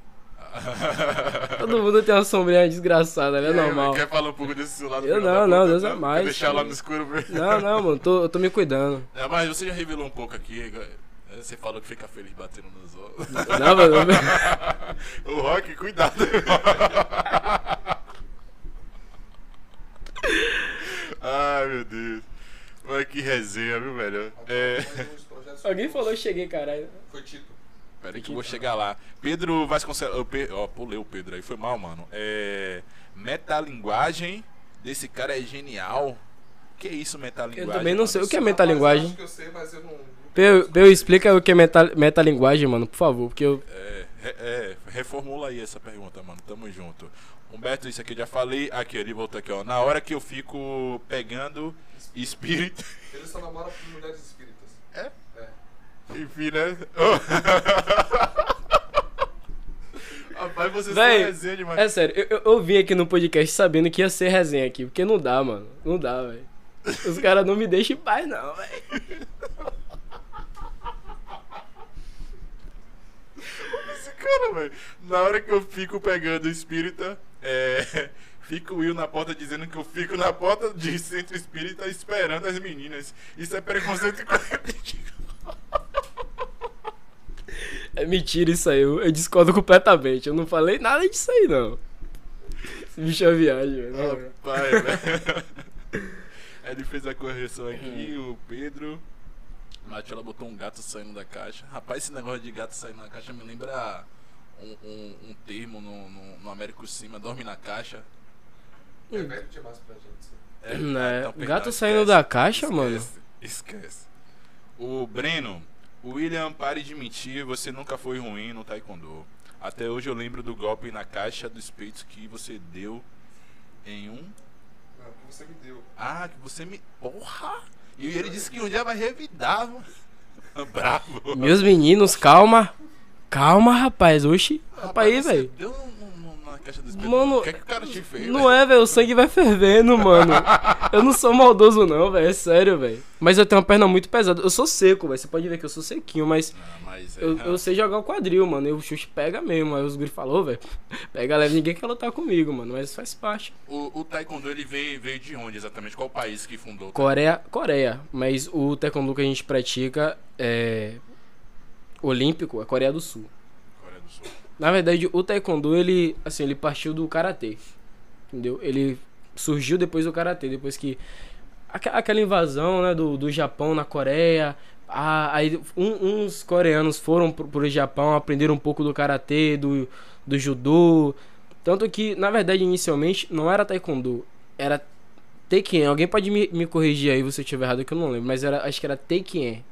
A: Todo mundo tem uma sombrinha desgraçada, né? É
B: E aí,
A: normal.
B: Quer falar um pouco desse seu lado?
A: Eu
B: filho
A: não,
B: da
A: não,
B: puta,
A: Deus é
B: Quer
A: mais,
B: deixar lá
A: filho.
B: no escuro mesmo?
A: Não, não, mano. Tô, eu tô me cuidando.
B: É, mas você já revelou um pouco aqui. Você falou que fica feliz batendo nos outros.
A: Não, mano.
B: O Rock, cuidado. Ai, meu Deus. Mas que resenha, viu, velho? É...
A: Alguém falou, eu cheguei, caralho.
C: Foi Tito.
B: Pera aí que eu vou chegar lá. Pedro Vasconcelos. Ó, Pe... oh, pulei o Pedro aí, foi mal, mano. É. Metalinguagem desse cara é genial. Que isso, metalinguagem?
A: Eu também não
B: mano?
A: sei. O que é
B: Isso-
A: metalinguagem?
C: Acho que eu sei, mas eu não. não
A: Peu, Peu, explica o que é meta, metalinguagem, mano, por favor, porque eu...
B: É, re- é, reformula aí essa pergunta, mano. Tamo junto. Humberto, isso aqui eu já falei. Aqui, ele voltou aqui, ó. Na hora que eu fico pegando espírito.
C: Ele só namora com mulheres espíritas.
B: É?
C: É.
B: Enfim, né? Rapaz, você
A: Véi,
B: só resenha demais.
A: É sério, eu, eu, eu vim aqui no podcast sabendo que ia ser resenha aqui, porque não dá, mano, não dá, velho. Os caras não me deixam em paz, não, velho.
B: Esse cara, velho. Na hora que eu fico pegando espírita, é. Fica o Will na porta dizendo que eu fico na porta de centro espírita esperando as meninas. Isso é preconceito coletivo.
A: É mentira isso aí, eu, eu discordo completamente, eu não falei nada disso aí, não. Esse bicho é viagem, velho. não, velho.
B: Pai, velho. Ele fez a correção aqui, o Pedro. Matiola botou um gato saindo da caixa. Rapaz, esse negócio de gato saindo da caixa me lembra um, um, um termo no, no, no Américo Cima, dorme na caixa.
C: É velho demais pra gente. isso.
B: É,
A: Né,
B: então, perdão,
A: gato saindo
B: esquece,
A: da caixa,
B: esquece,
A: mano.
B: Esquece. O Breno, o William, pare de mentir, você nunca foi ruim no taekwondo. Até hoje eu lembro do golpe na caixa dos peitos que você deu em um...
C: Não, que você me deu.
B: Ah, que você me... Porra! E ele disse que um dia vai revidar, mano. Bravo.
A: Meus meninos, calma. Calma, rapaz, oxi. Rapaz aí,
B: você
A: velho.
B: deu no- no- na podcast do Espeto.
A: Mano,
B: o que é que o cara te fez?
A: não é, velho, o sangue vai fervendo, mano. Eu não sou maldoso não, velho, é sério, velho. Mas eu tenho uma perna muito pesada. Eu sou seco, velho, você pode ver que eu sou sequinho, mas...
B: Não, mas é,
A: Eu, eu sei jogar o quadril, mano. E o chute pega mesmo. Aí os guri falou, velho. Pega leve, ninguém quer lutar comigo, mano. Mas faz parte.
B: O, o Taekwondo, ele veio, veio de onde exatamente? Qual país que fundou?
A: Coreia, Coreia. Mas o taekwondo que a gente pratica é olímpico, é Coreia do Sul.
B: Coreia do Sul.
A: Na verdade, o taekwondo, ele, assim, ele partiu do karatê. Entendeu? Ele surgiu depois do karatê, depois que aqua- aquela invasão, né, do, do Japão na Coreia. Ah, aí um- uns coreanos foram pro, pro Japão, aprenderam um pouco do karatê, do, do judô. Tanto que, na verdade, inicialmente não era taekwondo, era Taekien. Alguém pode me, me corrigir aí se eu estiver errado, que eu não lembro, mas era, acho que era Taekien.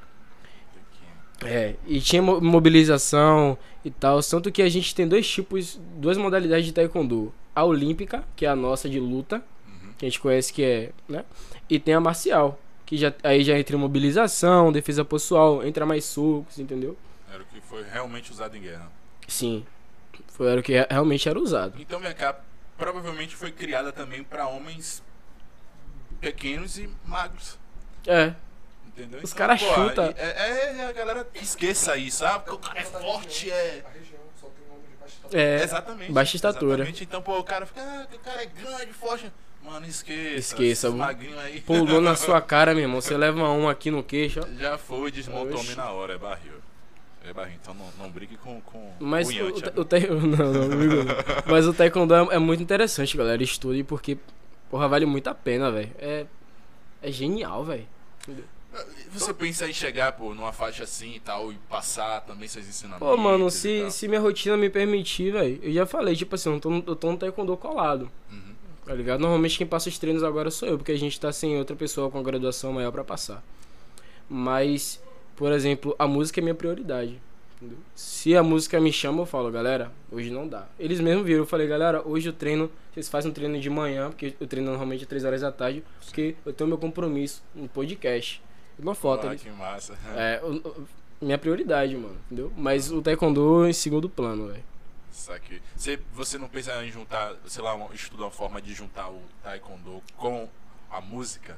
A: É, e tinha mo- mobilização e tal. Tanto que a gente tem dois tipos, duas modalidades de taekwondo. A olímpica, que é a nossa de luta,
B: Uhum.
A: que a gente conhece que é, né? E tem a marcial, que já, aí já entra em mobilização, defesa pessoal, entra mais socos, entendeu?
B: Era o que foi realmente usado em guerra.
A: Sim, foi era o que re- realmente era usado.
B: Então, vem cá, provavelmente foi criada também para homens pequenos e magros.
A: É,
B: Entendeu?
A: Os
B: Então,
A: caras
B: pô,
A: chutam.
B: É, é, a galera esqueça isso, sabe? Porque o cara é forte, é.
C: A região só tem um homem de baixa estatura.
A: é,
B: Exatamente.
A: baixa estatura.
B: Exatamente. Então, pô, o cara fica, ah, o cara é grande, forte. Mano, esqueça.
A: Esqueça,
B: esses
A: o-
B: magrinhos aí.
A: Pulou na sua cara, meu irmão. Você leva um aqui no queixo, ó.
B: Já foi, desmontou
A: Oxi.
B: me na hora, é barril. É barril, então não, não brigue com, com
A: Mas
B: o
A: o,
B: Yantia,
A: o, o tae- não, não, amigo, não. Mas o taekwondo é, é muito interessante, galera. Estude porque, porra, vale muito a pena, velho. É, é genial, velho.
B: Você pensa em chegar, pô, numa faixa assim e tal, e passar também seus ensinamentos?
A: Pô, mano,
B: e
A: se,
B: tal?
A: se minha rotina me permitir, velho, eu já falei, tipo assim, eu tô, no- eu tô no taekwondo colado,
B: Uhum.
A: tá ligado? Normalmente quem passa os treinos agora sou eu, porque a gente tá sem outra pessoa com graduação maior pra passar. Mas, por exemplo, a música é minha prioridade, entendeu? Se a música me chama, eu falo, galera, hoje não dá. Eles mesmo viram, eu falei, galera, hoje eu treino, vocês fazem um treino de manhã, porque eu treino normalmente às três horas da tarde, porque eu tenho meu compromisso no podcast. Uma foto
B: Ah,
A: ali.
B: que massa.
A: É, o- o- minha prioridade, mano, entendeu? Mas o taekwondo em segundo plano, velho.
B: Saquei. Você, você não pensa em juntar, sei lá, um, estudar uma forma de juntar o taekwondo com a música?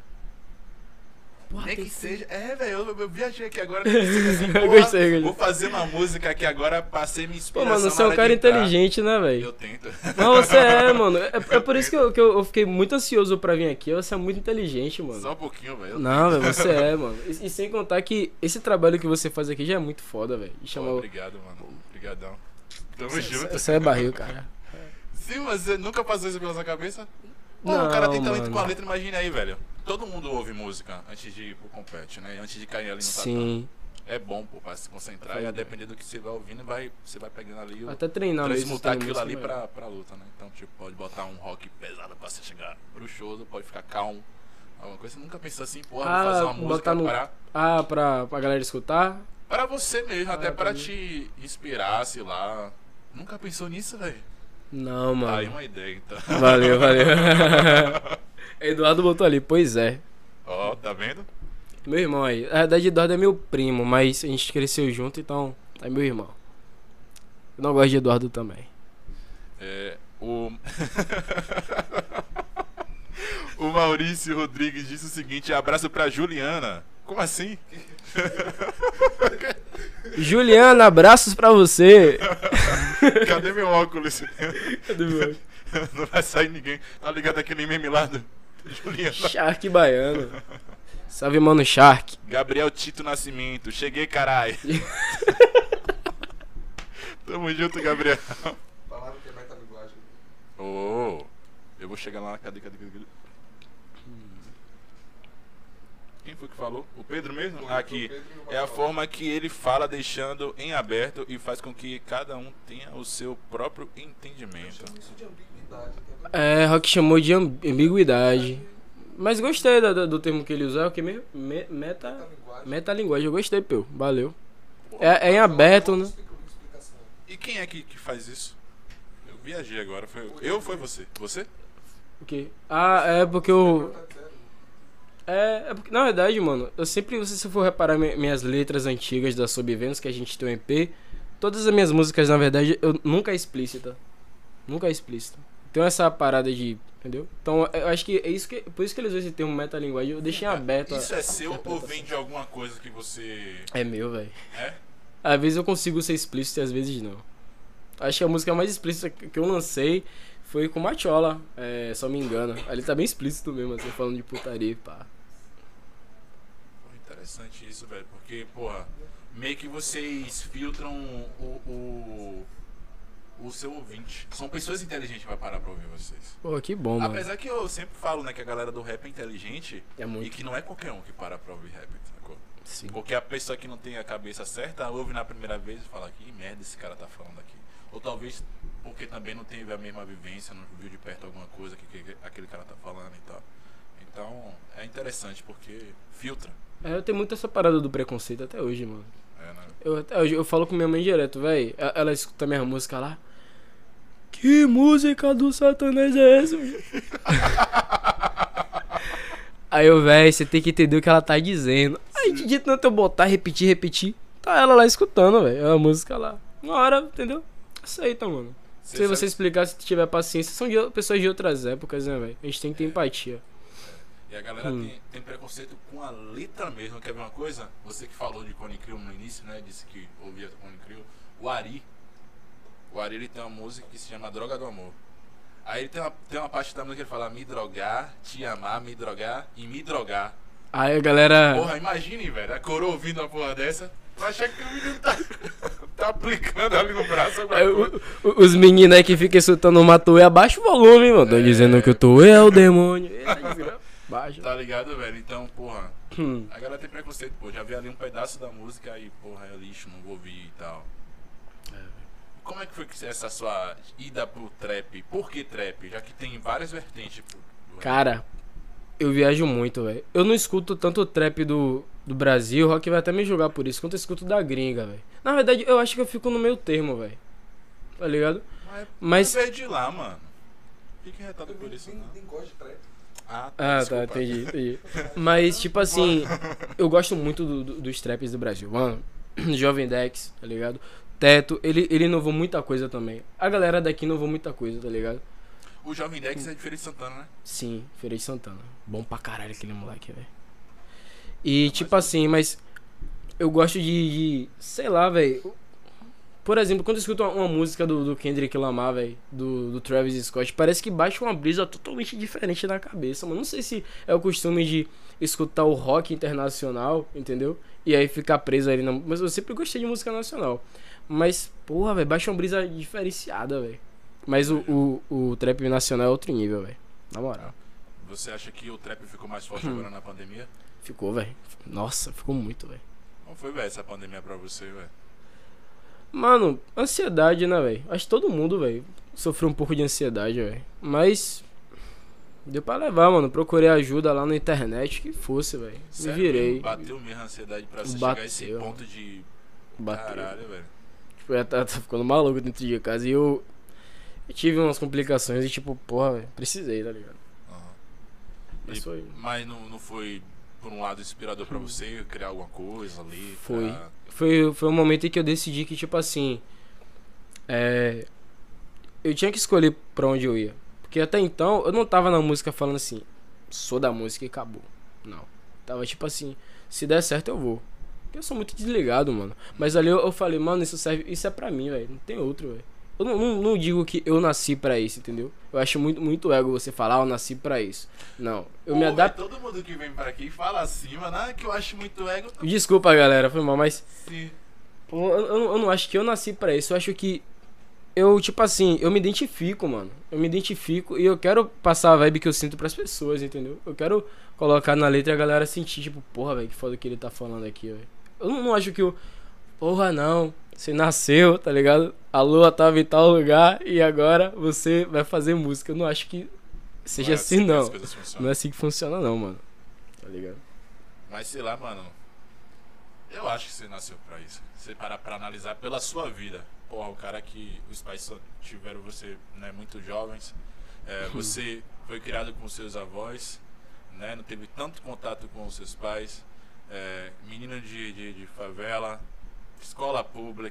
B: Nem que seja. É, velho, eu, eu viajei aqui agora. nem que seja assim,
A: Eu
B: porra,
A: gostei, gostei.
B: Vou fazer uma música aqui agora, passei minha
A: Pô,
B: inspiração.
A: mano, você é
B: na
A: um
B: hora
A: cara
B: de entrar.
A: inteligente, né, velho?
B: Eu tento.
A: Não, você é, mano. É, é por isso que, eu, que eu, eu fiquei muito ansioso pra vir aqui. Você é muito inteligente, mano.
B: Só um pouquinho, velho. eu
A: Não,
B: tento.
A: velho, você é, mano. E, e sem contar que esse trabalho que você faz aqui já é muito foda, velho. E
B: Pô,
A: chamar o.
B: obrigado, mano. Obrigadão. Tamo junto.
A: Você é barril, cara.
B: Sim, mas você nunca passou isso pela sua cabeça? Pô,
A: Não,
B: o cara tem talento
A: mano.
B: com a letra, imagina aí, velho. Todo mundo ouve música antes de ir pro compete, né? Antes de cair ali no tatame.
A: Sim.
B: É bom, pô, pra se concentrar.
A: Foi
B: E a
A: bom.
B: depender do que você vai ouvindo, vai, você vai pegando ali o.
A: Até treinar mesmo.
B: Transmutar
A: você tem
B: aquilo ali
A: música,
B: pra, pra luta, né? Então, tipo, pode botar um rock pesado pra você chegar pro show, pode ficar calmo. Alguma coisa, você nunca pensou assim, porra,
A: Ah,
B: vou fazer uma música
A: botar no-
B: pra,
A: Ah, pra, pra galera escutar?
B: pra você mesmo,
A: Ah,
B: até pra
A: entendi.
B: te inspirar, sei lá. Nunca pensou nisso, velho?
A: Não, mano.
B: Aí uma ideia, então.
A: Valeu, valeu. Eduardo botou ali, pois é.
B: Ó, tá vendo?
A: Meu irmão aí. Na verdade, Eduardo é meu primo, mas a gente cresceu junto, então é meu irmão. Eu não gosto de Eduardo também.
B: É, o... o Maurício Rodrigues disse o seguinte: abraço pra Juliana. Como assim?
A: Juliana, abraços pra você.
B: Cadê meu óculos?
A: Cadê meu?
B: Não vai sair ninguém. Tá ligado aquele meme lá do Juliana?
A: Shark baiano. Salve, mano, Shark.
B: Gabriel Tito Nascimento. Cheguei, carai. Tamo junto, Gabriel.
C: Falaram que é metalinguagem.
B: Ô, eu vou chegar lá. Cadê, cadê, cadê? cadê? Quem foi que falou? O Pedro mesmo?
C: Foi,
B: Aqui.
C: foi o Pedro e o
B: É a
C: Rafael.
B: forma que ele fala, deixando em aberto e faz com que cada um tenha o seu próprio
C: Eu
B: entendimento.
C: chamo isso de ambiguidade, tá vendo?
A: É, Rock chamou de amb- ambiguidade. Mas gostei da- da- do termo que ele usou, é o que mesmo? Me- meta.
C: Metalinguagem.
A: Metalinguagem, eu gostei, pô. Valeu. É, é em aberto, né?
C: Explica- explicação.
B: E quem é que, que faz isso? Eu viajei agora. Foi eu ou foi você? Você?
A: O quê? Ah, é porque eu.
C: Tá dizendo.
A: É, é porque, na verdade, mano, eu sempre, se você for reparar mi- minhas letras antigas da Sob Vênus, que a gente tem um E P, todas as minhas músicas, na verdade, eu nunca é explícita. Nunca é explícito. Tem essa parada de... Entendeu? Então, eu acho que é isso que... Por isso que eles usam esse termo metalinguagem. Eu deixei aberto.
B: Isso
A: a,
B: é seu ou vem de alguma coisa que você...
A: É meu, velho.
B: É?
A: Às vezes eu consigo ser explícito e às vezes não. Acho que a música mais explícita que eu lancei foi com Machola, é, só me engano. Ali tá bem explícito mesmo, assim, falando de putaria, pá.
B: Pô, interessante isso, velho. Porque, porra, meio que vocês filtram o, o, o seu ouvinte. São pessoas inteligentes que vai parar pra ouvir vocês.
A: Pô, que bom, mano.
B: Apesar que eu sempre falo, né, que a galera do rap é inteligente
A: É muito.
B: e que não é qualquer um que para pra ouvir rap, sacou?
A: Sim.
B: Porque a pessoa que não tem a cabeça certa ouve na primeira vez e fala, que merda esse cara tá falando aqui. Ou talvez porque também não teve a mesma vivência, não viu de perto alguma coisa que, que aquele cara tá falando e tal. Então, é interessante porque filtra.
A: É, eu tenho muito essa parada do preconceito até hoje, mano.
B: É, né?
A: Eu, até hoje, eu falo com minha mãe direto, velho. Ela escuta minha música lá. Que música do Satanás é essa? Aí eu, velho, você tem que entender o que ela tá dizendo. Aí de tanto eu botar, repetir, repetir, tá ela lá escutando, velho. A música lá. Uma hora, entendeu? Aceita, mano.
B: Cê
A: Se
B: sabe-
A: você explicar, se tiver paciência, são de- pessoas de outras épocas, né, velho? A gente tem que ter empatia.
B: E a galera
A: Hum.
B: tem, tem preconceito com a letra mesmo. Quer ver uma coisa? Você que falou de Cone Crew no início, né? Disse que ouvia Cone Crew. O Ari. O Ari, ele tem uma música que se chama Droga do Amor. Aí ele tem uma, tem uma parte da música que ele fala me drogar, te amar, me drogar e me drogar.
A: Aí a galera.
B: Porra, imagine, velho. A coroa ouvindo uma porra dessa. Tu acha que o menino tá, tá aplicando ali no braço alguma
A: É,
B: coisa?
A: o- o- os meninos aí que ficam escutando o Matuê, abaixa o volume, mano. Tão dizendo que o Tuê é o demônio. Baixa.
B: Tá ligado, velho? Então, porra,
A: Hum.
B: a galera tem preconceito, pô. Já vi ali um pedaço da música e, porra, é lixo, não vou ouvir e tal. Como é que foi que essa sua ida pro trap? Por que trap? Já que tem várias vertentes. Pro, do rap.
A: Cara, eu viajo muito, velho. Eu não escuto tanto o trap do, do Brasil, o Rock vai até me julgar por isso, quanto eu escuto da gringa, velho. Na verdade, eu acho que eu fico no meio termo, velho. Tá ligado?
B: Mas,
A: Mas-
B: mas... de lá, mano. Fique retado
C: Eu
B: por
C: nem,
B: isso,
C: nem,
B: não.
C: nem gosto de trap.
B: Ah,
A: Ah, tá,
B: desculpa.
A: entendi, entendi. Mas, tipo assim, eu gosto muito do- do- dos traps do Brasil, mano. Jovem Dex, tá ligado? Teto, ele, ele inovou muita coisa também. A galera daqui inovou muita coisa, tá ligado?
B: O Jovem Dex é de Feira de Santana, né?
A: Sim, Feira de Santana. Bom pra caralho aquele moleque, velho. E tipo assim, mas eu gosto de, de sei lá, velho. Por exemplo, quando eu escuto uma, uma música do, do Kendrick Lamar, velho, do, do Travis Scott, parece que baixa uma brisa totalmente diferente na cabeça, mano. Não sei se é o costume de escutar o rock internacional, entendeu? E aí ficar preso ali na... Mas eu sempre gostei de música nacional. Mas, porra, velho, baixa uma brisa diferenciada, velho. Mas o, o, o trap nacional é outro nível, velho. Na moral.
B: Você acha que o trap ficou mais forte
A: Hum.
B: agora na pandemia?
A: Ficou, velho. Nossa, ficou muito, velho.
B: Como foi, velho, essa pandemia pra você, velho?
A: Mano, ansiedade, né, velho? Acho que todo mundo, velho, sofreu um pouco de ansiedade, velho. Mas deu pra levar, mano. Procurei ajuda lá na internet, que fosse, velho. Me
B: Sério
A: virei.
B: mesmo? Bateu mesmo a ansiedade pra você
A: Bateu.
B: chegar a esse ponto de...
A: Bateu.
B: Caralho, velho.
A: Tipo, eu tava ficando maluco dentro de casa. E eu, eu tive umas complicações e, tipo, porra, velho, precisei, tá ligado?
B: Aham.
A: Mas
B: E-
A: foi.
B: Mas não, não foi, por um lado, inspirador pra você criar alguma coisa ali?
A: Foi.
B: Pra...
A: Foi, foi um momento em que eu decidi que, tipo assim. É. Eu tinha que escolher pra onde eu ia. Porque até então eu não tava na música falando assim, sou da música e acabou. Não. Tava tipo assim, se der certo eu vou. Porque eu sou muito desligado, mano. Mas ali eu, eu falei, mano, isso serve. Isso é pra mim, velho. Não tem outro, velho. Eu não, não, não digo que eu nasci pra isso, entendeu? Eu acho muito, muito ego você falar, ah, eu nasci pra isso. Não. Eu me
B: Pô,
A: adapto.
B: velho, todo mundo que vem pra aqui fala assim, mano, ah, que eu acho muito ego.
A: Desculpa, galera, foi mal, mas.
B: Sim.
A: Pô, eu, eu, eu não acho que eu nasci pra isso. Eu acho que eu, tipo assim, eu me identifico, mano. Eu me identifico e eu quero passar a vibe que eu sinto pras pessoas, entendeu? Eu quero colocar na letra e a galera sentir, tipo, porra, velho, que foda que ele tá falando aqui, velho. Eu não, não acho que eu. Porra, não. Você nasceu, tá ligado? A lua tava em tal lugar e agora você vai fazer música. Eu não acho que seja
B: Não é
A: assim,
B: que
A: não.
B: as coisas funcionam.
A: Não é assim que funciona, não, mano. Tá ligado?
B: Mas sei lá, mano. Eu acho que você nasceu pra isso. Você parar pra analisar pela sua vida. Porra, o cara que os pais só tiveram você, né, muito jovens. É, você foi criado com seus avós, né? Não teve tanto contato com os seus pais. É, menino de, de, de favela, escola pública,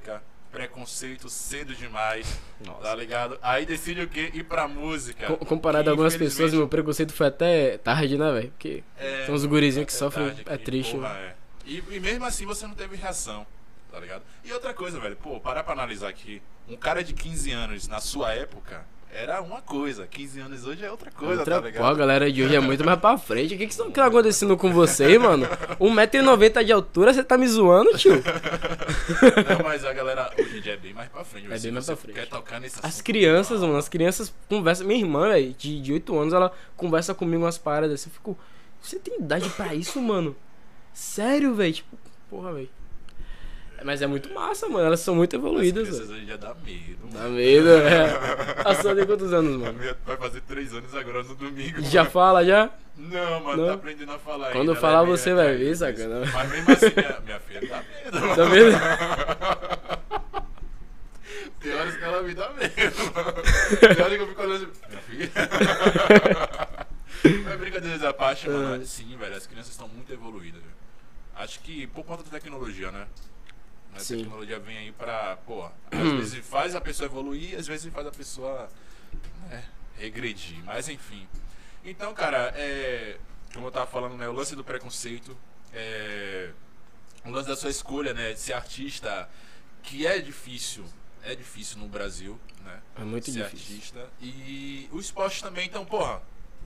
B: preconceito cedo demais,
A: Nossa.
B: tá ligado? Aí decide o quê? Ir pra música.
A: Com- Comparado
B: Que,
A: a algumas pessoas,
B: infelizmente,
A: meu preconceito foi até tarde, né, velho? Porque
B: é,
A: tem uns gurizinhos que
B: é
A: sofrem,
B: tarde
A: é
B: que,
A: triste,
B: porra,
A: né?
B: é. E, e mesmo assim você não teve reação, tá ligado? E outra coisa, velho, pô, para pra analisar aqui. Um cara de quinze anos na sua época era uma coisa, quinze anos hoje é outra coisa,
A: Outra,
B: tá ligado?
A: pô, a galera de hoje é muito mais pra frente. O que que está que tá acontecendo com você, mano? um metro e noventa de altura, você tá me zoando, tio?
B: Não, mas a galera hoje em dia é bem mais pra frente.
A: É
B: Se
A: bem mais
B: você
A: pra frente.
B: quer tocar nesse
A: As
B: assunto,
A: crianças,
B: não.
A: mano, as crianças conversam. Minha irmã, velho, de, de oito anos, ela conversa comigo umas paradas assim. Eu fico, você tem idade pra isso, mano? Sério, velho? Tipo, porra, velho. Mas é muito massa, mano. Elas são muito
B: As
A: evoluídas,
B: crianças
A: velho.
B: hoje em dia dá medo.
A: Dá medo, é. A sua tem quantos anos,
B: A
A: mano?
B: minha vai fazer três anos agora no domingo.
A: Já fala, já?
B: Não, mano,
A: Não?
B: tá aprendendo a falar
A: Quando
B: ainda,
A: falar,
B: ela é meio
A: você vai
B: retraída,
A: ver,
B: mas-
A: sacana.
B: Mas mesmo assim, minha, minha filha dá medo.
A: Tá vendo?
B: Tem horas que ela me dá medo. Tem horas que eu fico olhando assim, minha filha. Mas brincadeiras à parte, mano. Sim, velho, as crianças estão muito evoluídas. Velho. Acho que por conta da tecnologia, né? A
A: Sim.
B: tecnologia vem aí pra, pô, às vezes faz a pessoa evoluir, às vezes faz a pessoa, né, regredir. Mas enfim. Então, cara, é, como eu tava falando, né, o lance do preconceito, é, o lance da sua escolha, né, de ser artista, que é difícil, é difícil no Brasil, né?
A: É muito
B: ser
A: difícil.
B: artista. E o esporte também, então, porra.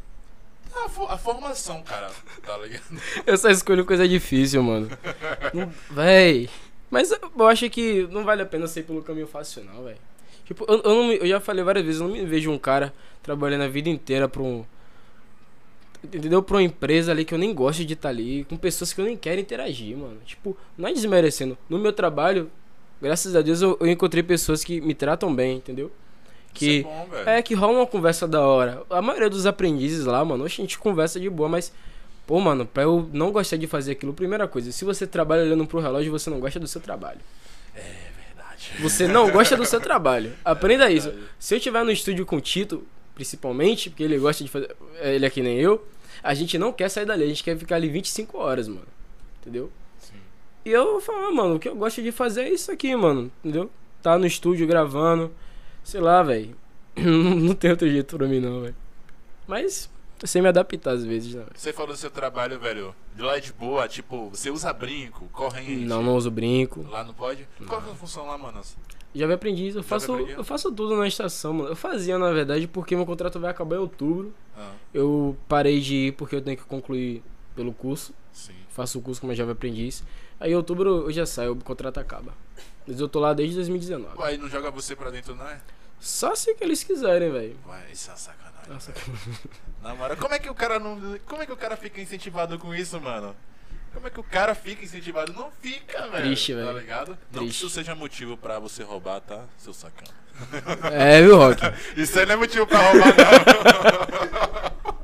B: A, fo- a formação, cara, tá ligado?
A: Eu só escolho coisa difícil, mano. Não- Véi. Mas eu acho que não vale a pena ser pelo caminho fácil, não, velho. Tipo, eu, eu, não me- eu já falei várias vezes, eu não me vejo um cara trabalhando a vida inteira pra um. Entendeu? Pra uma empresa ali que eu nem gosto de estar ali, com pessoas que eu nem quero interagir, mano. Tipo, não é desmerecendo. No meu trabalho, graças a Deus, eu, eu encontrei pessoas que me tratam bem, entendeu? Que
B: Isso é bom, velho.
A: é que rola uma conversa da hora. A maioria dos aprendizes lá, mano, hoje a gente conversa de boa, mas pô, mano, pra eu não gostar de fazer aquilo, primeira coisa, se você trabalha olhando pro relógio, você não gosta do seu trabalho.
B: É verdade.
A: Você não gosta do seu trabalho. Aprenda isso.
B: verdade.
A: Se eu estiver no estúdio com o Tito, principalmente, porque ele gosta de fazer. Ele é que nem eu, a gente não quer sair dali, a gente quer ficar ali vinte e cinco horas, mano. Entendeu?
B: Sim.
A: E eu falo, ah, mano, o que eu gosto de fazer é isso aqui, mano. Entendeu? Tá no estúdio gravando. Sei lá, velho. Não tem outro jeito pra mim, não, velho. Mas eu sei me adaptar às vezes, né, velho?
B: Você falou do seu trabalho, velho. De lá é de boa, tipo, você usa brinco, corrente.
A: Não, não uso brinco.
B: Lá não pode? Qual que é a função lá, mano?
A: Já vi aprendiz, eu faço,
B: aprendiz?
A: eu faço tudo na estação, mano. Eu fazia, na verdade, porque meu contrato vai acabar em outubro.
B: Ah,
A: Eu parei de ir porque eu tenho que concluir pelo curso.
B: sim.
A: Faço o curso como Java Aprendiz. Aí em outubro eu já saio, o contrato acaba. Mas eu tô lá desde dois mil e dezenove.
B: Ué, não joga você pra dentro, não é?
A: Só se que eles quiserem, velho.
B: Ué, isso é uma sacanagem.
A: Nossa,
B: velho. Na moral, como é que o cara não. Como é que o cara fica incentivado com isso, mano? Como é que o cara fica incentivado? Não fica, velho.
A: Triste,
B: Tá
A: velho.
B: ligado? Não que
A: Triste.
B: isso seja motivo pra você roubar, tá? Seu sacão.
A: É, viu, Rock?
B: Isso aí não é motivo pra roubar, não.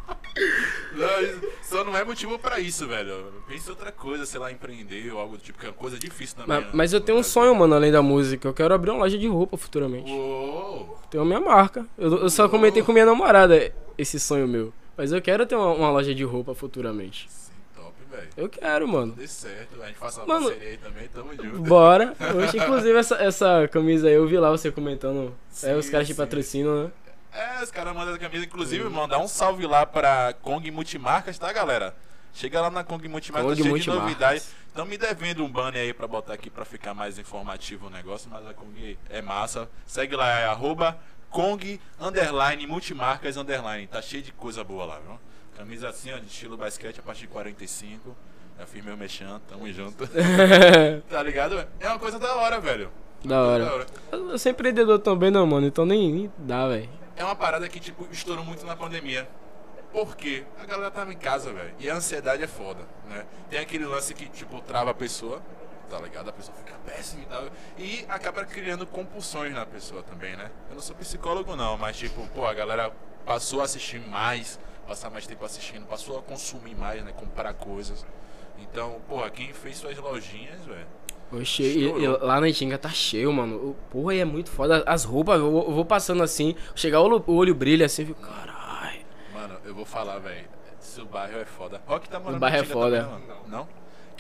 B: Não, isso só não é motivo pra isso, velho. Pensa em outra coisa, sei lá, empreender ou algo do tipo, que é uma coisa difícil também.
A: Mas,
B: né?
A: mas eu tenho um sonho, mano, além da música. Eu quero abrir uma loja de roupa futuramente.
B: Uou!
A: Tenho a minha marca. Eu, eu só comentei com minha namorada esse sonho meu. Mas eu quero ter uma, uma loja de roupa futuramente.
B: Sim, top, velho.
A: Eu quero, mano.
B: Dê certo, a gente faça uma
A: Mano,
B: parceria aí também, tamo junto.
A: Bora. Hoje, inclusive, essa, essa camisa aí, eu vi lá você comentando. É, os
B: Sim,
A: caras te
B: sim.
A: patrocinam, né?
B: É, os caras mandam a camisa, inclusive, mandar um salve lá pra Kong Multimarcas, tá, galera? Chega lá na Kong Multimarcas,
A: Kong
B: tá cheio
A: Multimarcas.
B: de novidades. Estão me devendo um banner aí pra botar aqui pra ficar mais informativo o negócio, mas a Kong é massa. Segue lá, é arroba Kong underline Multimarcas underline. Tá cheio de coisa boa lá, viu? Camisa assim, ó, de estilo basquete a partir de quarenta e cinco. Já fiz meu mexão, tamo junto. Tá ligado? É uma coisa da hora, velho.
A: Da hora. Eu sou empreendedor também, não, mano. Então nem, nem dá, velho.
B: É uma parada que, tipo, estourou muito na pandemia. Por quê? A galera tava em casa, velho. E a ansiedade é foda, né? Tem aquele lance que, tipo, trava a pessoa, tá ligado? A pessoa fica péssima e tal. E acaba criando compulsões na pessoa também, né? Eu não sou psicólogo, não, mas, tipo, pô, a galera passou a assistir mais, passar mais tempo assistindo, passou a consumir mais, né? Comprar coisas. Então, porra, quem fez suas lojinhas, velho.
A: Oxe, e, e lá na Itinga tá cheio, mano. O- Porra, e é muito foda. As roupas, eu, vou- eu vou passando assim, chegar o olho, o olho brilha assim, eu fico, caralho.
B: Mano, eu vou falar, velho. Se o bairro é foda. Rock tá morando
A: O bairro
B: na
A: é
B: Tinga
A: foda.
B: também, mano? Não?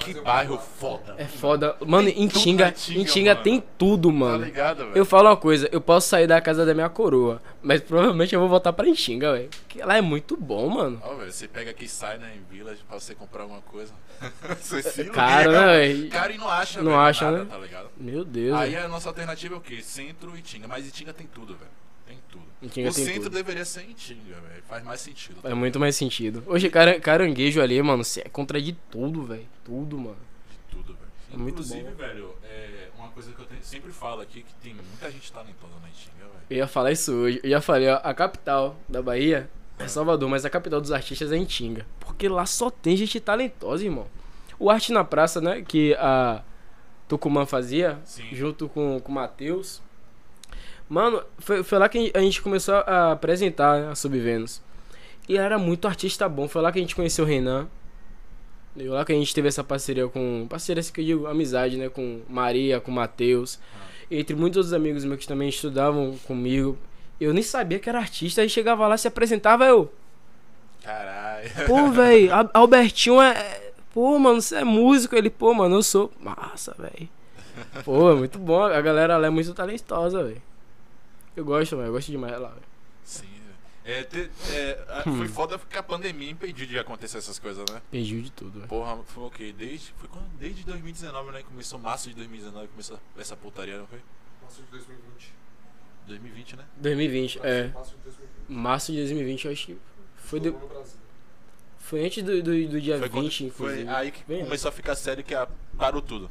B: Que bairro foda.
A: É foda. Mano,
B: Tem
A: em
B: tudo
A: Tinga,
B: na Tinga,
A: em Tinga
B: mano.
A: tem tudo,
B: Tá
A: mano.
B: ligado, velho?
A: Eu falo uma coisa, eu posso sair da casa da minha coroa, mas provavelmente eu vou voltar pra Enxinga, velho. Porque lá é muito bom, mano.
B: Ó, velho, você pega aqui e sai, né, em Village pra você comprar alguma coisa. Você se
A: Caro,
B: liga,
A: né, velho?
B: Cara, e não acha,
A: Não
B: velho,
A: acha,
B: nada,
A: né?
B: tá ligado?
A: Meu Deus.
B: Aí
A: velho.
B: a nossa alternativa é o quê? Centro e Tinga. Mas em Tinga tem tudo, velho. Tem tudo.
A: Em Tinga
B: o
A: tem
B: centro
A: tudo.
B: deveria ser em Tinga, velho. Faz mais sentido. tá
A: É muito mais sentido. Hoje, cara, caranguejo ali, mano, você é contra de tudo, velho. Tudo, mano.
B: De tudo, velho.
A: É muito
B: Inclusive,
A: bom.
B: velho, é uma coisa que eu tenho- sempre falo aqui que tem muita gente talentosa na Tinga, velho.
A: Eu ia falar isso hoje. Eu já falei, ó, a capital da Bahia é Salvador, mas a capital dos artistas é em Tinga. Porque lá só tem gente talentosa, irmão. O Arte na Praça, né, que a Tucumã fazia,
B: Sim.
A: junto com, com o Matheus. Mano, foi, foi lá que a gente começou a apresentar a Subvenus. E era muito artista bom. Foi lá que a gente conheceu o Renan. Foi lá que a gente teve essa parceria com... Parceria, assim que eu digo, amizade, né, com Maria, com o Matheus. Entre muitos outros amigos meus que também estudavam comigo. Eu nem sabia que era artista. Aí chegava lá, se apresentava, eu...
B: Caralho.
A: Pô, velho, Albertinho é... Pô, mano, você é músico? Ele, pô, mano, eu sou... Massa, velho. Pô, é muito bom. A galera lá é muito talentosa, velho. Eu gosto, velho. Eu gosto demais lá, velho.
B: Sim, velho. É, te- é, a-
A: Hum.
B: foi foda porque a pandemia impediu de acontecer essas coisas, né?
A: Perdi de tudo, velho.
B: Porra, foi o quê? Desde, foi quando? Desde dois mil e dezenove, né? Começou março de dois mil e dezenove, começou essa putaria, não foi?
C: Março de dois mil e vinte.
B: dois mil e vinte, né?
A: dois mil e vinte, é.
C: Março de dois mil e vinte.
A: Março de dois mil e vinte, eu acho que foi, de...
C: Todo mundo no Brasil.
A: foi antes do, do, do dia
B: Foi, quando-
A: vinte, inclusive.
B: foi aí que
A: Bem
B: começou a ficar sério que a- parou tudo.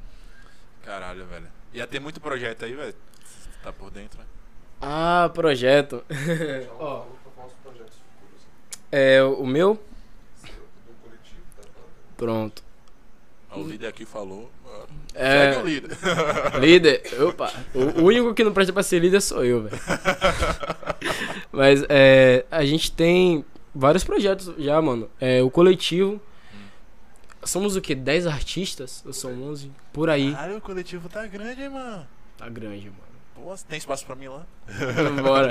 B: Caralho, velho. Ia ter muito projeto aí, velho. Você tá por dentro, né?
A: Ah, projeto.
C: Já
A: Ó.
C: falou pra falar os projetos futuros
A: É, o meu?
C: seu, do coletivo, da banda.
A: Pronto.
B: Ó, O líder aqui falou. ó,
A: É.
B: Segue o líder.
A: Líder, opa, o o único que não presta pra ser líder sou eu, velho. Mas é, a gente tem vários projetos já, mano. É, o coletivo. Somos o quê? dez artistas? Ou são onze? Por aí.
B: Caralho, o coletivo tá grande, hein, mano.
A: Tá grande, mano.
B: Pô, tem espaço pra mim lá?
A: Bora.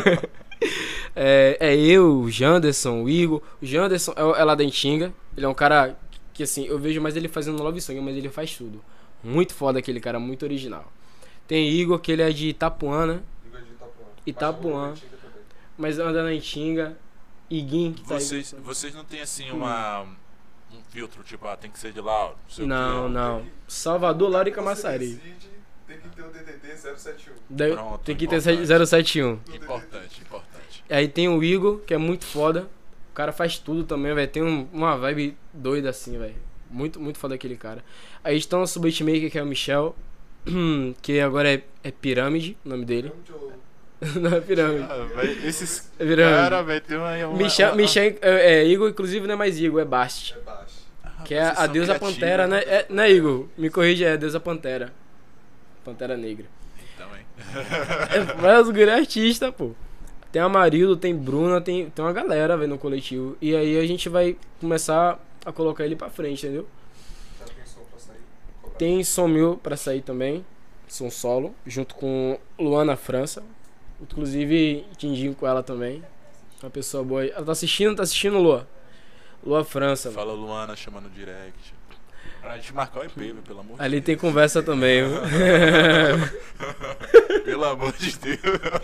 A: é, é eu, o Janderson, o Igor. O Janderson é, é lá da Entinga. Ele é um cara que, assim, eu vejo mais ele fazendo Love Song, mas ele faz tudo. Muito foda aquele cara, muito original. Tem Igor, que ele é de Itapuã, né?
C: Igor de Itapuã.
A: Itapuã.
C: Mas chama também.
A: Mas anda na Entinga. Iguinho, que tá aí.
B: Vocês, vocês não tem assim uma. Um filtro, tipo, ah, tem que ser de lá, não sei o
A: Não,
B: quê.
A: não. Salvador, Lara e
C: Você
A: Camaçari.
C: decide, tem que ter o D D D zero sete um.
A: Daí-
B: Pronto,
A: Tem que ter
B: importante.
A: zero sete um.
B: Importante, importante.
A: Aí tem o Igor, que é muito foda. O cara faz tudo também, velho. Tem um- uma vibe doida assim, velho. Muito, muito foda aquele cara. Aí está o nosso beatmaker, que é o Michel. Que agora é, é Pirâmide, o nome dele. Não é Pirâmide.
B: Ah, véi, esses
A: É Pirâmide.
B: caras, velho, tem uma. uma
A: Michel,
B: uma-
A: Michel é, é Igor, inclusive não é mais Igor, é Bast.
C: É baixo.
B: Ah,
A: Que é
B: vocês
A: a
B: são
A: deusa
B: criativos,
A: Pantera, né? É, não é Igor? Me corrija, é a deusa Pantera. Pantera Negra.
B: Então, hein?
A: É, mas os guri é artista, pô. Tem Amarildo, tem Bruna, tem, tem uma galera, velho, no coletivo. E aí a gente vai começar a colocar ele pra frente, entendeu?
C: Já tem som pra sair? Cobrar.
A: Tem som meu pra sair também, som solo, junto com Luana França. Inclusive, Tindinho com ela também. Uma pessoa boa aí. Ela tá assistindo, tá assistindo, Lua? Lua França, velho.
B: Fala Luana chamando no direct. Pra gente marcar o E P, velho, pelo amor
A: Ali
B: de
A: tem conversa também, viu?
B: Deus. Pelo amor de Deus.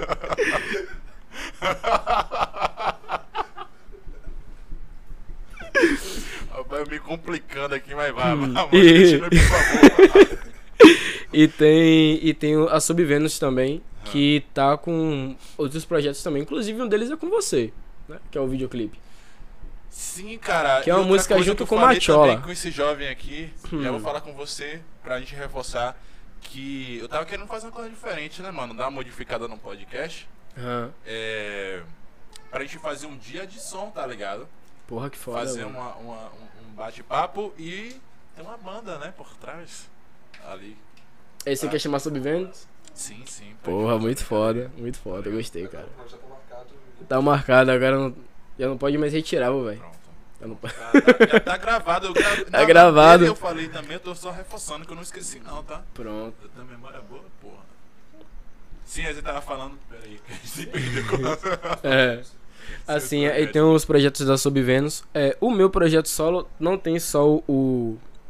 B: Vai me complicando aqui, mas vai.
A: Hum.
B: Vamos,
A: E-
B: continue, por favor.
A: E tem, e tem a Subvenus também, que tá com outros projetos também. Inclusive um deles é com você, né? Que é o videoclipe.
B: Sim, cara.
A: Que é uma
B: e outra
A: música
B: coisa
A: junto
B: que eu
A: com
B: falei
A: Machola.
B: também com esse jovem aqui,
A: Hum.
B: já vou falar com você pra gente reforçar que eu tava querendo fazer uma coisa diferente, né, mano? Dar uma modificada no podcast.
A: Aham.
B: É. Pra gente fazer um dia de som, tá ligado?
A: Porra, que foda.
B: fazer
A: mano.
B: uma, uma- um um bate-papo e tem uma banda, né, por trás. Ali.
A: Aí você
B: Ah.
A: quer chamar Subvenus?
B: Sim, sim. pra
A: Porra,
B: gente
A: muito
B: fazer
A: foda. Muito foda, eu gostei,
C: Já
A: cara.
C: tá- Já tá marcado.
A: Tá marcado, agora não, já não pode mais retirar, velho.
B: Pronto.
A: Já não pode.
B: Tá, tá- já tá gravado. Eu gra...
A: Tá gravado.
B: Eu falei também, eu tô só reforçando que eu não esqueci não, tá?
A: Pronto.
B: Eu tenho memória boa, porra. Sim, aí você tava falando. Peraí, que a gente se perdeu com
A: É. Assim,
B: projeto.
A: aí tem os projetos da Subvenus. É, o meu projeto solo não tem só o,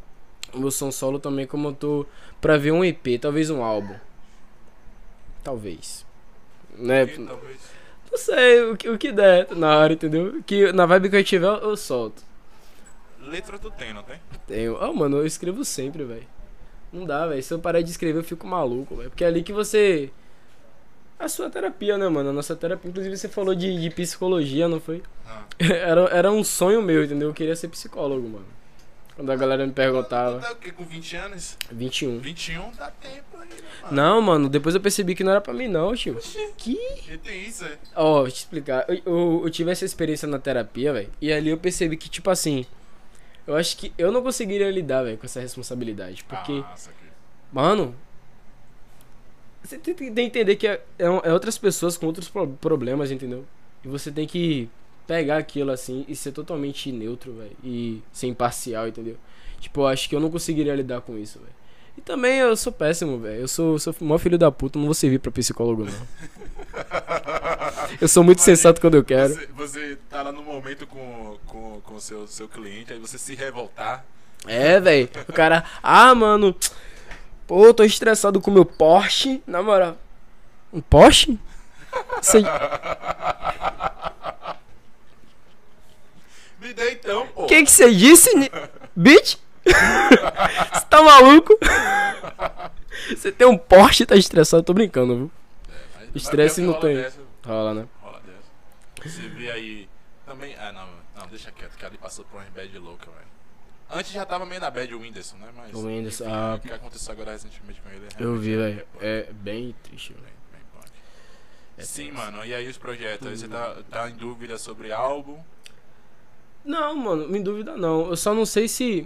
A: o meu som solo também, como eu tô pra ver um E P, talvez um álbum. Talvez. Né?
B: E, talvez.
A: Não sei, o que, o que der na hora, entendeu? Que na vibe que eu tiver, eu solto.
B: Letra tu tem, não tem?
A: Tenho. Ah, mano, eu escrevo sempre, velho. Não dá, velho. Se eu parar de escrever, eu fico maluco, velho. Porque é ali que você... A sua terapia, né, mano? A nossa terapia. Inclusive, você falou de, de psicologia, não foi?
B: Ah.
A: Era, era um sonho meu, entendeu? Eu queria ser psicólogo, mano. Quando a galera me
B: Tu
A: perguntava.
B: tá o quê? Com vinte anos?
A: vinte e um.
B: vinte e um dá tempo aí, né, mano?
A: Não, mano. Depois eu percebi que não era pra mim, não, tio.
B: Oxi.
A: Que?
B: E tem isso, é?
A: Ó, vou te explicar. Eu, eu, eu tive essa experiência na terapia, velho. E ali eu percebi que, tipo assim... Eu acho que eu não conseguiria lidar, velho, com essa responsabilidade. Porque...
B: Ah, isso aqui.
A: Mano, você tem que entender que é, é, é outras pessoas com outros pro- problemas, entendeu? E você tem que pegar aquilo assim e ser totalmente neutro, velho. E ser imparcial, entendeu? Tipo, eu acho que eu não conseguiria lidar com isso, velho. E também eu sou péssimo, velho. Eu sou, sou o maior filho da puta, não vou servir pra psicólogo, não. Eu sou muito sensato quando eu quero.
B: Você, você tá lá no momento com o com, com seu, seu cliente, aí você se revoltar.
A: É, velho. O cara, ah, mano, pô, eu tô estressado com o meu Porsche. Na moral, um Porsche? Você...
B: Me dê então, pô.
A: O que que você disse, ni- bitch? Você tá maluco? Você tem um Porsche e tá estressado, tô brincando, viu?
B: Mas-
A: Estresse
B: mas
A: não
B: rola
A: tem.
B: dessa,
A: Rola, né?
B: rola dessa. Você vê aí. Também. Ah, não, não, deixa quieto, que ali passou por uma bad louca, velho. Antes já tava meio na bad o Whindersson, né? Mas.
A: O Whindersson,
B: enfim,
A: ah.
B: o que aconteceu agora recentemente com ele é
A: Eu vi,
B: realmente
A: velho.
B: punk,
A: É bem triste, velho.
B: bem- bem punk.
A: É
B: Sim,
A: tenso.
B: mano, e aí os projetos? Aí você tá, tá em dúvida sobre álbum?
A: Não, mano, em dúvida não. Eu só não sei se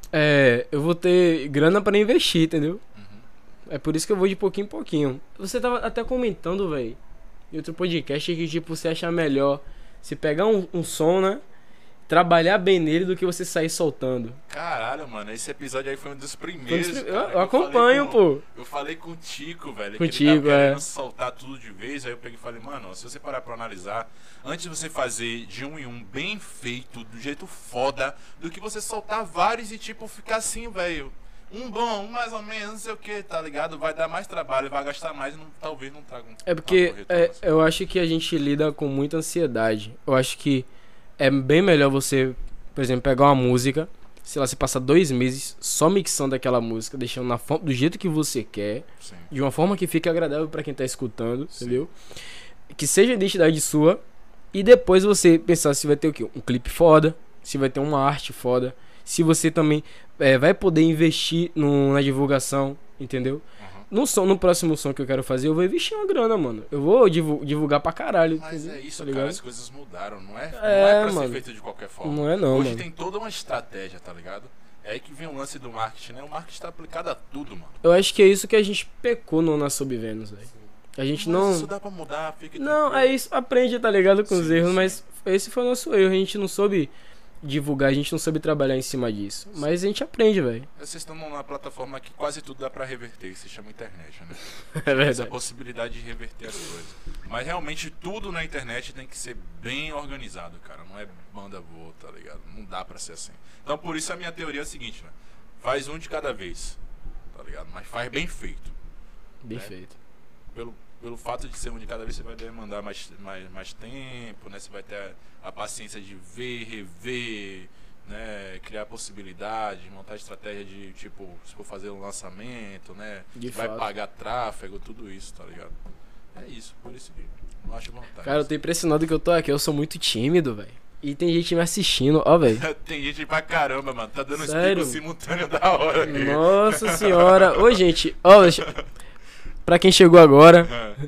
A: é, eu vou ter grana pra investir, entendeu?
B: Uhum.
A: É por isso que eu vou de pouquinho em pouquinho. Você tava até comentando, velho, em outro podcast que, tipo, você acha melhor se pegar um, um som, né? Trabalhar bem nele do que você sair soltando.
B: Caralho, mano, esse episódio aí foi um dos primeiros.
A: Eu,
B: cara, que
A: eu acompanho,
B: falei com-
A: pô.
B: Eu falei com o Tico, velho.
A: Com o
B: que ele
A: Tico,
B: tava
A: é.
B: querendo soltar tudo de vez. Aí eu peguei e falei, mano, se você parar pra analisar, antes de você fazer de um em um bem feito, do jeito foda, do que você soltar vários e tipo ficar assim, velho. Um bom, um mais ou menos, não sei o que, tá ligado? Vai dar mais trabalho, vai gastar mais e não, talvez não traga um.
A: É porque
B: um retorno,
A: é,
B: assim.
A: eu acho que a gente lida com muita ansiedade. Eu acho que é bem melhor você, por exemplo, pegar uma música, sei lá, você passa dois meses só mixando aquela música, deixando na forma, do jeito que você quer,
B: Sim.
A: de uma forma que fique agradável pra quem tá escutando,
B: Sim.
A: entendeu? Que seja identidade sua, e depois você pensar se vai ter o quê? Um clipe foda, se vai ter uma arte foda, se você também é, vai poder investir no, na divulgação, entendeu?
B: Uhum.
A: No, som, no próximo som que eu quero fazer, eu vou investir uma grana, mano. Eu vou divu- divulgar pra caralho.
B: Mas
A: entendeu?
B: é isso,
A: Tá
B: cara,
A: ligado?
B: as coisas mudaram, não é, não
A: É,
B: é pra
A: mano.
B: ser feito de qualquer forma.
A: Não é não,
B: Hoje
A: mano.
B: tem toda uma estratégia, tá ligado? É aí que vem o lance do marketing, né? O marketing tá aplicado a tudo, mano.
A: Eu acho que é isso que a gente pecou no Na Sob Vênus, velho. A gente
B: Mas
A: não...
B: isso dá pra mudar, fica
A: Não,
B: tranquilo.
A: é isso. Aprende, tá ligado? Com os
B: Sim,
A: erros,
B: sim.
A: mas esse foi o nosso erro. A gente não soube divulgar, a gente não soube trabalhar em cima disso. Mas a gente aprende, velho.
B: Vocês estão numa plataforma que quase tudo dá pra reverter, que se chama internet, né?
A: É
B: Essa
A: verdade.
B: possibilidade de reverter as coisas. Mas realmente tudo na internet tem que ser bem organizado, cara. Não é banda voa, tá ligado? Não dá pra ser assim. Então por isso a minha teoria é a seguinte, né? Faz um de cada vez, tá ligado? Mas faz bem feito.
A: Bem
B: É.
A: feito.
B: Pelo, pelo fato de ser um de cada vez, você vai demandar mais, mais, mais tempo, né? Você vai ter a, a paciência de ver, rever, né? Criar possibilidades, montar estratégia de, tipo, se for fazer um lançamento, né?
A: De
B: vai
A: fato.
B: pagar tráfego, tudo isso, tá ligado? É isso, por isso que não acho vontade.
A: Cara, eu tô impressionado que eu tô aqui. Eu sou muito tímido, velho. E tem gente me assistindo, ó, velho.
B: Tem gente pra caramba, mano. Tá dando um
A: Sério?
B: explico simultâneo da hora aqui.
A: Nossa senhora. Ô, gente, ó, deixa... pra quem chegou agora,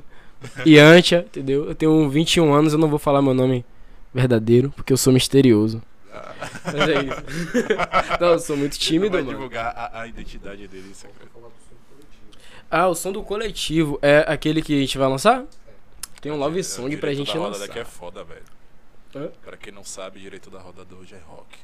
A: Yantia, entendeu? Eu tenho vinte e um anos, eu não vou falar meu nome verdadeiro, porque eu sou misterioso. Mas é isso. Não, eu sou muito tímido,
B: vai
A: mano.
B: divulgar a, a identidade dele, isso aqui.
C: Falar do som coletivo.
A: Ah, o som do coletivo é aquele que a gente vai lançar? Tem um love song pra
B: Direito
A: gente
B: da roda
A: lançar.
B: daqui é foda, velho.
A: Hã?
B: Pra quem não sabe, direito da roda de hoje é rock.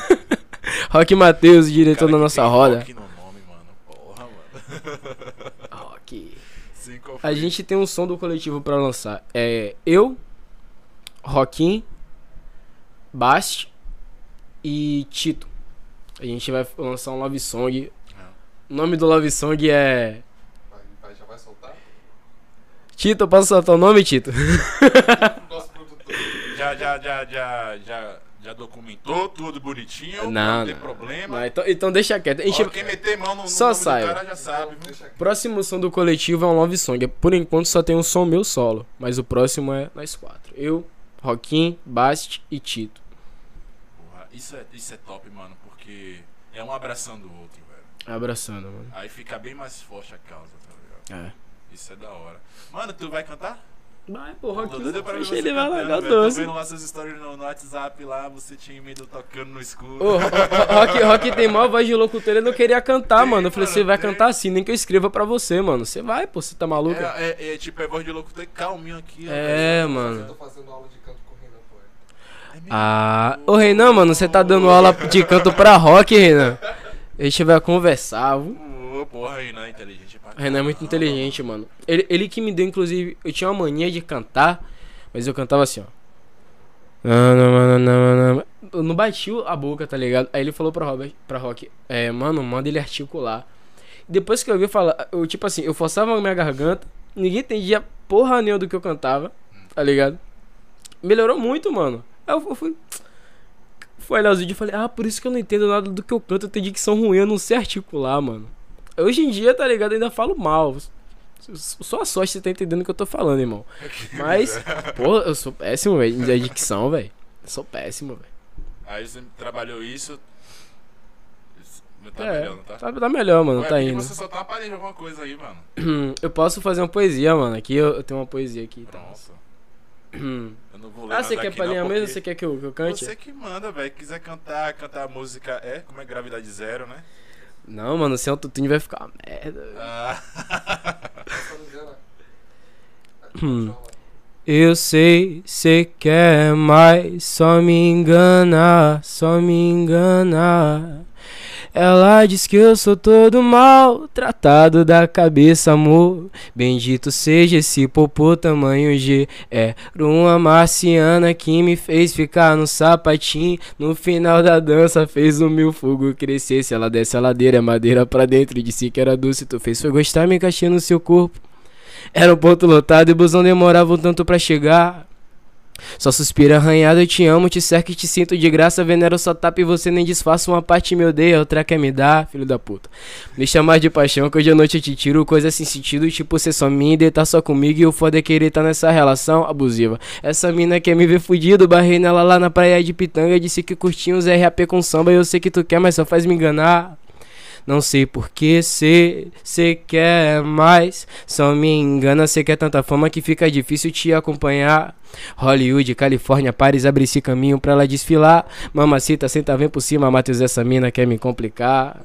A: Rock Matheus, diretor
B: Cara
A: da
B: que
A: nossa
B: tem
A: roda.
B: rock no nome, mano. Porra, mano.
A: Rock.
B: Sim, qual
A: A
B: foi?
A: gente tem um som do coletivo pra lançar. É eu, Roquim, Bast e Tito. A gente vai lançar um love song. O nome do love song é...
C: Vai, vai, já vai soltar?
A: Tito, eu posso soltar o nome, Tito?
C: Nosso produtor.
B: Já, já, já, já, já, já documentou tudo bonitinho,
A: Não,
B: não tem
A: não.
B: problema.
A: Não, então, então deixa quieto. A gente...
B: Ó, quem meter mão no, no
A: Só
B: nome
A: saiba.
B: do cara já sabe. viu?
C: Deixa aqui.
A: Próximo som do coletivo é um love song. Por enquanto só tem um som meu solo. Mas o próximo é nós quatro. Eu, Roquinho, Bast e Tito.
B: Porra, isso é, isso é top, mano, porque é um abraçando o outro, velho.
A: Abraçando, mano.
B: Aí fica bem mais forte a causa, tá ligado?
A: É.
B: Isso é da hora. Mano, tu vai cantar?
A: Vai, pô,
B: Tô doido pra ver
A: Roquinho.
B: você
A: Ele vai
B: cantando,
A: largar o
B: velho. Tô
A: doce.
B: vendo lá suas stories no, no WhatsApp lá, você tímido, tocando no escuro.
A: Ô, Ro- Ro- Rock, Rock tem maior voz de locutor, ele não queria cantar,
B: Tem,
A: mano. Eu falei,
B: mano,
A: você vai
B: tem.
A: cantar assim, nem que eu escreva pra você, mano. Você vai, pô, você tá maluco?
B: É, é, é tipo, é voz de locutor calminho aqui. ó,
A: É,
B: velho.
A: mano.
C: Eu tô fazendo aula de canto com o Renan, pô.
B: É mesmo?
A: Ah, ô Renan, mano, você tá dando aula de canto pra Rock, Renan? A gente vai conversar, viu?
B: Ô, porra, Renan é inteligente pra
A: O Renan é muito inteligente, mano. Ele, ele que me deu, inclusive, eu tinha uma mania de cantar, mas eu cantava assim, ó. Eu não bati a boca, tá ligado? Aí ele falou pra, Robert, pra Rock, é, mano, manda ele articular. Depois que eu ouvi falar, eu, tipo assim, eu forçava a minha garganta, ninguém entendia porra nenhuma do que eu cantava, tá ligado? Melhorou muito, mano. Aí eu fui. Fui olhar os vídeos e falei, ah, por isso que eu não entendo nada do que eu canto, eu tenho dicção ruim, eu não sei articular, mano. Hoje em dia, tá ligado? Eu ainda falo mal. Só a sorte você tá entendendo o que eu tô falando, irmão. Mas, pô, eu sou péssimo, velho, de dicção, velho. Sou péssimo, velho.
B: Aí você trabalhou isso. Tá
A: É,
B: melhor, não tá?
A: tá, tá melhor, mano,
B: Ué,
A: tá
B: porque
A: indo.
B: você só tá aparelho alguma coisa aí, mano.
A: Eu posso fazer uma poesia, mano. Aqui eu, eu tenho uma poesia aqui, tá?
B: Pronto. Eu não vou ler
A: Ah, você
B: nada
A: quer
B: aqui,
A: palhinha
B: não,
A: mesmo?
B: porque
A: Você quer que eu, que eu cante?
B: Você que manda, velho. Quiser cantar, cantar a música é, como é gravidade zero, né?
A: Não, mano, sem autotune vai ficar uma merda, velho.
B: Ah.
C: Se eu não me engano,
A: Hum. Eu sei, cê quer mais, só me engana, só me engana. Ela diz que eu sou todo mal, tratado da cabeça, amor. Bendito seja esse popô tamanho G. Era uma marciana que me fez ficar no sapatinho. No final da dança fez o meu fogo crescer. Se ela desce a ladeira, é madeira pra dentro. E disse que era doce, tu fez foi gostar, me encaixei no seu corpo. Era um ponto lotado e o busão demorava um tanto pra chegar. Só suspira arranhado, eu te amo, te cerco e te sinto de graça. Venero só tapa e você nem disfarça. Uma parte me odeia, outra quer me dar, filho da puta. Me chamar de paixão que hoje à noite eu te tiro. Coisa sem sentido, tipo ser só minha e deitar só comigo. E o foda é querer tá nessa relação abusiva. Essa mina quer me ver fudido, barrei nela lá na praia de Pitanga. Disse que curtinha os R A P com samba. Eu sei que tu quer, mas só faz me enganar. Não sei porque cê, cê quer mais. Só me engana, cê quer tanta fama que fica difícil te acompanhar. Hollywood, Califórnia, Paris, abre esse caminho pra ela desfilar. Mamacita, senta, vem por cima, Matheus, essa mina quer me complicar.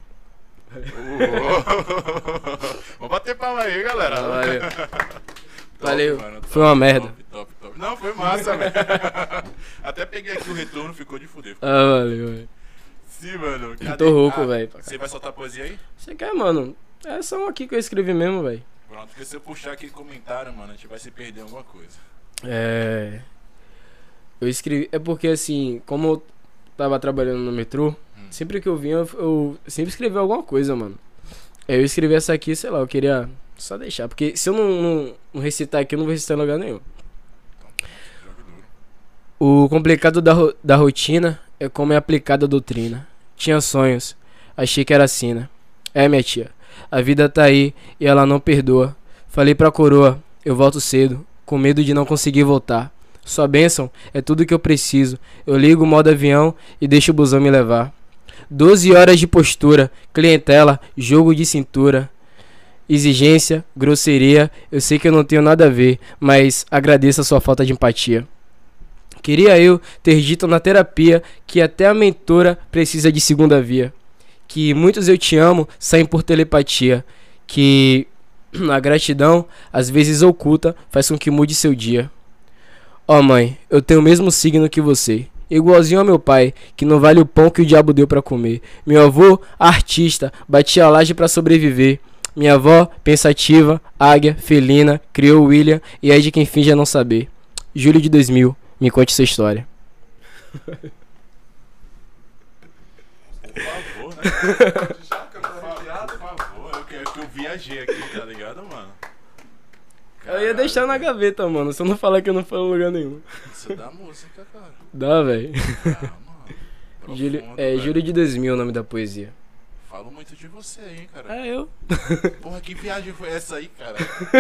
B: Vamos bater palma aí, galera.
A: Valeu.
B: Top,
A: Valeu.
B: mano, top,
A: Foi uma merda.
B: Top, top, top. Não, foi massa, velho. Até peguei aqui o retorno, ficou de fuder.
A: Ah, valeu, velho.
B: Sim, mano.
A: Eu tô rouco,
B: Ah,
A: velho.
B: Você vai soltar poesia aí?
A: Você quer, mano? É só um aqui que eu escrevi mesmo, velho.
B: Pronto, porque se eu puxar aqui comentário, mano, a gente vai se perder em alguma coisa.
A: É. Eu escrevi. É porque assim, como eu tava trabalhando no metrô,
B: Hum.
A: sempre que eu vinha, eu, eu sempre escrevi alguma coisa, mano. Aí eu escrevi essa aqui, sei lá, eu queria só deixar. Porque se eu não, não, não recitar aqui, eu não vou recitar em lugar nenhum.
B: Jogo duro.
A: O complicado da, ro- da rotina é como é aplicada a doutrina. Tinha sonhos, achei que era sina. É, minha tia, a vida tá aí e ela não perdoa. Falei pra coroa, eu volto cedo, com medo de não conseguir voltar. Sua bênção é tudo que eu preciso. Eu ligo o modo avião e deixo o busão me levar. Doze horas de postura, clientela, jogo de cintura. Exigência, grosseria, eu sei que eu não tenho nada a ver, mas agradeço a sua falta de empatia. Queria eu ter dito na terapia que até a mentora precisa de segunda via. Que muitos eu te amo saem por telepatia. Que a gratidão, às vezes oculta, faz com que mude seu dia. Ó oh, mãe, eu tenho o mesmo signo que você. Igualzinho ao meu pai, que não vale o pão que o diabo deu pra comer. Meu avô, artista, batia a laje pra sobreviver. Minha avó, pensativa, águia, felina, criou William e é de quem finge não saber. Julho de dois mil. Me conte sua história.
B: favor, né?
C: Já que eu tô
B: Por
C: arrepiado.
B: favor, eu, que- eu, que eu viajei aqui, tá ligado, mano?
A: Eu ia deixar na
B: Caralho,
A: gaveta, mano. Se eu não falar que eu não falo em lugar nenhum.
B: isso dá música, cara.
A: Dá, velho.
B: Ah, mano.
A: Júlio,
B: Profundo,
A: é,
B: velho.
A: Júlio de dois mil é o nome da poesia.
B: Falo muito de você aí, hein, cara.
A: É eu.
B: Porra, que viagem foi essa aí, cara?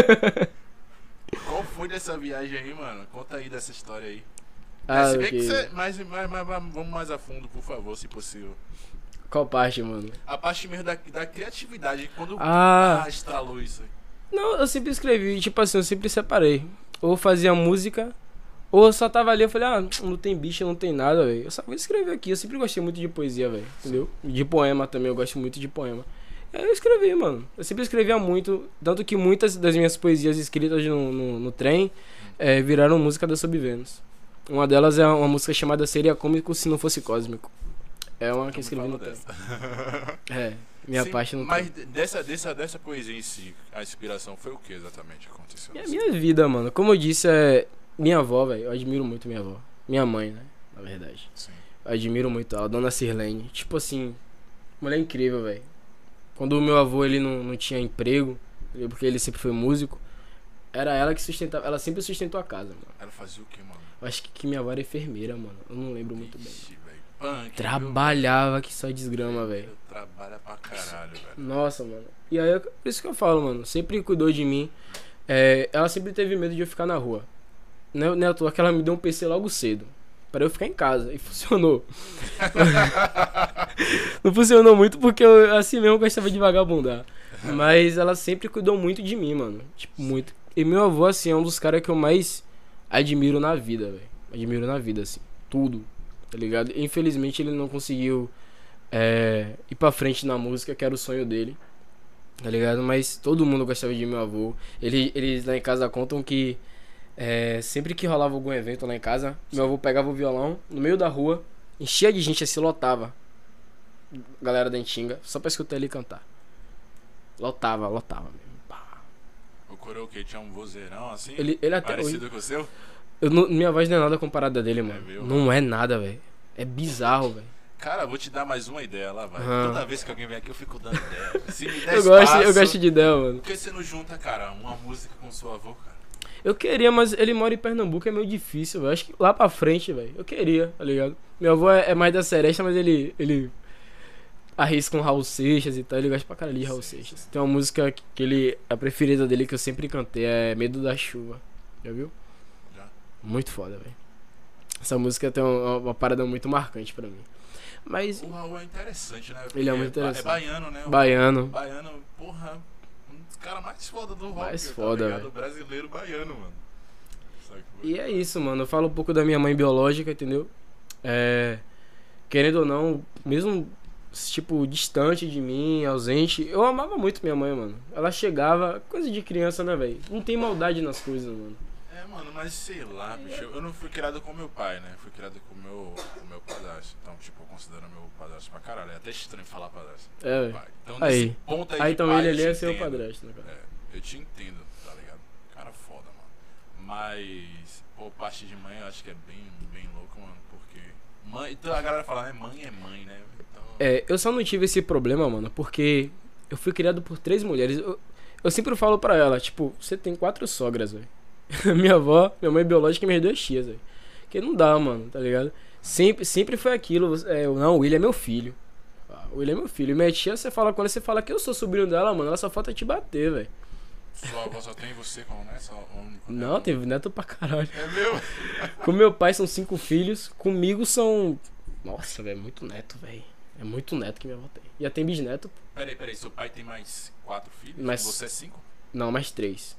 B: Qual foi dessa viagem aí, mano? Conta aí dessa história aí.
A: Ah,
B: é, se bem
A: ok.
B: que você. Mas, mas, mas, mas vamos mais a fundo, por favor, se possível.
A: Qual parte, mano?
B: A parte mesmo da, da criatividade, quando
A: Ah.
B: ah, estralou isso aí.
A: Não, eu sempre escrevi, tipo assim, eu sempre separei. Ou fazia música, ou eu só tava ali, eu falei, ah, não tem bicho, não tem nada, velho. Eu só vou escrever aqui, eu sempre gostei muito de poesia, velho, entendeu? De poema também, eu gosto muito de poema. E aí eu escrevi, mano. Eu sempre escrevia muito, tanto que muitas das minhas poesias escritas no, no, no trem é, viraram música da Subvênus. Uma delas é uma música chamada Seria Cômico Se Não Fosse Cósmico. É uma que eu escrevi no trem. É, minha
B: Sim,
A: parte no
B: Mas
A: trem.
B: dessa, dessa, dessa poesia em si, a inspiração foi o que exatamente que aconteceu?
A: É a
B: nessa-
A: minha vida, mano. Como eu disse, é minha avó, velho. Eu admiro muito minha avó. Minha mãe, né? Na verdade.
B: Sim.
A: Eu admiro muito ela. Dona Sirlene. Tipo assim, mulher incrível, velho. Quando o meu avô, ele não, não tinha emprego, porque ele sempre foi músico, era ela que sustentava. Ela sempre sustentou a casa, mano.
B: Ela fazia o que, mano?
A: Eu acho que, que minha avó era enfermeira, mano. Eu não lembro muito bem.
B: Ixi, velho. Punk, viu?
A: Trabalhava que só desgrama, velho.
B: Trabalha pra caralho, velho.
A: Nossa, mano. E aí, por isso que eu falo, mano. Sempre cuidou de mim. É, ela sempre teve medo de eu ficar na rua. Não é- não é à toa que ela me deu um P C logo cedo. Pra eu ficar em casa. E funcionou. Não funcionou muito porque eu, assim mesmo, gostava de vagabundar. Mas ela sempre cuidou muito de mim, mano. Tipo, muito. E meu avô, assim, é um dos caras que eu mais admiro na vida, velho. Admiro na vida, assim. Tudo. Tá ligado? Infelizmente ele não conseguiu é, ir pra frente na música, que era o sonho dele. Tá ligado? Mas todo mundo gostava de meu avô. Ele, eles lá em casa contam que é, sempre que rolava algum evento lá em casa, meu avô pegava o violão no meio da rua, enchia de gente, assim, lotava. Galera da Antinga, só pra escutar ele cantar. Lotava, lotava mesmo. Pá.
B: O karaokê tinha um vozeirão assim?
A: Ele, ele até hoje.
B: Parecido com o seu?
A: Eu não- minha voz não é nada comparada dele, mano.
B: viu,
A: Não é nada, velho. É bizarro, velho.
B: Cara, vou te dar mais uma ideia lá, vai.
A: Aham.
B: Toda vez que alguém vem aqui eu fico dando ideia. Se me der
A: Eu gosto, eu
B: espaço,
A: gosto de ideia, mano.
B: Por que você não junta, cara, uma música com seu avô, cara?
A: Eu queria, mas ele mora em Pernambuco, é meio difícil, velho. Acho que lá pra frente, velho. Eu queria, tá ligado? Meu avô é, é mais da Seresta, mas ele, ele arrisca um Raul Seixas e tal. Ele gosta pra caralho de Raul
B: Sim,
A: Seixas.
B: sim.
A: Tem uma música que que ele. A preferida dele que eu sempre cantei é Medo da Chuva. Já viu?
B: Já.
A: Muito foda, velho. Essa música tem uma, uma parada muito marcante pra mim. Mas.
B: O Raul é interessante, né?
A: Ele é
B: Porque
A: muito interessante.
B: É baiano, né? O
A: Baiano.
B: Baiano, porra, um dos caras mais foda do rock.
A: Mais
B: tá
A: foda,
B: ligado?
A: velho.
B: O brasileiro baiano, mano. Sabe que foi?
A: E é isso, mano. Eu falo um pouco da minha mãe biológica, entendeu? É. Querendo ou não, mesmo, tipo, distante de mim, ausente, eu amava muito minha mãe, mano. Ela chegava, coisa de criança, né, velho? Não tem maldade nas coisas, mano.
B: É, mano, mas sei lá, bicho. Eu não fui criado com meu pai, né? Fui criado com meu, com meu padrasto. Então, tipo, eu considero meu padrasto pra caralho. É até estranho falar padrasto.
A: É,
B: Meu
A: velho.
B: pai. Então,
A: Aí.
B: nesse ponto aí,
A: Aí
B: de
A: então
B: pai,
A: ele
B: eu
A: ali
B: te
A: é seu
B: entendo.
A: padrasto, né, cara?
B: É, eu te entendo, tá ligado? Cara foda, mano. Mas, pô, parte de mãe eu acho que é bem, bem louco, mano. Porque. Mãe. Então a galera fala, né? Mãe é mãe, né? Então.
A: É, eu só não tive esse problema, mano, porque eu fui criado por três mulheres. Eu, eu sempre falo pra ela, tipo, você tem quatro sogras, velho. Minha avó, minha mãe biológica e minhas duas tias, velho. Porque não dá, mano, tá ligado? Sempre, sempre foi aquilo. É, não, o William é meu filho. Ah, o William é meu filho. E minha tia, você fala com ela, você fala que eu sou sobrinho dela, mano. Ela só falta te bater, velho.
B: Sua avó só tem você como, né? Só único. né?
A: Não, teve neto pra caralho.
B: É meu?
A: Com meu pai são cinco filhos. Comigo são. Nossa, velho, muito neto, velho. É muito neto que minha avó tem. Já tem bisneto?
B: Peraí, peraí. Seu pai tem mais quatro filhos?
A: Mais-
B: Você é cinco?
A: Não, mais três.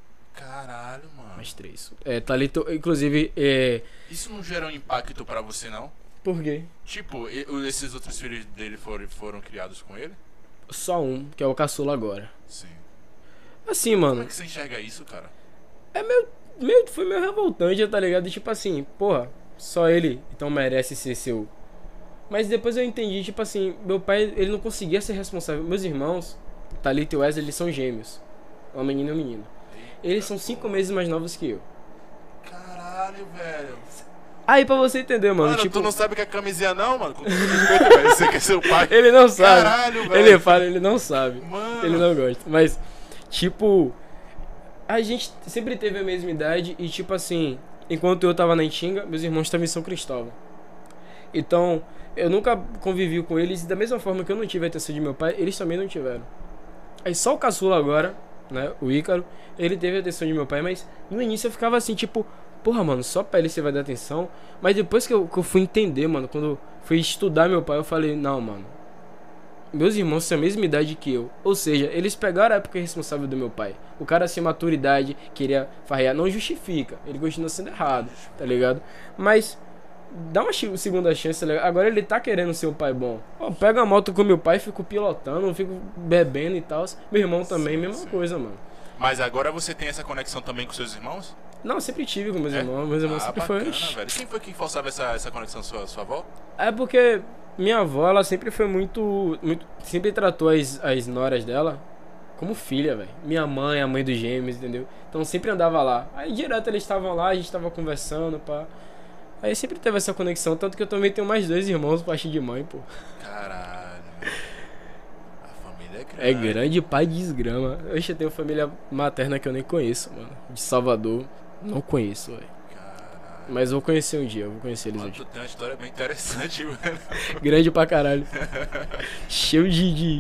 B: Caralho, mano.
A: Mais três. É, Thalito, inclusive, é.
B: Isso não gera um impacto pra você, não?
A: Por quê?
B: Tipo, e- esses outros filhos dele foram, foram criados com ele?
A: Só um, que é o caçula agora.
B: Sim.
A: Assim,
B: Como é
A: mano,
B: que você enxerga isso, cara?
A: é meio, meio. Foi meio revoltante, tá ligado? Tipo assim, porra, só ele, então merece ser seu. Mas depois eu entendi, tipo assim, meu pai, ele não conseguia ser responsável. Meus irmãos, Thalita e Wesley, eles são gêmeos. Uma menina e um menino. Eles são cinco meses mais novos que eu.
B: Caralho, velho.
A: Aí pra você entender, mano,
B: Mano,
A: tipo...
B: tu não sabe o que é camisinha não, mano? Com todo respeito, velho. Você que é seu pai.
A: Ele não sabe.
B: Caralho, velho.
A: Ele fala, ele não sabe.
B: Mano.
A: Ele não gosta. Mas, tipo... A gente sempre teve a mesma idade e, tipo assim... Enquanto eu tava na Itinga, meus irmãos estavam em São Cristóvão. Então, eu nunca convivi com eles. E da mesma forma que eu não tive a atenção de meu pai, eles também não tiveram. Aí só o caçula agora, né, o Ícaro, ele teve a atenção de meu pai. Mas no início eu ficava assim, tipo... Porra, mano, só pra ele você vai dar atenção. Mas depois que eu, que eu fui entender, mano, quando eu fui estudar meu pai, eu falei, não, mano, meus irmãos têm a mesma idade que eu. Ou seja, eles pegaram a época responsável do meu pai. O cara sem maturidade, queria farrear, não justifica. Ele continua sendo errado, tá ligado? Mas dá uma ch- segunda chance, tá ligado? Agora ele tá querendo ser um pai bom. Ó, pega a moto com meu pai, fico pilotando, fico bebendo e tal. Meu irmão também,
B: Sim,
A: mesma
B: sim.
A: coisa, mano.
B: Mas agora você tem essa conexão também com seus irmãos?
A: Não, eu sempre tive com meus
B: É?
A: irmãos. Meus irmãos
B: Ah,
A: sempre
B: bacana,
A: foi.
B: velho. Quem foi que forçava essa, essa conexão? Sua, sua avó?
A: É porque minha avó, ela sempre foi muito, muito sempre tratou as, as noras dela como filha, velho. Minha mãe, a mãe dos gêmeos, entendeu? Então sempre andava lá. Aí direto eles estavam lá, a gente tava conversando, pá. Aí sempre teve essa conexão, tanto que eu também tenho mais dois irmãos, parte de mãe, pô.
B: Caralho. A família é grande.
A: É grande pai de desgrama. Eu já tenho família materna que eu nem conheço, mano. De Salvador, não conheço, velho.
B: Caralho.
A: Mas vou conhecer um dia, eu vou conhecer eles um
B: Mano,
A: dia.
B: tu tem uma história bem interessante, mano.
A: Grande pra caralho. Cheio de... de...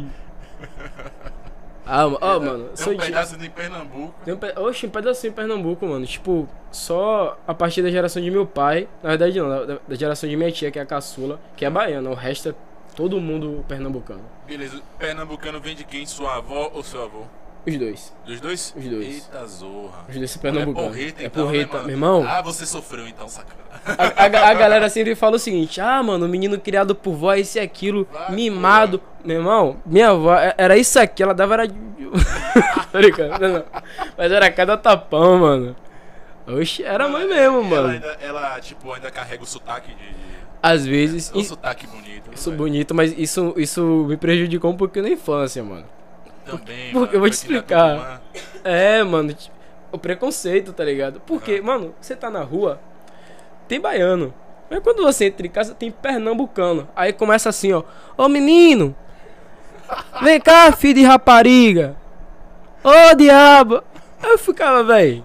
A: Ah, ó, oh, mano.
B: Tem
A: Sou
B: um
A: de...
B: pedaço em Pernambuco.
A: Tem um, pe... Oxe, um pedacinho em Pernambuco, mano. Tipo, só a partir da geração de meu pai. Na verdade, não, da, da geração de minha tia, que é a caçula, que é baiana. O resto é todo mundo pernambucano.
B: Beleza, pernambucano vem de quem? Sua avó ou seu avô?
A: Os dois.
B: Dos dois?
A: Os dois.
B: Eita zorra.
A: Os dois são
B: Olha,
A: pernambucanos.
B: É porreta,
A: É
B: então,
A: porreta,
B: né, mano?
A: meu irmão.
B: Ah, você sofreu então, sacana.
A: A, a, a galera sempre fala o seguinte: ah, mano, o menino criado por vó, esse e aquilo,
B: Vai,
A: mimado. Meu irmão, minha avó, é- era isso aqui, ela dava. Era... Tô brincando, não, não. Mas era cada tapão, mano. Oxe, era mãe mesmo,
B: Ela
A: mano.
B: ainda, ela, tipo, ainda carrega o sotaque de... de...
A: Às vezes.
B: É um
A: e-
B: sotaque bonito.
A: Isso
B: velho.
A: bonito, mas isso, isso me prejudicou um pouquinho na infância, mano.
B: Também,
A: porque eu vou te
B: foi criado
A: explicar.
B: por uma-
A: É, mano, tipo, o preconceito, tá ligado? Porque, mano, você tá na rua, tem baiano. Mas quando você entra em casa, tem pernambucano. Aí começa assim, ó. Ô menino! Vem cá, filho de rapariga! Ô diabo! Aí eu ficava, velho.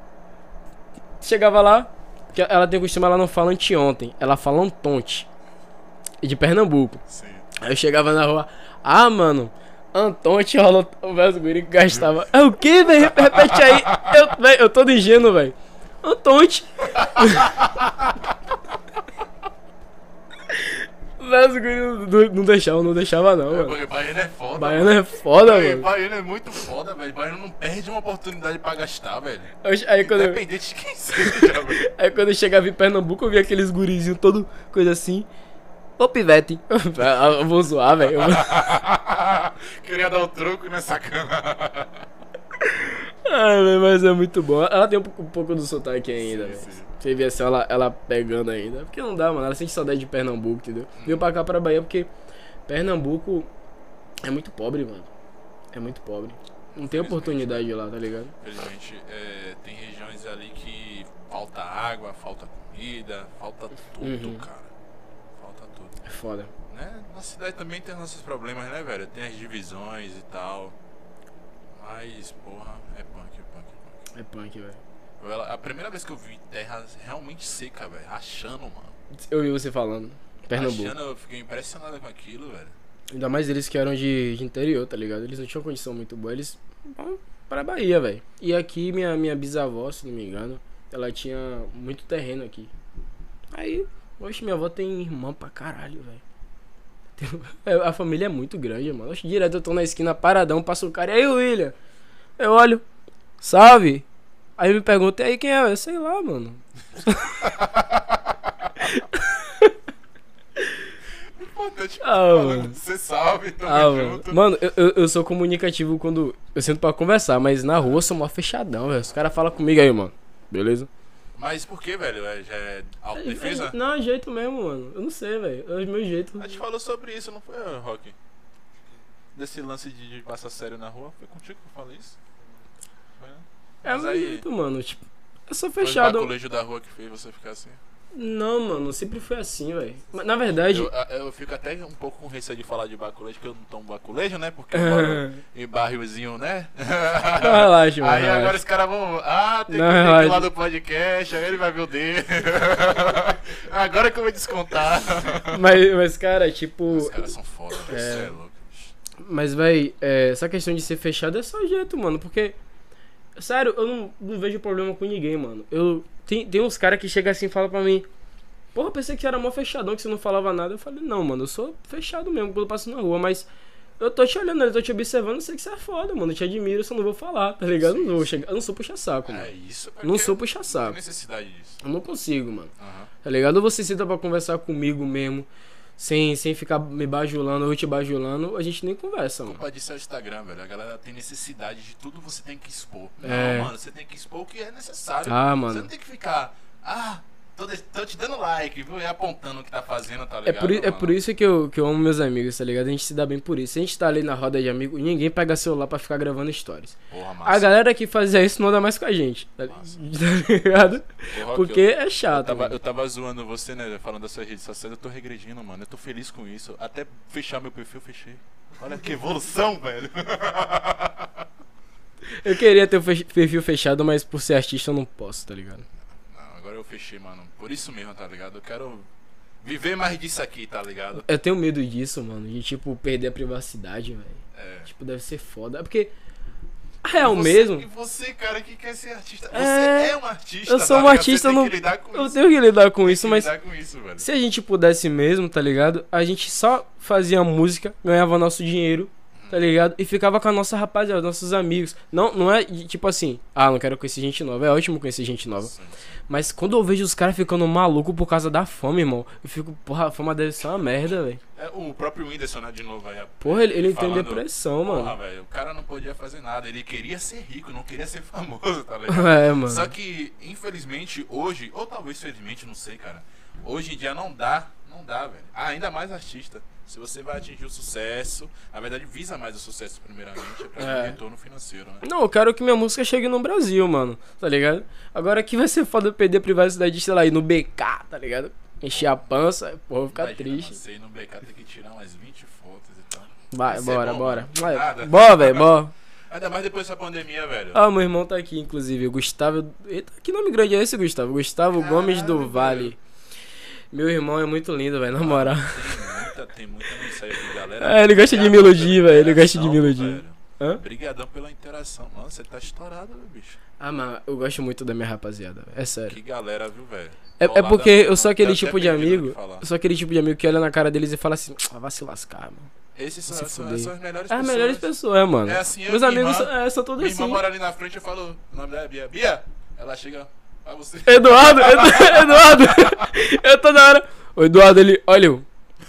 A: Chegava lá, que ela tem o costume, ela não fala anteontem, ela fala antonte. E de Pernambuco.
B: Sim.
A: Aí eu chegava na rua, ah, mano, Antonte rola o velho guri que gastava. É o que, velho? Repete aí. Eu, véio, eu tô de ingênuo, velho. Antonte. O velho guri não, não, não deixava, não deixava não, mano.
B: Porque baiano é foda.
A: Baiano é foda,
B: Baiano,
A: mano.
B: baiano é muito foda, velho. Baiano não perde uma oportunidade pra gastar, velho.
A: Aí, aí quando eu,
B: Independente de quem seja, velho.
A: aí quando eu chegava em Pernambuco, eu via aqueles gurizinhos todo coisa assim. Ô pivete. Eu vou zoar, velho. Eu vou-
B: Queria dar o troco nessa cama.
A: Ai, velho, mas é muito bom. Ela tem um pouco, um pouco do sotaque ainda,
B: Sim,
A: velho.
B: sim.
A: Você vê assim, ela, ela pegando ainda. Porque não dá, mano. Ela sente saudade de Pernambuco, entendeu? Veio pra cá, pra Bahia, porque Pernambuco é muito pobre, mano. É muito pobre. Não tem oportunidade lá, tá ligado?
B: Infelizmente, é, tem regiões ali que falta água, falta comida, falta tudo,
A: Uhum.
B: cara. Falta tudo.
A: É foda.
B: Né? Na cidade também tem nossos problemas, né, velho? Tem as divisões e tal. Mas, porra, é punk, é punk, é punk.
A: É punk, velho.
B: Eu- A primeira vez que eu vi terra realmente seca, velho, rachando, mano.
A: Eu vi você falando. Pernambuco.
B: Rachando, eu fiquei impressionado com aquilo, velho.
A: Ainda mais eles que eram de, de interior, tá ligado? Eles não tinham condição muito boa. Eles vão pra Bahia, velho. E aqui, minha, minha bisavó, se não me engano, ela tinha muito terreno aqui. Aí, hoje minha avó tem irmã pra caralho, velho. Tem- é, A família é muito grande, mano. Oxe, direto eu tô na esquina paradão, passa o cara. E aí, William? Eu olho, salve. Aí me pergunta, e aí quem é? Eu sei lá, mano.
B: Importante,
A: Ah,
B: falando,
A: mano.
B: você salve, tamo
A: Ah, mano.
B: junto.
A: Mano, eu, eu, eu sou comunicativo quando eu sento pra conversar, mas na rua eu sou mó fechadão, velho. Os caras falam comigo aí, mano. Beleza?
B: Mas por que, velho? É, já é autodefesa?
A: Não, é jeito mesmo, mano. Eu não sei, velho. É o meu jeito.
B: A gente falou sobre isso, não foi, Rock? Desse lance de, de passar sério na rua? Foi contigo que eu falei isso? Foi, né?
A: É o
B: Mas
A: meu
B: aí,
A: jeito, mano. Tipo, eu sou
B: foi o
A: fechado.
B: baculejo da rua que fez você ficar assim.
A: Não, mano, sempre foi assim, velho. Mas, na verdade...
B: Eu, eu fico até um pouco com receio de falar de baculejo, porque eu não tomo baculejo, né? Porque eu moro em bairrozinho, né?
A: Não, relaxa, mano.
B: Aí
A: relaxa.
B: agora os caras vão. Ah, tem
A: Não,
B: que ver
A: relaxa.
B: lá do podcast, aí ele vai ver o dele. Agora que eu vou descontar.
A: Mas, mas, cara, tipo...
B: Os caras são foda, velho. Você é louco, bicho.
A: Mas, véi, é, essa questão de ser fechado é só jeito, mano. Porque, sério, eu não, não vejo problema com ninguém, mano. Eu, tem, tem uns caras que chegam assim e falam pra mim: porra, eu pensei que você era mó fechadão, que você não falava nada. Eu falei: não, mano, eu sou fechado mesmo quando eu passo na rua. Mas eu tô te olhando, eu tô te observando, eu sei que você é foda, mano. Eu te admiro, eu só não vou falar, tá ligado? Eu não, vou chegar, eu não sou puxa-saco, mano.
B: É isso,
A: Não sou
B: Não
A: puxa-saco.
B: tem necessidade disso.
A: Eu não consigo, mano.
B: Aham.
A: Tá ligado? Ou você senta pra conversar comigo mesmo, sem, sem ficar me bajulando ou te bajulando, a gente nem conversa, mano.
B: Culpa disso é o Instagram, velho. A galera tem necessidade de tudo, você tem que expor.
A: É.
B: Não, mano, você tem que expor o que é necessário.
A: Ah,
B: Você
A: mano.
B: não tem que ficar. Ah, tô, de- tô te dando like, viu? E apontando o que tá fazendo, tá
A: É
B: ligado?
A: por, i- é
B: mano?
A: por isso que eu, que eu amo meus amigos, tá ligado? A gente se dá bem por isso. Se a gente tá ali na roda de amigos, ninguém pega celular pra ficar gravando stories.
B: Porra, massa.
A: A galera que fazia isso não anda mais com a gente, tá,
B: Massa.
A: tá ligado?
B: Porra,
A: Porque
B: que eu-
A: é
B: Eu
A: chato,
B: tava,
A: mano.
B: eu tava zoando você, né? Falando das suas redes sociais, eu tô regredindo, mano. Eu tô feliz com isso. Até fechar meu perfil, eu fechei. Olha que evolução, velho.
A: Eu queria ter o fe- perfil fechado, mas por ser artista eu não posso, tá ligado?
B: Não, agora eu fechei, mano. Por isso mesmo, tá ligado? Eu quero viver mais disso aqui, tá ligado?
A: Eu tenho medo disso, mano, de tipo perder a privacidade, velho.
B: É.
A: Tipo, deve ser foda. É porque a real
B: E você-
A: mesmo.
B: E você, cara, que quer ser artista. Você
A: É,
B: é um artista.
A: eu sou
B: tá
A: um
B: ligado?
A: artista,
B: Você
A: eu
B: tem
A: não.
B: que lidar com
A: Eu
B: isso.
A: tenho que lidar com
B: Tem
A: isso,
B: que
A: mas
B: lidar com isso, velho.
A: se a gente pudesse mesmo, tá ligado? A gente só fazia música, ganhava nosso dinheiro, tá ligado? E ficava com a nossa rapaziada, nossos amigos. Não, não é de- tipo assim, ah, não quero conhecer gente nova. É ótimo conhecer gente nova.
B: Sim, sim.
A: Mas quando eu vejo os caras ficando maluco por causa da fome, irmão, eu fico, porra, a fama deve ser uma merda, velho.
B: É, o próprio Whindersson, né, de novo aí.
A: Porra, ele, ele tem
B: falando,
A: depressão,
B: Porra,
A: mano.
B: velho, o cara não podia fazer nada. Ele queria ser rico, não queria ser famoso, tá ligado?
A: É, mano.
B: Só que, infelizmente, hoje, ou talvez felizmente, não sei, cara. Hoje em dia não dá, não dá, velho. Ah, ainda mais artista. Se você vai atingir o sucesso, na verdade visa mais o sucesso primeiramente, é pra
A: É.
B: ter retorno financeiro, né?
A: Não, eu quero que minha música chegue no Brasil, mano. Tá ligado? Agora que vai ser foda eu perder a privacidade, sei lá, ir no B K, tá ligado? Encher a pança, porra, eu vou ficar
B: Imagina,
A: triste.
B: Você ir no B K tem que tirar umas vinte fotos e tal.
A: Vai,
B: Vai ser
A: bora,
B: bom,
A: bora.
B: mano.
A: Vai,
B: Nada.
A: bora, velho, bora.
B: Ainda mais depois dessa pandemia, velho.
A: Ah, meu irmão tá aqui, inclusive, o Gustavo. Eita, que nome grande é esse, Gustavo? Gustavo
B: Caralho,
A: Gomes do
B: velho.
A: Vale. Meu irmão é muito lindo, velho, na moral.
B: Tem muita, tem muita mensagem aqui, galera.
A: É, ele gosta de me
B: Obrigado
A: iludir,
B: pela
A: velho, ele gosta de me
B: interação,
A: iludir.
B: velho.
A: Hã?
B: Obrigadão pela interação. Mano, você tá estourado, meu bicho.
A: Ah, mas eu gosto muito da minha rapaziada, velho. É sério.
B: Que galera, viu, velho?
A: É, é
B: Colada
A: porque
B: mesmo,
A: eu sou
B: até-
A: aquele
B: até
A: tipo de
B: perdido no
A: amigo.
B: que falar.
A: Eu sou aquele tipo de amigo que olha na cara deles e fala assim, ah, vai se lascar, mano.
B: Esses são,
A: se
B: são,
A: fuder.
B: são as melhores
A: As
B: pessoas.
A: melhores pessoas, é, mano.
B: É assim, eu
A: Meus
B: e minha
A: amigos
B: irmã-
A: é, são todos
B: Minha irmã
A: assim.
B: mora ali na frente, eu falo o nome dela é Bia. Bia! Ela chega pra você.
A: Eduardo, Edu- Eduardo, eu toda hora. O Eduardo, ele, olha eu.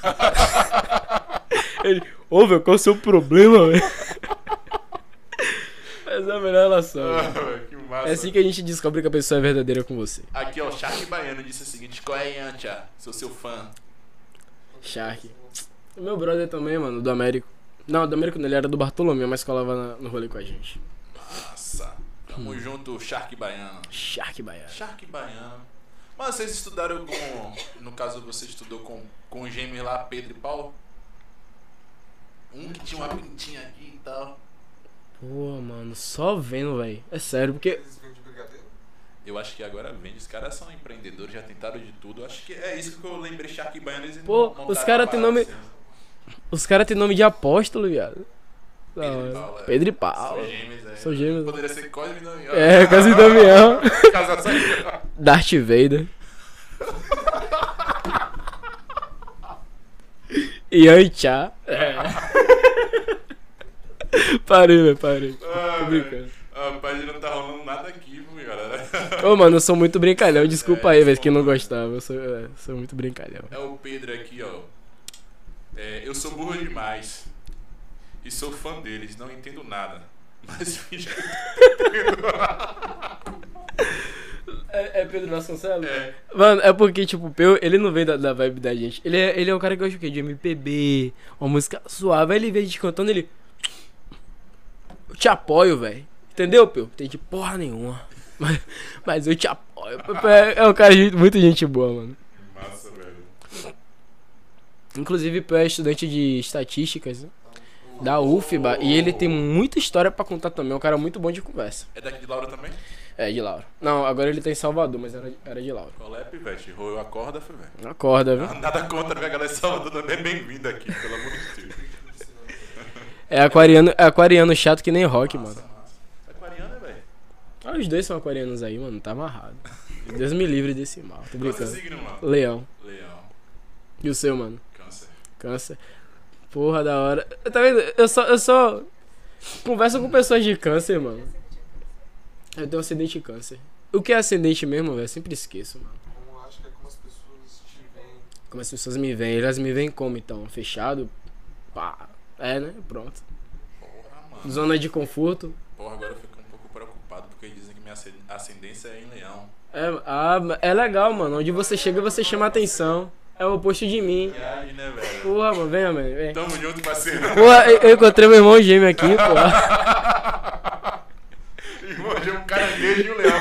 A: Ele, ô, velho, qual é o seu problema, velho? Essa é a melhor relação. velho.
B: Ah, que massa.
A: É assim que a gente descobre que a pessoa é verdadeira com você.
B: Aqui, ó, o Shark Baiano disse o seguinte: qual é, Yantia? Sou seu fã.
A: Shark. Meu brother também, mano, do Américo. Não, do Américo não, ele era do Bartolomeu, mas colava na- no rolê com a gente.
B: Nossa. Tamo junto, Shark Baiano.
A: Shark Baiano.
B: Shark Baiano. Mas vocês estudaram com. No caso, você estudou com, com os gêmeos lá, Pedro e Paulo? Um que tinha uma pintinha aqui e tal.
A: Pô, mano, só vendo, velho. É sério, porque.
C: Eles vêm de brigadeiro?
B: Eu acho que agora vende. Os caras são empreendedores, já tentaram de tudo. Acho que é isso que eu lembrei, Shark Baiano. Eles
A: Pô,
B: montaram
A: os
B: uma
A: caras têm
B: parada
A: nome-
B: assim.
A: Os caras têm nome de apóstolo, viado. Da
B: Pedro e
A: hora.
B: Paulo, é.
A: Pedro e Paulo.
B: São gêmeos, é.
A: São gêmeos.
B: Poderia ser Cosme e Damião.
A: É, Cosme e Damião.
B: Casado só-
A: Darth Vader. Yantia. É. Parei, velho, parei.
B: Ah,
A: Tô brincando.
B: Rapaz, não tá rolando nada aqui, viu, galera?
A: Ô, mano, eu sou muito brincalhão. Desculpa
B: É,
A: aí, velho, quem não
B: desculpa.
A: gostava. Eu sou, é, sou muito brincalhão.
B: É o Pedro aqui, ó. É, eu sou burro demais. E sou fã deles, não entendo nada. Mas finge que
A: É, é Pedro Vasconcelos?
B: é.
A: Mano, é porque, tipo, o Peu, ele não vem da, da vibe da gente. Ele é, ele é um cara que gosta o quê? De M P B, uma música suave. Aí ele vê a gente cantando, ele... Eu te apoio, velho. Entendeu, Peu? Tem de porra nenhuma. Mas, mas eu te apoio. É, é um cara de muito gente boa, mano.
B: Massa, velho.
A: Inclusive, Peu é estudante de estatísticas, né? Da U F B A. E ele tem muita história pra contar também. É um cara muito bom de conversa.
B: É daqui de Laura também?
A: É, de Laura. Não, agora ele tá em Salvador, mas era, era de Laura.
B: Qual é, Pivete? Roeu a corda, foi, velho.
A: Acorda, viu?
B: Nada contra, a galera de Salvador também é bem-vinda aqui, pelo amor de Deus.
A: É aquariano, é aquariano chato que nem rock, mano.
B: Massa, massa. Aquariano, velho.
A: Ah, os dois são aquarianos aí, mano. Tá amarrado. Deus me livre desse mal. Tô
B: Qual é o
A: brincando.
B: signo, mano?
A: Leão.
B: Leão.
A: E o seu, mano?
B: Câncer.
A: Câncer. Porra, da hora. Tá vendo? Eu só, eu só converso com pessoas de câncer, mano. Eu tenho ascendente de câncer. O que é ascendente mesmo, velho? Eu sempre esqueço, mano.
C: Eu acho que é como as pessoas te veem.
A: Como as pessoas me veem. Elas me veem como, então? Fechado? Pá. É, né? Pronto.
B: Porra, mano.
A: Zona de conforto.
B: Porra, agora eu fico um pouco preocupado porque dizem que minha ascend- ascendência é em Leão.
A: É, ah, é legal, mano. Onde você chega, você chama atenção. É o oposto de mim.
B: Viagem, né, velho?
A: Porra, mano. Venha, mano. Vem.
B: Tamo junto, parceiro.
A: Porra, eu eu encontrei meu irmão gêmeo aqui, porra.
B: Irmão, já é um caranguejo e um leão.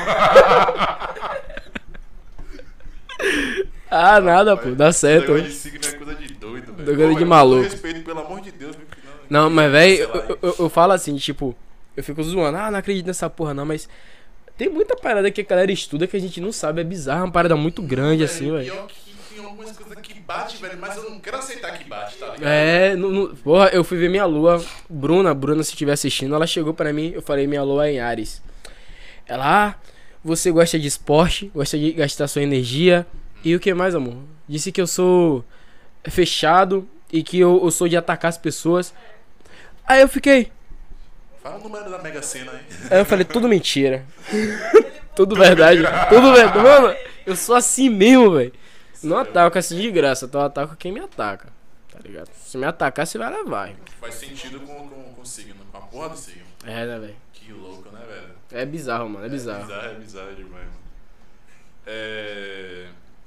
A: Ah, nada, pô. Dá certo.
B: Negócio de signo é coisa de doido, velho.
A: Coisa
B: Pô,
A: de
B: mas
A: maluco.
B: com todo respeito, pelo amor de Deus, meu filho.
A: Não, mas, velho,
B: Sei lá,
A: eu, eu, eu falo assim, tipo, eu fico zoando, ah, não acredito nessa porra não, mas tem muita parada que a galera estuda que a gente não sabe, é bizarro, é uma parada muito grande, assim, velho.
B: Pior que tem algumas coisas que bate, velho, mas eu não quero aceitar que bate, tá ligado?
A: É, no, no- porra, eu fui ver minha lua, Bruna, Bruna, se estiver assistindo, ela chegou pra mim, eu falei, minha lua é em Ares. Ela, ah, você gosta de esporte, gosta de gastar sua energia, e o que mais, amor? Disse que eu sou fechado e que eu, eu sou de atacar as pessoas. Aí eu fiquei...
B: Fala o número da Mega Sena aí.
A: Aí eu falei, tudo mentira. Tudo verdade. Tudo verdade. Mano, eu sou assim mesmo, velho. Não ataco assim de graça, então eu ataco quem me ataca. Tá ligado? Se me atacar, você vai levar, irmão.
B: Faz sentido com, com, com o signo, com a porra do signo.
A: É, né, velho?
B: Que louco, né, velho?
A: É bizarro, mano. É bizarro.
B: É bizarro, é bizarro demais, mano. É...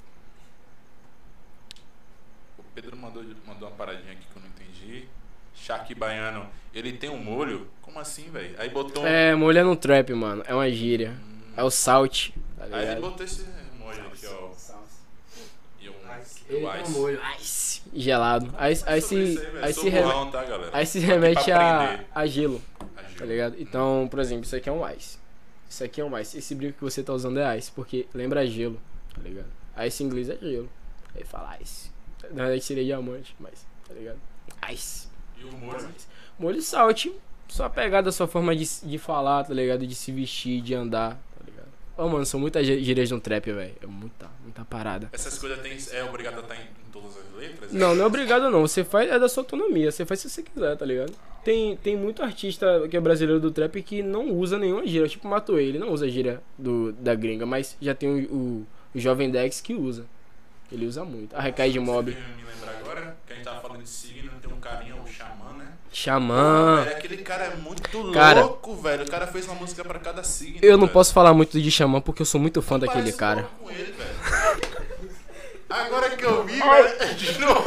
B: O Pedro mandou, mandou uma paradinha aqui que eu não entendi. Charque baiano, ele tem um molho? Como assim, velho? Aí botou um...
A: É, molha no trap, mano. É uma gíria. É o salt. Tá
B: Aí ele
A: ligado?
B: botou esse molho aqui, ó. E um,
A: Ele
B: o
A: tem um
B: ice.
A: molho ice gelado. Aí, aí,
B: Sobre
A: se,
B: isso aí, velho.
A: aí,
B: Sou
A: se,
B: burrão,
A: reme-
B: tá, galera?
A: aí se
B: Tô aqui
A: remete
B: pra
A: a,
B: aprender.
A: a gelo.
B: Ajuda.
A: Tá ligado? Então, por exemplo, isso aqui é um ice. Isso aqui é um ice. Esse brinco que você tá usando é ice, porque lembra gelo, tá ligado? Ice em inglês é gelo. Aí fala ice. Na verdade seria diamante, mas, tá ligado? Ice.
B: E o molho?
A: Molho salt, sua pegada, sua forma de, de falar, tá ligado? De se vestir, de andar, tá ligado? Ô, mano, são muitas gí- gírias no trap, velho. É muita, muita parada.
B: Essas coisas tem, é obrigado a estar em, em todas as letras?
A: Não, não é obrigado não. Você faz, é da sua autonomia. Você faz se você quiser, tá ligado? Tem, tem muito artista que é brasileiro do trap que não usa nenhuma gíria. Tipo o Matuê, ele não usa gíria do, da gringa, mas já tem o, o, o Jovem Dex que usa. Ele usa muito. A Recai de Mob.
B: Você me lembrar agora que a gente tava falando de signo, tem um carinha, o Xamã, né?
A: Xamã.
B: Velho, aquele cara é muito
A: Cara,
B: louco, velho. O cara fez uma música pra cada signo.
A: Eu não
B: velho.
A: posso falar muito de Xamã porque eu sou muito fã daquele
B: Parece
A: cara.
B: louco com ele, velho. Agora que eu vi, velho, de novo.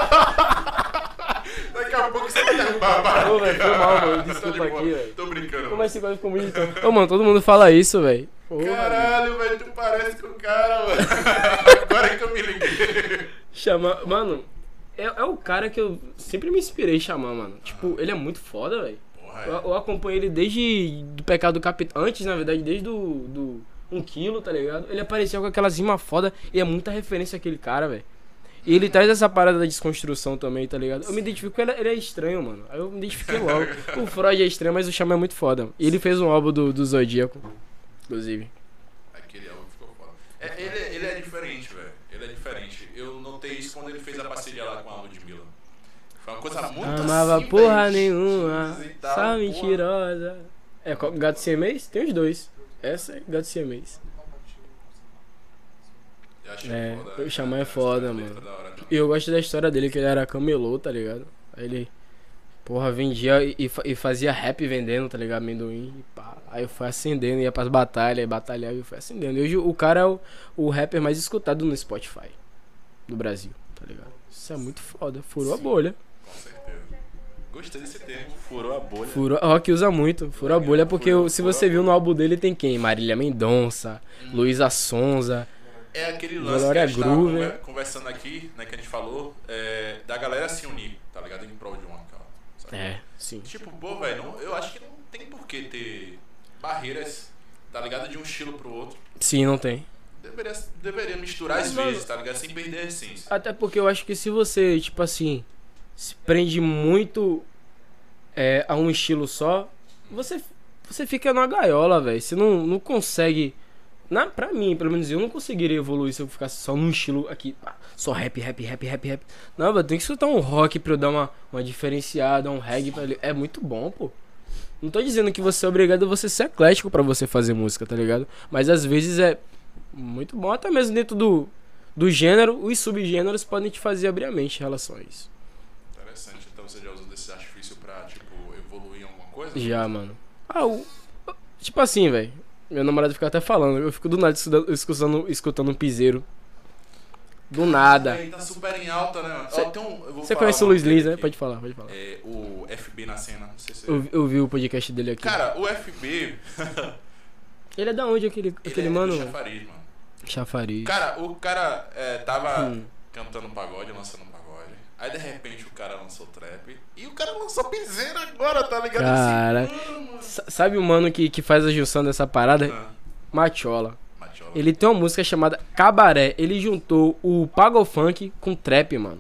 B: Daqui a pouco você vai derrubar,
A: Ô, velho, foi mal, mano.
B: Tô de
A: Desculpa
B: boa.
A: aqui, velho.
B: Tô brincando.
A: Como esse negócio ficou muito então? Ô, mano, todo mundo fala isso, velho. Porra,
B: Caralho, velho, tu parece com o cara, mano. Agora que eu me liguei.
A: Xamã, mano, é, é o cara que eu sempre me inspirei em Xamã, mano. Tipo, ele é muito foda, velho.
B: Porra,
A: Eu,
B: é.
A: eu acompanho ele desde do Pecado Capital. Antes, na verdade, desde do, do um quilo, tá ligado? Ele apareceu com aquelas rimas foda e é muita referência àquele cara, velho. E ele traz essa parada da desconstrução também, tá ligado? Eu me identifico, ele, ele é estranho, mano. Aí eu me identifiquei logo. O Freud é estranho, mas o Xamã é muito foda. E ele fez um álbum do, do Zodíaco, inclusive.
B: Aquele álbum ficou foda. É, ele, ele é diferente, velho. Ele é diferente. Eu notei isso quando ele fez a parceria lá com a Ludmilla. Foi uma coisa muito
A: Amava
B: assim,
A: porra
B: velho,
A: nenhuma,
B: e tal,
A: só
B: porra.
A: mentirosa. É, qual- Gato Siamês? Tem os dois. Essa é Gato Siamês.
B: Eu achei
A: É,
B: foda,
A: o Xamã é
B: a
A: foda,
B: letra
A: mano.
B: da hora também.
A: E eu gosto da história dele, que ele era camelô, tá ligado? Aí ele, porra, vendia e, e fa- e fazia rap vendendo, tá ligado? Amendoim e pá. Aí eu fui acendendo, ia pras batalhas, batalhava e eu fui acendendo. E hoje o cara é o, o rapper mais escutado no Spotify do Brasil, tá ligado? Isso é muito foda, furou a bolha.
B: Com certeza. Gostei desse termo. Furou a bolha.
A: Furou, rock usa muito. Furou a bolha porque
B: Furou-
A: se
B: furou
A: você
B: a
A: viu no álbum dele tem quem? Marília Mendonça, Luísa Sonza.
B: É aquele lance
A: Glória
B: que a gente tava
A: Groove.
B: conver- conversando aqui, né, que a gente falou, é, da galera se unir, tá ligado? Em prol de uma causa. sabe?
A: É, sim.
B: Tipo, pô, velho, não- eu acho que não tem por que ter barreiras, tá ligado? De um estilo pro outro.
A: Sim, não tem.
B: Deveria, deveria misturar às
A: Mano,
B: vezes, tá ligado? Sem perder a essência.
A: Até porque eu acho que se você, tipo assim, se prende muito é, a um estilo só, você, você fica numa gaiola, velho. Você não, não consegue. Na, pra mim, pelo menos eu não conseguiria evoluir se eu ficasse só num estilo aqui. ah, Só rap, rap, rap, rap, rap. Não, velho, tem que escutar um rock pra eu dar uma, uma diferenciada, um reggae pra ele. É muito bom, pô. Não tô dizendo que você é obrigado a você ser eclético pra você fazer música, tá ligado? Mas às vezes é muito bom, até mesmo dentro do, do gênero, os subgêneros podem te fazer abrir a mente em relação a isso.
B: Interessante. Então você já usou desse artifício pra, tipo, evoluir em alguma coisa?
A: Já, mano. Ah, o, tipo assim, velho. Meu namorado fica até falando. Eu fico do nada escutando, escutando, escutando um piseiro. Do nada.
B: Aí tá super em alta, né? mano?
A: Cê-
B: Ó, tem um- eu vou
A: Você
B: falar
A: conhece o
B: uma
A: Luiz
B: coisa
A: Lins, né?
B: aqui.
A: Pode falar, pode falar.
B: É, o F B na cena, não sei se
A: Eu, eu vi o podcast dele aqui.
B: Cara, o F B.
A: Ele é da onde aquele,
B: ele
A: aquele
B: é
A: mano?
B: do chafariz, mano.
A: Chafariz.
B: Cara, o cara é, tava
A: Hum.
B: cantando pagode, lançando pagode. Aí de repente o cara lançou trap. E o cara lançou piseiro agora, tá ligado?
A: Cara,
B: Assim, mano, mano.
A: S- sabe o mano que, que faz a junção dessa parada?
B: Ah,
A: Machola.
B: Machola.
A: Ele tem uma música chamada Cabaré. Ele juntou o Pago Funk com trap, mano.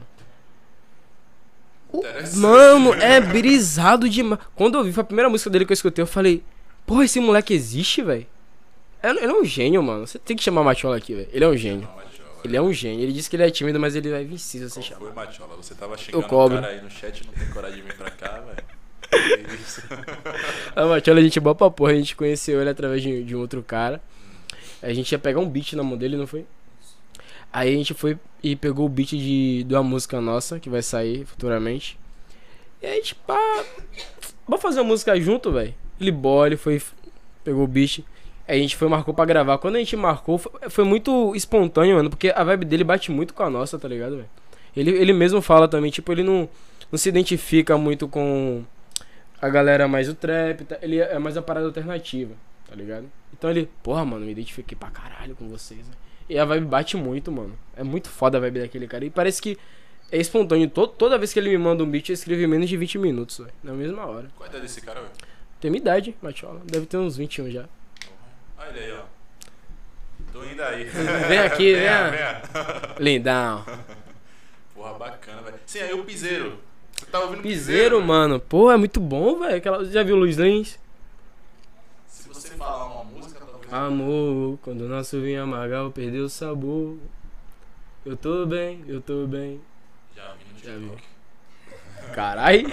A: O-
B: Interessante.
A: Mano, é brisado demais. Quando eu vi, foi a primeira música dele que eu escutei, eu falei, porra, esse moleque existe, velho? Ele ele é um gênio, mano. Você tem que chamar Machola aqui, velho. Ele é um gênio.
B: Não, Machola.
A: Ele é um gênio. Ele disse que ele é tímido, mas ele vai vir sim se você
B: Qual
A: chamar.
B: foi, Machola? Você tava xingando o
A: cobro.
B: cara aí no chat, não tem coragem de vir pra cá, velho. Que isso?
A: A Machola, a gente boa pra porra. A gente conheceu ele através de, de um outro cara. A gente ia pegar um beat na mão dele, não foi? Aí a gente foi e pegou o beat de, de uma música nossa, que vai sair futuramente. E aí, tipo, pá, vamos fazer uma música junto, velho. Ele boa, ele foi, pegou o beat. Aí a gente foi, marcou pra gravar. Quando a gente marcou, foi, foi muito espontâneo, mano. Porque a vibe dele bate muito com a nossa, tá ligado, velho? Ele, ele mesmo fala também, tipo, ele não, não se identifica muito com a galera mais do trap. Tá? Ele é mais a parada alternativa, tá ligado? Então ele, porra, mano, me identifiquei pra caralho com vocês, né? E a vibe bate muito, mano. É muito foda a vibe daquele cara. E parece que é espontâneo. To- toda vez que ele me manda um beat, eu escrevo em menos de vinte minutos, velho. Na mesma hora.
B: Qual é a idade desse cara, velho?
A: Tem minha idade, Machola. Deve ter uns vinte e um já.
B: Olha ele aí, ó. Tô indo aí.
A: Vem aqui,
B: venha,
A: vem.
B: venha.
A: Lindão.
B: Porra, bacana, velho. Sim, aí o piseiro. Você tá ouvindo
A: Piseiro, mano. Pô, é muito bom, velho. Aquela... Já viu o Luiz Lins?
B: Se você falar uma música, talvez.
A: Amor, quando o nosso vinho amargar, perdeu o sabor. Eu tô bem, eu tô bem.
B: Já vi no
A: Já vi.
B: TikTok.
A: Carai.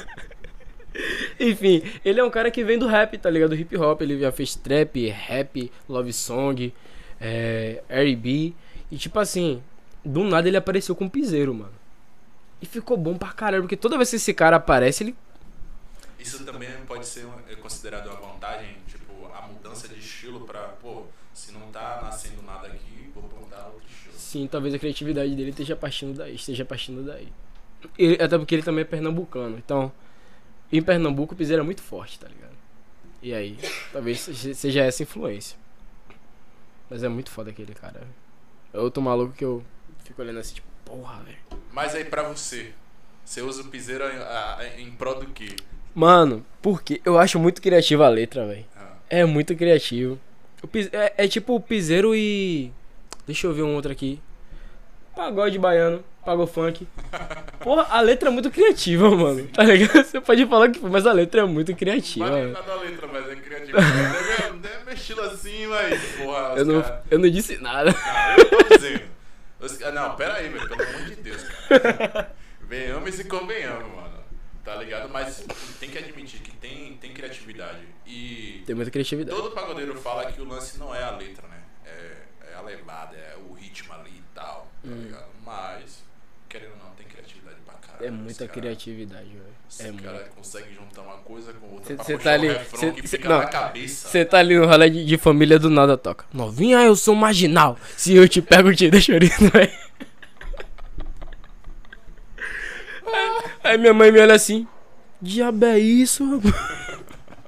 A: Enfim, ele é um cara que vem do rap, tá ligado? Do hip hop. Ele já fez trap, rap, love song, é, R e B. E tipo assim, do nada ele apareceu com um piseiro, mano. E ficou bom pra caralho, porque toda vez que esse cara aparece, ele.
B: Isso também pode ser um- é considerado uma vantagem, tipo, a mudança de estilo pra, pô, se não tá nascendo nada aqui, vou plantar outro estilo.
A: Sim, talvez a criatividade dele esteja partindo daí. Esteja partindo daí. Ele- até porque ele também é pernambucano. Então, em Pernambuco o piseiro é muito forte, tá ligado? E aí, talvez seja seja essa influência. Mas é muito foda aquele cara. É outro maluco que eu fico olhando assim, tipo, porra, velho.
B: Mas aí pra você, você usa o piseiro em, a- em prol do quê?
A: Mano, porque eu acho muito criativa a letra, velho.
B: Ah,
A: É muito criativo. O pis- é, é tipo o piseiro e. Deixa eu ver um outro aqui. Pagode baiano, pagou funk. Porra, a letra é muito criativa, mano. Tá ligado? Você pode falar o que for, mas a letra é muito criativa.
B: Mas
A: mano.
B: nada da letra, mas é criativo. Não é meu- não é meu estilo assim, mas, porra, os
A: Eu não,
B: cara-
A: eu não disse nada.
B: Não, eu tô dizendo. Os- ah, Não, pera aí, velho, pelo amor de Deus, cara. Venhamos e convenhamos, mano. Tá ligado? Mas tem que admitir que tem, tem criatividade. E
A: Tem muita criatividade.
B: todo pagodeiro fala que o lance não é a letra, né? É, é a levada, é o ritmo ali e tal, tá ligado? Mas, querendo ou não, tem criatividade pra caralho.
A: É
B: Esse
A: muita
B: cara-
A: criatividade, velho.
B: Esse
A: É
B: cara
A: muito.
B: consegue juntar uma coisa com outra
A: Cê-
B: pra
A: cê
B: puxar
A: tá
B: um
A: ali-
B: refrão
A: cê-
B: que
A: cê-
B: fica
A: não,
B: na cabeça.
A: Você tá ali no rolê de, de família do nada toca. Novinha, eu sou marginal. Se eu te pego, te deixo ali, velho. Aí minha mãe me olha assim. Diabo é isso, rapaz?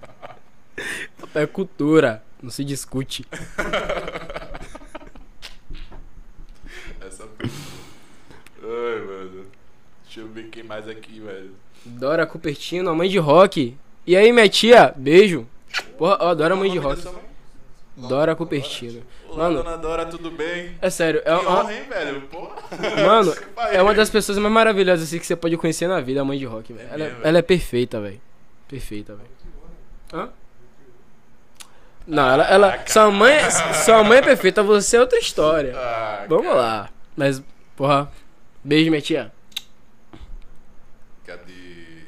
A: É cultura, não se discute.
B: Essa Ai, mano. Deixa eu ver quem mais aqui, velho.
A: Dora Cupertino, a mãe de rock. E aí, minha tia? Beijo. Porra, ó, Dora, mãe de
B: Qual é o
A: rock.
B: nome da sua mãe?
A: Dora Cupertino.
B: Olá,
A: Mano,
B: dona Dora, tudo bem?
A: é sério, é
B: Que
A: uma,
B: honra, hein, velho? Porra.
A: mano,
B: Você vai,
A: é uma
B: hein?
A: das pessoas mais maravilhosas assim, que você pode conhecer na vida, a mãe de rock, velho.
B: É
A: Ela, é-
B: mesmo,
A: ela é perfeita, velho. Perfeita, velho. Hã? Não, ela, ela
B: Ah,
A: sua mãe, sua mãe é perfeita, você é outra história.
B: Ah,
A: Vamos
B: cara,
A: lá. Mas, porra, beijo, minha tia.
B: Cadê?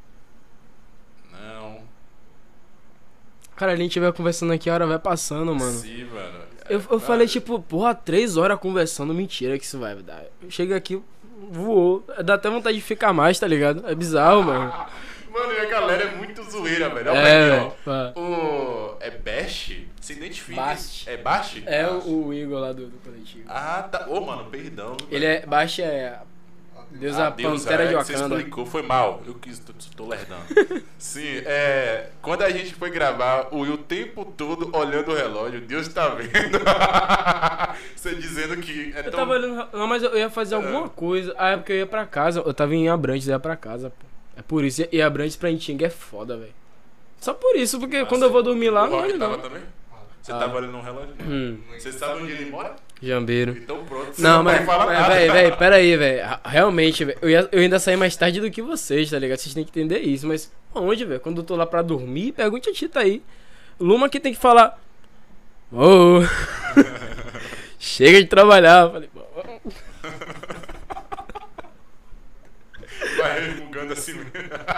B: Não.
A: Cara, a gente vai conversando aqui, a hora vai passando, mano.
B: Sim, mano.
A: Eu, eu
B: Não,
A: falei, tipo, porra, três horas conversando, mentira que isso vai dar. Chega aqui, voou. Dá até vontade de ficar mais, tá ligado? É bizarro, mano.
B: Mano, e a galera é muito zoeira, velho. Olha
A: É,
B: aqui, ó.
A: velho.
B: O... É Bash? Se identifica.
A: Bast.
B: É Bash?
A: É o, o Igor lá do, do coletivo.
B: Ah, tá. Ô, mano, perdão.
A: Ele é. Baixa é. Deus a
B: Deus,
A: Pantera
B: é,
A: de
B: Você
A: Wakanda.
B: explicou, foi mal. Eu quis, tô, tô lerdando. Sim, é. Quando a gente foi gravar, o Will o tempo todo olhando o relógio, Deus tá vendo. Você dizendo que é
A: Eu
B: tão.
A: tava olhando. Não, mas eu ia fazer alguma coisa. Ah, é porque eu ia pra casa. Eu tava em Abrantes, eu ia pra casa, pô. É por isso. E Abrantes pra Intinga é foda, velho. Só por isso, porque
B: Ah,
A: quando
B: você-
A: eu vou dormir lá,
B: o
A: não
B: Rock
A: olho
B: tava
A: não.
B: também? Você
A: Ah.
B: tava olhando no relógio?
A: Hum,
B: Você sabe onde ele mora?
A: jambeiro.
B: Então pronto. Você
A: Não, mas,
B: pode falar
A: mas
B: nada.
A: velho, velho, pera aí, velho. Realmente, velho. Eu, ia- eu ainda saí mais tarde do que vocês, tá ligado? Vocês têm que entender isso. Mas onde, velho? Quando eu tô lá pra dormir, pergunte a Tita aí. Luma que tem que falar. Ô. Chega de trabalhar. Eu falei, pô.
B: Vai resmungando assim mesmo.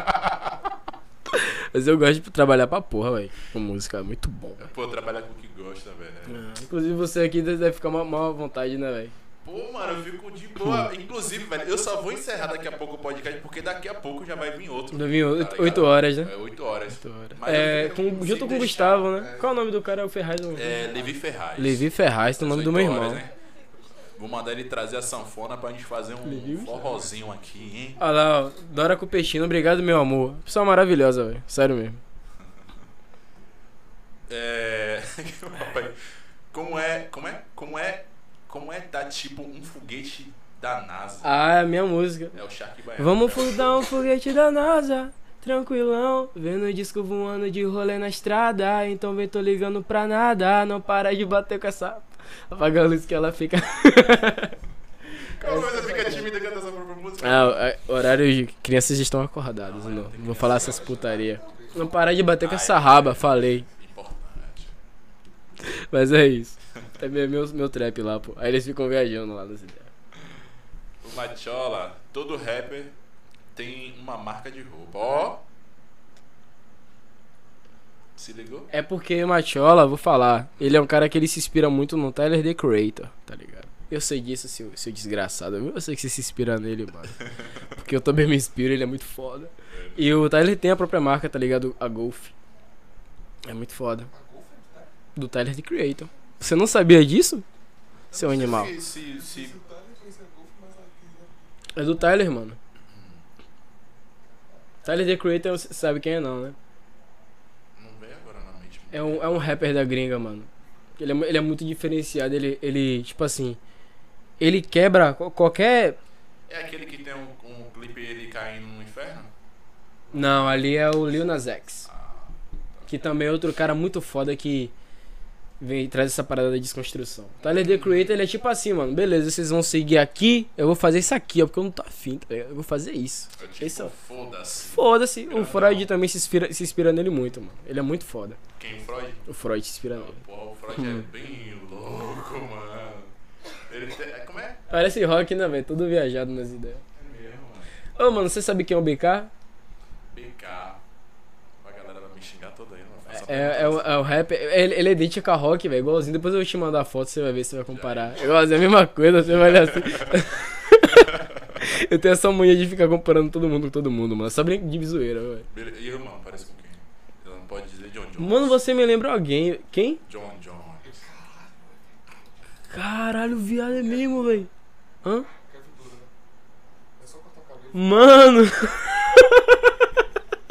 A: Mas eu gosto de trabalhar pra porra, velho. Com música, é muito bom, velho.
B: Pô, trabalhar com o que gosta, velho.
A: Ah, inclusive você aqui deve ficar mal, mal à vontade, né, velho?
B: Pô, mano, eu fico de boa. Inclusive, velho, eu só vou encerrar daqui a pouco o podcast, porque daqui a pouco já vai vir outro.
A: Ainda vim
B: tá
A: oito,
B: ligado?
A: oito horas, né?
B: É, oito horas.
A: Oito horas.
B: Mas
A: É,
B: eu fico-
A: com,
B: se
A: junto com o
B: deixar-
A: Gustavo, né? Qual é o nome do cara? É o Ferraz? Não?
B: É, Levi Ferraz.
A: Levi Ferraz, tem o nome do meu
B: oito
A: irmão.
B: horas, né? Vou mandar ele trazer a sanfona pra gente fazer um
A: Levi
B: forrozinho aqui, hein?
A: Olha lá, ó. Dora Cupestino, obrigado, meu amor. Pessoa maravilhosa, velho. Sério mesmo.
B: É. Como é. Como é? Como é. Como é dar tipo um foguete da NASA?
A: Ah, é a minha música.
B: É o Shark Baiano.
A: Vamos fundar um foguete da NASA, tranquilão. Vendo o disco voando de rolê na estrada. Então vem, tô ligando pra nada. Não para de bater com essa. Apaga a luz que ela fica.
B: Como você fica tímida cantando essa própria música?
A: Ah, é, horário de crianças estão acordadas, não. Não vou falar essas putaria. Não parar de bater com essa raba, falei.
B: Importante.
A: Mas é isso. É meu, meu, meu trap lá, pô. Aí eles ficam viajando lá nas ideias.
B: O Machola, todo rapper tem uma marca de roupa. Ó. Se ligou?
A: É porque o Machola, vou falar, ele é um cara que ele se inspira muito no Tyler, The Creator, tá ligado? Eu sei disso, seu, seu desgraçado. Eu sei que você se inspira nele, mano. Porque eu também me inspiro, ele é muito foda. E o Tyler tem a própria marca, tá ligado? A Golf. É muito foda. Do Tyler, The Creator. Você não sabia disso? Seu animal.
B: Se, se, se...
A: É do Tyler, mano. Tyler, The Creator, você sabe quem é não, né?
B: Não veio agora na mente.
A: É um, é um rapper da gringa, mano. Ele é, mu- ele é muito diferenciado. Ele, ele, tipo assim, ele quebra qual- qualquer.
B: É aquele que tem um, um clipe ele caindo no inferno?
A: Não, ali é o Lil Nas X. Que também é outro cara muito foda que vem traz essa parada da desconstrução. Tyler, The Creator, ele é tipo assim, mano. Beleza, vocês vão seguir aqui. Eu vou fazer isso aqui, ó, porque eu não tô afim, tá ligado? Eu vou fazer isso.
B: É tipo,
A: Esse é o-
B: foda-se.
A: Foda-se. O Freud também se inspira, se inspira nele muito, mano. Ele é muito foda.
B: Quem? Freud?
A: O Freud se inspira nele.
B: Porra, o Freud
A: Hum.
B: é bem louco, mano. Ele tem... é, Como é?
A: Parece rock, né, velho? Todo viajado nas ideias.
B: É mesmo, mano.
A: Ô, mano, você sabe quem é o B K?
B: B K. A galera vai me xingar toda aí, não vai fazer
A: É, é, o, é o rapper. Ele, ele é idêntico a rock, velho. Igualzinho. Depois eu vou te mandar a foto, você vai ver, você vai comparar. Igualzinho, a mesma coisa, você vai olhar assim. Eu tenho essa mania de ficar comparando todo mundo com todo mundo, mano. Só brinco de zoeira, velho.
B: Beleza. E irmão, parece com quem? Ela não pode dizer John Jones.
A: Mano, você me lembra alguém. Quem?
B: John Jones.
A: Caralho, viado é mesmo, velho. Hã?
C: É só cortar o cabelo.
A: Mano.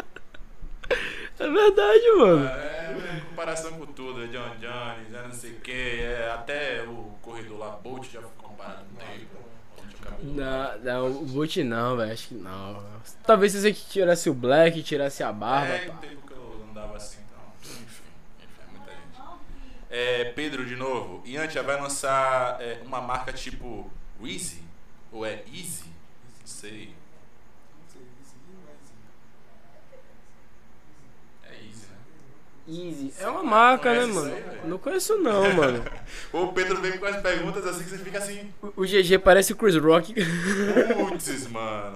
A: verdade, mano.
B: É, é comparação com tudo, é John Jones, é não sei o que, é, até o corredor lá, Bolt já foi comparado com ele.
A: Não, não, o Bolt não, velho, acho que não. Talvez se você tirasse o Black, tirasse a barba.
B: É,
A: pá.
B: no tempo que eu andava assim, então, enfim, enfim, é muita gente. É, Pedro, de novo, Yantia vai lançar é, uma marca tipo Easy? Ou é Easy? Não sei.
C: Não sei, Easy ou é Easy?
B: É Easy, né?
A: Easy. É uma marca, né,
B: conhece
A: mano?
B: isso aí, velho?
A: Não conheço não, mano.
B: O Pedro vem com as perguntas assim que você fica assim,
A: O, o G G parece o Chris Rock.
B: putz, mano.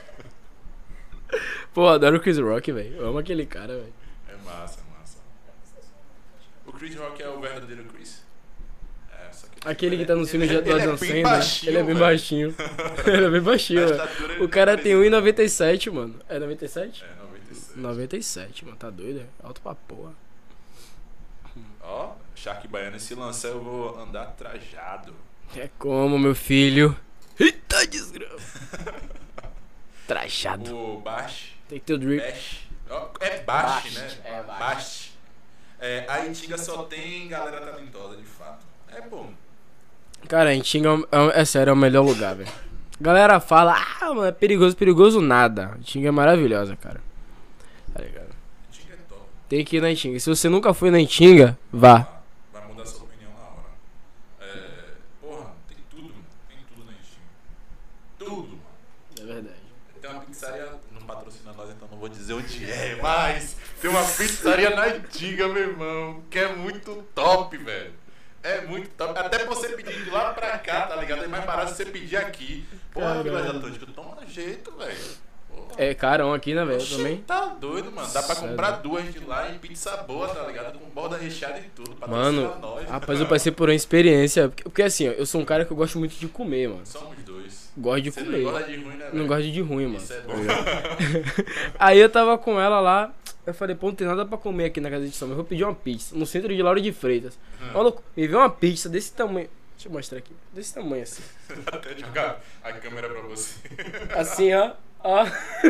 A: Pô, adoro o Chris Rock, velho. Eu amo aquele cara, velho.
B: É massa, é massa. O Chris Rock é o verdadeiro Chris. É, só que
A: Aquele que tá no filme
B: ele-
A: do
B: ele é
A: Adam
B: bem
A: Sandler.
B: baixinho,
A: Ele é bem
B: velho.
A: baixinho. Ele é bem baixinho,
B: A
A: velho.
B: estatura ele
A: O cara
B: tá
A: tem um e
B: parecido.
A: noventa e sete, mano. É noventa e sete?
B: É, noventa e sete.
A: noventa e sete, mano. Tá doido, é? Alto pra porra.
B: Ó, Shark Baiano, se lançar eu vou andar trajado.
A: É como, meu filho. Eita desgrama. Trajado.
B: O Bash,
A: Tem que ter o drip.
B: Bash, ó, é Bash,
A: Bash,
B: né?
A: é Bash.
B: Bash. É, a Antiga só tem galera talentosa, de fato. É bom.
A: Cara, a Antiga é, um- é sério, é o melhor lugar, velho. Galera fala, ah, mano, é perigoso, perigoso nada. A Antiga é maravilhosa, cara. Tá ligado?
B: Antiga é top.
A: Tem que ir na Antiga. Se você nunca foi na Antiga, vá.
B: Vai mudar sua opinião na hora. É, porra, tem tudo, mano. Tem tudo na Antiga. Tudo, mano.
A: É verdade.
B: Tem uma pizzaria, não patrocina nós, então não vou dizer onde é, mas tem uma pizzaria na Antiga, meu irmão, que é muito top, velho. É muito top. Até pra você pedir de lá pra cá, tá ligado? É mais barato você pedir aqui. Porra, Vila Atlântica, toma jeito, velho. Porra.
A: É carão aqui, né, velho?
B: Oxi,
A: Também.
B: tá doido, mano. Dá pra
A: Sério?
B: comprar duas de lá e pizza boa, tá ligado? Com borda recheada e tudo.
A: Mano,
B: Patrocina nós.
A: rapaz, eu passei por uma experiência. Porque, porque assim, ó, eu sou um cara que eu gosto muito de comer, mano.
B: Somos dois.
A: Gosto de
B: Você
A: comer.
B: não gosta de ruim, né, velho?
A: Não gosto de ruim, mano.
B: Isso é bom.
A: Aí eu tava com ela lá, eu falei, pô, não tem nada pra comer aqui na casa de som, mas eu vou pedir uma pizza, no centro de Lauro de Freitas. Maluco, me veio uma pizza desse tamanho, deixa eu mostrar aqui, desse tamanho assim.
B: Até jogar a câmera pra você.
A: Assim, ó, ó.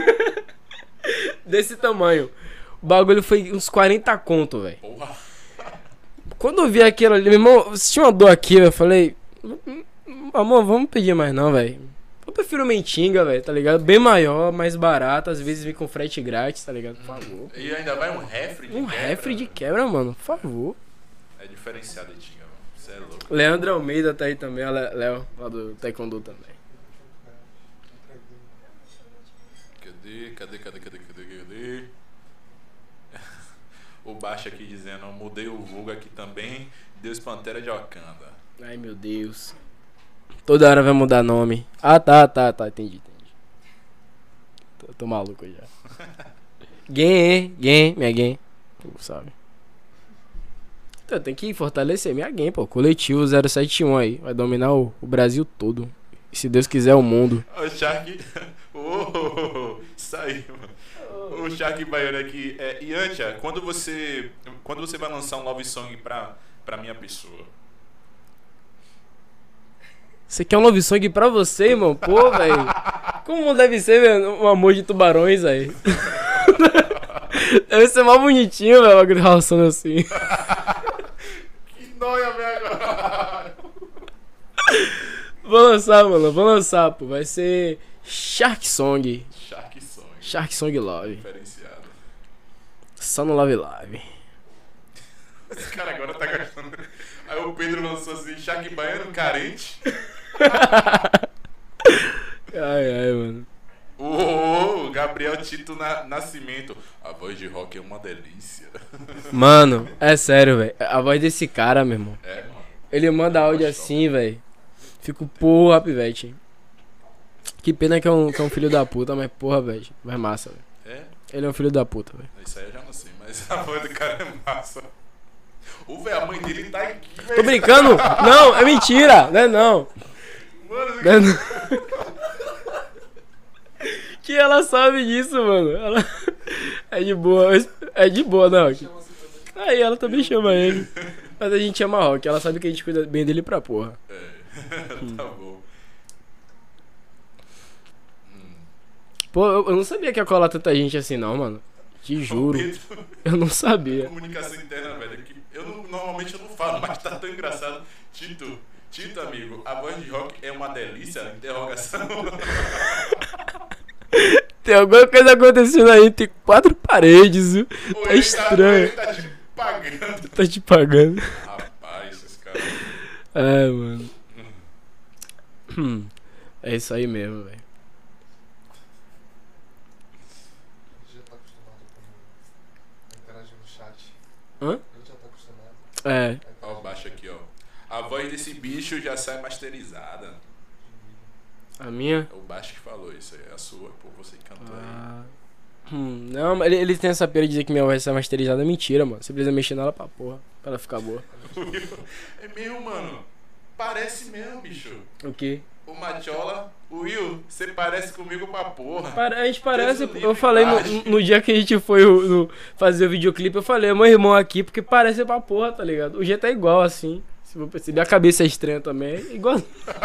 A: Desse tamanho. O bagulho foi uns quarenta conto, velho.
B: Porra.
A: Quando eu vi aquilo ali, meu irmão, eu senti uma dor aqui, eu falei, amor, vamos pedir mais não, velho. Eu prefiro mentinga, velho, tá ligado? Bem maior, mais barato, às vezes vem com frete grátis, tá ligado? Por favor.
B: E ainda vai um refri de
A: Um
B: quebra.
A: refri de quebra, mano, por favor.
B: É diferenciado a Tinga, mano. Você é louco.
A: Leandro Almeida tá aí também, ó, Le- Léo, lá do Taekwondo também.
B: Cadê, cadê, cadê, cadê, cadê, cadê? O Baixo aqui dizendo, mudei o vulgo aqui também, Deus Pantera de Wakanda.
A: Ai, meu Deus. Toda hora vai mudar nome. Ah, tá, tá, tá, entendi, entendi. Tô, tô maluco já. Game, game, minha game. Tu sabe. Então, tem que fortalecer minha game, pô. Coletivo zero sete um aí. Vai dominar o, o Brasil todo. E se Deus quiser, o mundo.
B: O Shark. Oh, isso aí, mano. O Shark Baiano aqui. É, Yantia, quando você. Quando você vai lançar um love song pra, pra minha pessoa?
A: Você quer um love song pra você, irmão? Pô, velho. Como deve ser, velho? Um amor de tubarões aí. Deve ser mal bonitinho, velho. Uma gravação assim.
B: Que nóia, velho.
A: Vou lançar, mano. Vou lançar, pô. Vai ser Shark Song.
B: Shark Song.
A: Shark Song Love.
B: Diferenciado.
A: Só no Love Live.
B: Esse cara agora tá gastando. Aí o Pedro lançou assim, Shark Baiano carente.
A: Ai, ai, mano.
B: Ô, Gabriel Tito Na- Nascimento. A voz de rock é uma delícia.
A: Mano, é sério, velho. A voz desse cara, meu irmão.
B: É, mano.
A: Ele manda áudio assim, velho. Fico, porra, pivete. Que pena que é um, que é um filho da puta, mas porra, velho. Vai massa, velho.
B: É?
A: Ele é um filho da puta, velho.
B: Isso aí eu já não sei, mas a voz do cara é massa. Ô, velho, a mãe dele tá aqui, velho.
A: Tô brincando? Não, é mentira. Não é não.
B: Mano,
A: Não é não. Que ela sabe disso, mano. Ela... É de boa. É de boa, né, Rock? Aí ela também chama ele. Mas a gente chama Rock. Ela sabe que a gente cuida bem dele pra porra.
B: É, tá bom. Hum.
A: Pô, eu, eu não sabia que ia colar tanta gente assim, não, mano. Te juro.
B: Pedro,
A: Eu não sabia.
B: comunicação interna, velho. Que eu não- normalmente eu não falo, mas tá tão engraçado. Tito, Tito, amigo, a voz de rock é uma delícia? Interrogação.
A: Tem alguma coisa acontecendo aí, tem quatro paredes, viu?
B: Ou
A: Tá
B: ele
A: estranho.
B: Tá, ou ele tá te pagando.
A: Tá te pagando.
B: Rapaz, esses caras.
A: É, mano. Hum, É isso aí mesmo, velho.
C: Já tá acostumado com interagir no chat.
A: Hã?
C: Ele já tá acostumado.
A: É.
B: Ó, baixo aqui, ó. A voz desse bicho já sai masterizada.
A: A minha?
B: É o baixo que falou isso aí. É a sua, pô, você que cantou aí.
A: Ah. Hum, não, mas ele, ele tem essa pira de dizer que minha voz é masterizada. É mentira, mano. Você precisa mexer nela pra porra. Pra ela ficar boa.
B: É mesmo, mano. Parece mesmo, bicho.
A: O quê?
B: O Machola, o Will, você parece comigo pra porra.
A: Pare- A gente parece.
B: Deus o
A: Eu
B: livre,
A: falei no,
B: baixe.
A: no dia que a gente foi o- no- fazer o videoclipe, eu falei, meu irmão aqui, porque parece pra porra, tá ligado? O jeito é igual assim. Se eu perceber, a cabeça é estranha também. É igual.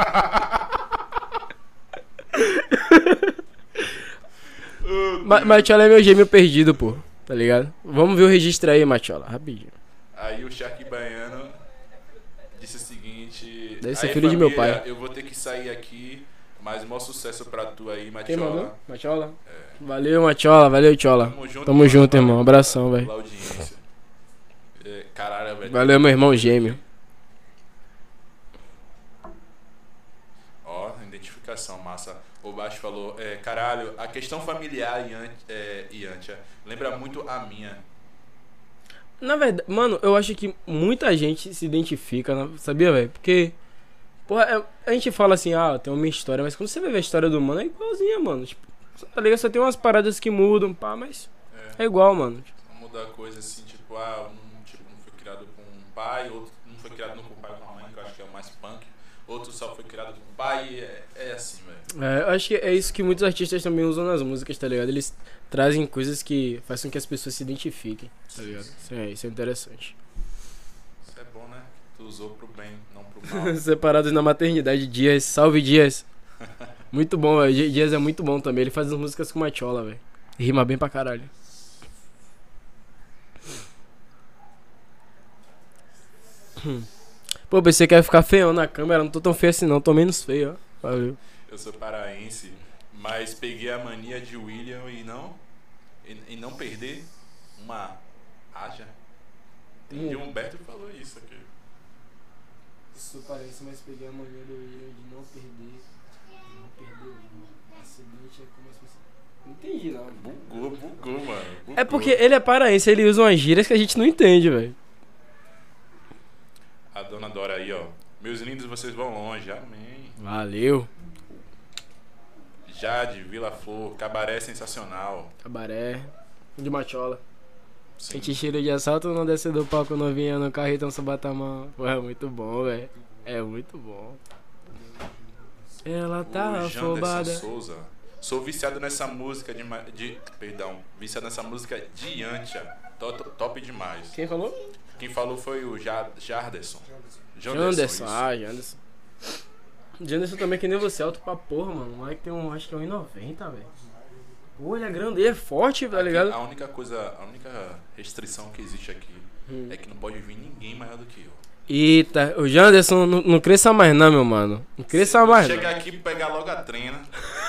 A: Ma Machola é meu gêmeo perdido, pô. Tá ligado? Vamos ver o registro aí, Machola, rapidinho.
B: Aí o Shark Baiano disse o seguinte:
A: Deve ser
B: "Aí,
A: filho de meu
B: família,
A: pai."
B: Eu vou ter que sair aqui, mas maior sucesso pra tu aí,
A: Quem
B: Machola.
A: mandou? Machola? Valeu, Machola. Valeu, Chola.
B: Tamo junto,
A: Tamo
B: mano.
A: junto, irmão.
B: Valeu
A: Abração,
B: pela-
A: velho.
B: pela audiência. É, caralho, velho.
A: Valeu, meu irmão gêmeo.
B: Ó, identificação, massa. O Baixo falou, é, caralho, a questão familiar e Yan- é, Yantia lembra muito a minha.
A: Na verdade, mano, eu acho que muita gente se identifica, né? Sabia, velho? Porque, porra, é- a gente fala assim, ah, tem uma história, mas quando você vai ver a história do mano, é igualzinha, mano. Tipo, tá ligado? Só tem umas paradas que mudam, pá, mas
B: É,
A: é igual, mano.
B: não mudar coisa assim, tipo, ah, um tipo, não foi criado com um pai, outro não foi criado não com um pai com uma mãe, que eu acho que é o mais punk. Outro só foi criado com um pai e é, é assim, velho.
A: É, eu acho que é isso que muitos artistas também usam nas músicas, tá ligado? Eles trazem coisas que fazem com que as pessoas se identifiquem, tá ligado? Isso é, isso é interessante.
B: Isso é bom, né? Tu usou pro bem, não pro mal.
A: Separados na maternidade, Dias. Salve, Dias. Muito bom, velho. Di- Dias é muito bom também. Ele faz as músicas com Machola, velho. Rima bem pra caralho. Hum. Pô, pensei que ia ficar feião na câmera. Não tô tão feio assim, não. Tô menos feio, ó. Valeu.
B: Eu sou paraense, mas peguei a mania de William e não e, e não perder uma haja.
A: Hum.
B: E o Humberto falou isso aqui.
A: Isso parece, mas peguei a mania do William de não perder. Não perder o acidente é como se fosse. Não entendi, não.
B: Bugou, bugou, mano. Bugou.
A: É porque ele é paraense, ele usa umas gírias que a gente não entende, velho.
B: A dona Dora aí, ó. Meus lindos, vocês vão longe. Amém.
A: Valeu.
B: Jade, Vila Flor, cabaré sensacional.
A: Cabaré. De Machola.
B: Sim.
A: Sente cheiro de assalto não desce do palco novinha no carro, então só bata a mão. Pô, é muito bom, velho. É muito bom. Ela tá
B: o Janderson
A: afobada.
B: Souza. Sou viciado nessa música de, ma- de. Perdão. Viciado nessa música de Yantia. Top, top demais.
A: Quem falou?
B: Quem falou foi o Ja- Jarderson.
A: Janderson.
B: isso.
A: Ah, Janderson. Janderson também que nem você, alto pra porra, mano. O moleque tem um, acho que é um e noventa, velho. Pô, ele é grande, ele é forte, tá
B: Aqui,
A: ligado?
B: a única coisa, a única restrição que existe aqui
A: Hum.
B: é que não pode vir ninguém maior do que eu.
A: Eita, o Janderson não, não cresça mais não, meu mano. Não cresça mais não.
B: Chega aqui e pegar logo a trena.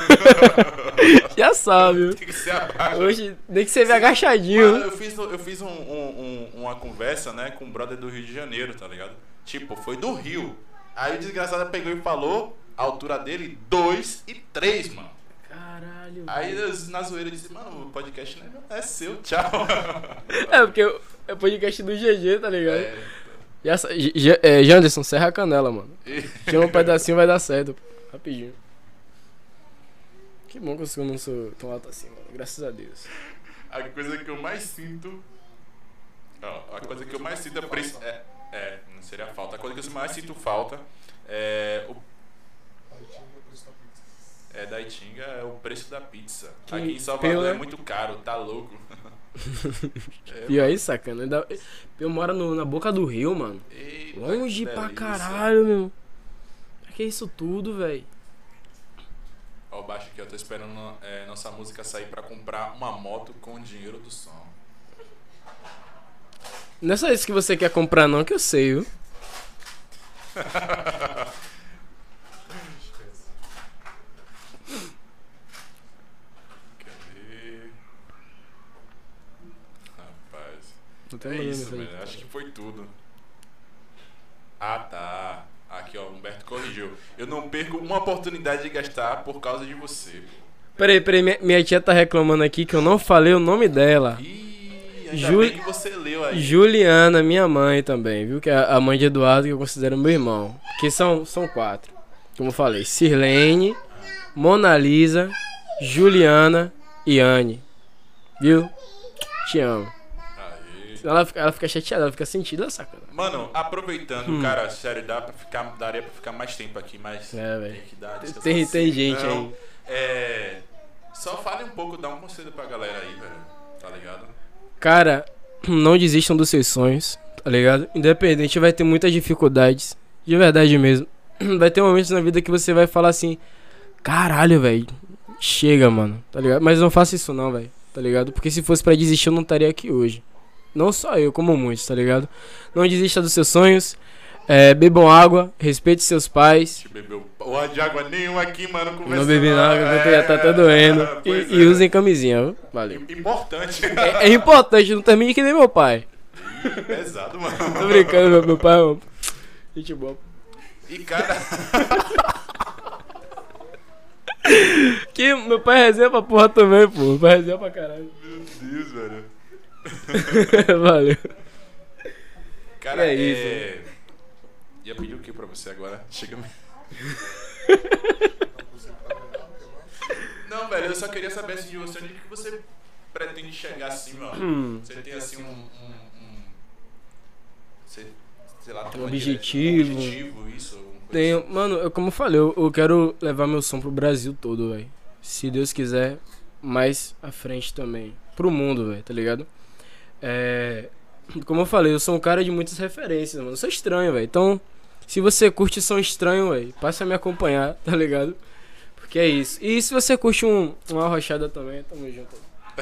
A: Já sabe, viu?
B: Tem que ser abaixo.
A: Hoje tem que ser ver agachadinho.
B: Mano, eu fiz, eu fiz um- um- um- uma conversa, né, com um brother do Rio de Janeiro, tá ligado? Tipo, foi do Rio. Aí o desgraçado pegou e falou a altura dele, dois e três, mano.
A: Caralho.
B: Aí eu, na zoeira eu disse, mano, o podcast não é, é seu, tchau.
A: É, porque é podcast do G G, tá ligado?
B: É,
A: Já sa- J- J- é, Janderson, serra a canela, mano.
B: e-
A: Tinha um pedacinho, vai dar certo. Pô. Rapidinho. Que bom que eu não sou tão alto assim, mano. Graças a Deus.
B: a coisa que eu mais sinto. Ó, a coisa que eu mais sinto é, pre- é. É, não seria falta. A coisa que eu mais sinto falta é. O,
C: Aí tinha o preço da pizza.
B: é da Itinga é o preço da pizza.
A: Que
B: Aqui em Salvador
A: pelo,
B: é
A: né?
B: muito caro, tá louco. É,
A: E aí, sacana. Ainda- Eu moro no- na boca do rio, mano.
B: eita,
A: Longe
B: que
A: pra
B: delícia.
A: caralho, meu. Pra que isso tudo, velho?
B: Ó, Ó, baixo aqui, eu tô esperando é, nossa música sair pra comprar uma moto com o dinheiro do som.
A: Não é só isso que você quer comprar não, que eu sei, viu?
B: Cadê? Rapaz.
A: Não tem
B: É
A: problema,
B: isso,
A: velho.
B: velho. Acho que foi tudo. Ah, tá. Aqui, ó, o Humberto corrigiu. Eu não perco uma oportunidade de gastar por causa de você.
A: Peraí, peraí, minha, minha tia tá reclamando aqui que eu não falei o nome dela.
B: Ih, ainda
A: Ju-
B: bem que você leu aí.
A: Juliana, minha mãe também, viu? Que é a mãe de Eduardo, que eu considero meu irmão. Que são, são quatro. Como eu falei, Sirlene, Mona Lisa, Juliana e Anne. Viu? Te amo.
B: Aí.
A: Ela, fica- ela fica chateada, ela fica sentida, ela sacana.
B: Mano, aproveitando,
A: Hum.
B: cara, sério, dá pra ficar, daria pra ficar mais tempo aqui, mas
A: É, velho.
B: tem que dar descanso
A: Tem,
B: assim.
A: tem gente
B: Não,
A: aí.
B: É. Só fale um pouco, dá um conselho pra galera aí, velho. Tá ligado?
A: Cara, não desistam dos seus sonhos, tá ligado? Independente, vai ter muitas dificuldades. De verdade mesmo. Vai ter momentos na vida que você vai falar assim: caralho, velho. Chega, mano, tá ligado? Mas não faça isso não, velho, tá ligado? Porque se fosse pra desistir, eu não estaria aqui hoje. Não só eu, como muitos, tá ligado? Não desista dos seus sonhos. É, bebam água, respeite seus pais.
B: Te bebeu porra de água nenhuma aqui, mano.
A: Não
B: Conversando.
A: bebi nada, porque já tá até
B: É,
A: doendo.
B: pois
A: E, e
B: é.
A: usem camisinha, viu? Valeu.
B: Importante.
A: É, é importante, não termine que nem meu pai.
B: Pesado, mano.
A: Tô brincando, meu, meu pai é um... gente boa.
B: E cara.
A: Que meu pai resenha pra porra também, pô. Meu pai resenha pra caralho.
B: Meu Deus, velho.
A: Valeu.
B: Cara,
A: É
B: é.
A: isso.
B: Ia pedir o que pra você agora? Chega me. Não, velho, eu só queria saber assim de você, onde que você pretende chegar assim, mano.
A: Hum.
B: Você tem assim um. um, um você, sei lá, tem
A: Um
B: uma
A: objetivo.
B: direção, um objetivo, isso. alguma coisa
A: Tenho,
B: assim.
A: mano, eu, como eu falei, eu, eu quero levar meu som pro Brasil todo, velho. Se Deus quiser, mais à frente também. Pro mundo, velho, tá ligado? É. Como eu falei, eu sou um cara de muitas referências, mano. Eu sou estranho, velho. Então, se você curte som estranho, velho, passa a me acompanhar, tá ligado? Porque é isso. E se você curte um, uma arrochada também, tamo junto.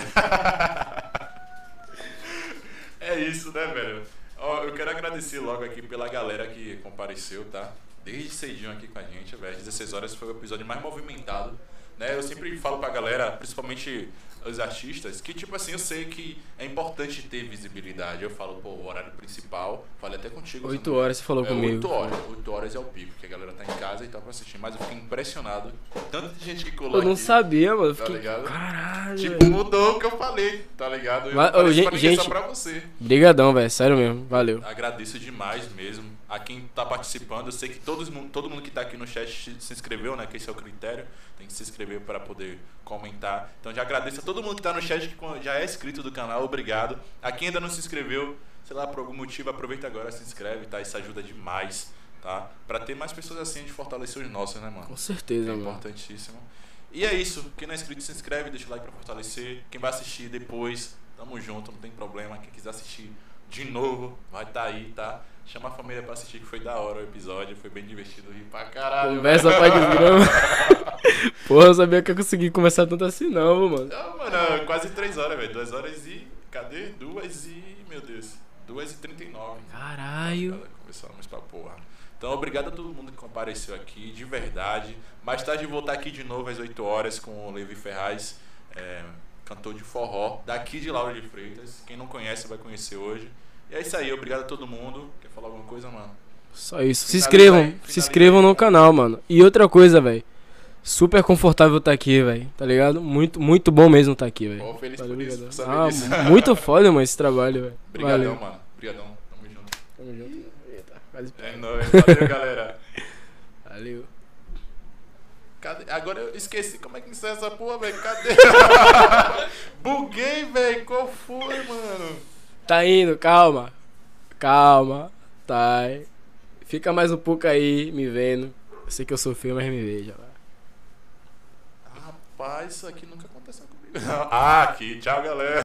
B: É isso, né, velho? Ó, eu quero agradecer logo aqui pela galera que compareceu, tá? Desde cedinho aqui com a gente, velho. Às dezesseis horas foi o episódio mais movimentado, né? Eu sempre falo pra galera, principalmente os artistas, que tipo assim, eu sei que é importante ter visibilidade. Eu falo, pô, o horário principal, falei até contigo.
A: Oito
B: Zé,
A: horas você falou
B: é,
A: comigo.
B: Oito horas, oito horas é o pico, que a galera tá em casa e tá pra assistir. Mas eu fiquei impressionado. Tanto de gente que colou
A: Eu não
B: aqui,
A: sabia, mano. Eu
B: tá
A: fiquei...
B: ligado?
A: Caralho,
B: Tipo,
A: velho.
B: mudou o que eu falei, tá ligado? Eu
A: Mas,
B: não falei
A: ô,
B: isso pra
A: gente-
B: ninguém, só
A: gente-
B: pra você.
A: Brigadão, velho. Sério mesmo. Valeu.
B: Agradeço demais mesmo a quem tá participando. Eu sei que todos, mu- todo mundo que tá aqui no chat se- se inscreveu, né? Que esse é o critério. Tem que se inscrever para poder comentar. Então já agradeço a todo mundo que tá no chat que con- já é inscrito do canal. Obrigado. A quem ainda não se inscreveu, sei lá, por algum motivo, aproveita agora, se inscreve, tá? Isso ajuda demais, tá? Pra ter mais pessoas assim, a gente fortalecer os nossos, né, mano?
A: Com certeza,
B: É
A: mano.
B: importantíssimo. E é isso. Quem não é inscrito, se inscreve, deixa o like pra fortalecer. Quem vai assistir depois, tamo junto, não tem problema. Quem quiser assistir de novo, vai tá aí, tá? Chama a família pra assistir, que foi da hora o episódio. Foi bem divertido, ri pra caralho.
A: Conversa pra desgrama. Porra, eu sabia que eu consegui conversar tanto assim, não, mano.
B: Não, mano, quase três horas, velho. Duas horas e. Cadê? Duas e. Meu Deus. Duas e trinta e nove.
A: Caralho.
B: Começamos pra porra. Então, obrigado a todo mundo que compareceu aqui, de verdade. Mais tarde eu vou estar aqui de novo às oito horas com o Levi Ferraz, é, cantor de forró, daqui de Lauro de Freitas. Quem não conhece vai conhecer hoje. E é isso aí, obrigado a todo mundo. Quer falar alguma coisa, mano?
A: Só isso. Se
B: Finaliza
A: inscrevam.
B: aí,
A: Se
B: finaliza
A: inscrevam
B: aí.
A: no canal, mano. E outra coisa, velho. Super confortável estar aqui, velho. Tá ligado? Muito, muito bom mesmo estar aqui, velho.
B: Ó, feliz
A: Valeu,
B: por isso,
A: obrigadão.
B: por saber
A: Ah,
B: disso.
A: muito foda, mano, esse trabalho, velho.
B: Obrigadão,
A: Valeu.
B: mano. Obrigadão. Tamo junto.
A: Tamo junto. Eita, quase
B: É
A: pego.
B: nóis. Valeu, galera.
A: Valeu.
B: Cadê? Agora eu esqueci como é que encerra essa porra, velho. Cadê? Buguei, velho. Qual foi, mano?
A: Tá indo, calma. Calma. Tá. Fica mais um pouco aí, me vendo. Eu sei que eu sou feio, mas me veja, velho.
B: Rapaz, isso aqui nunca aconteceu comigo. Ah, aqui. Tchau, galera.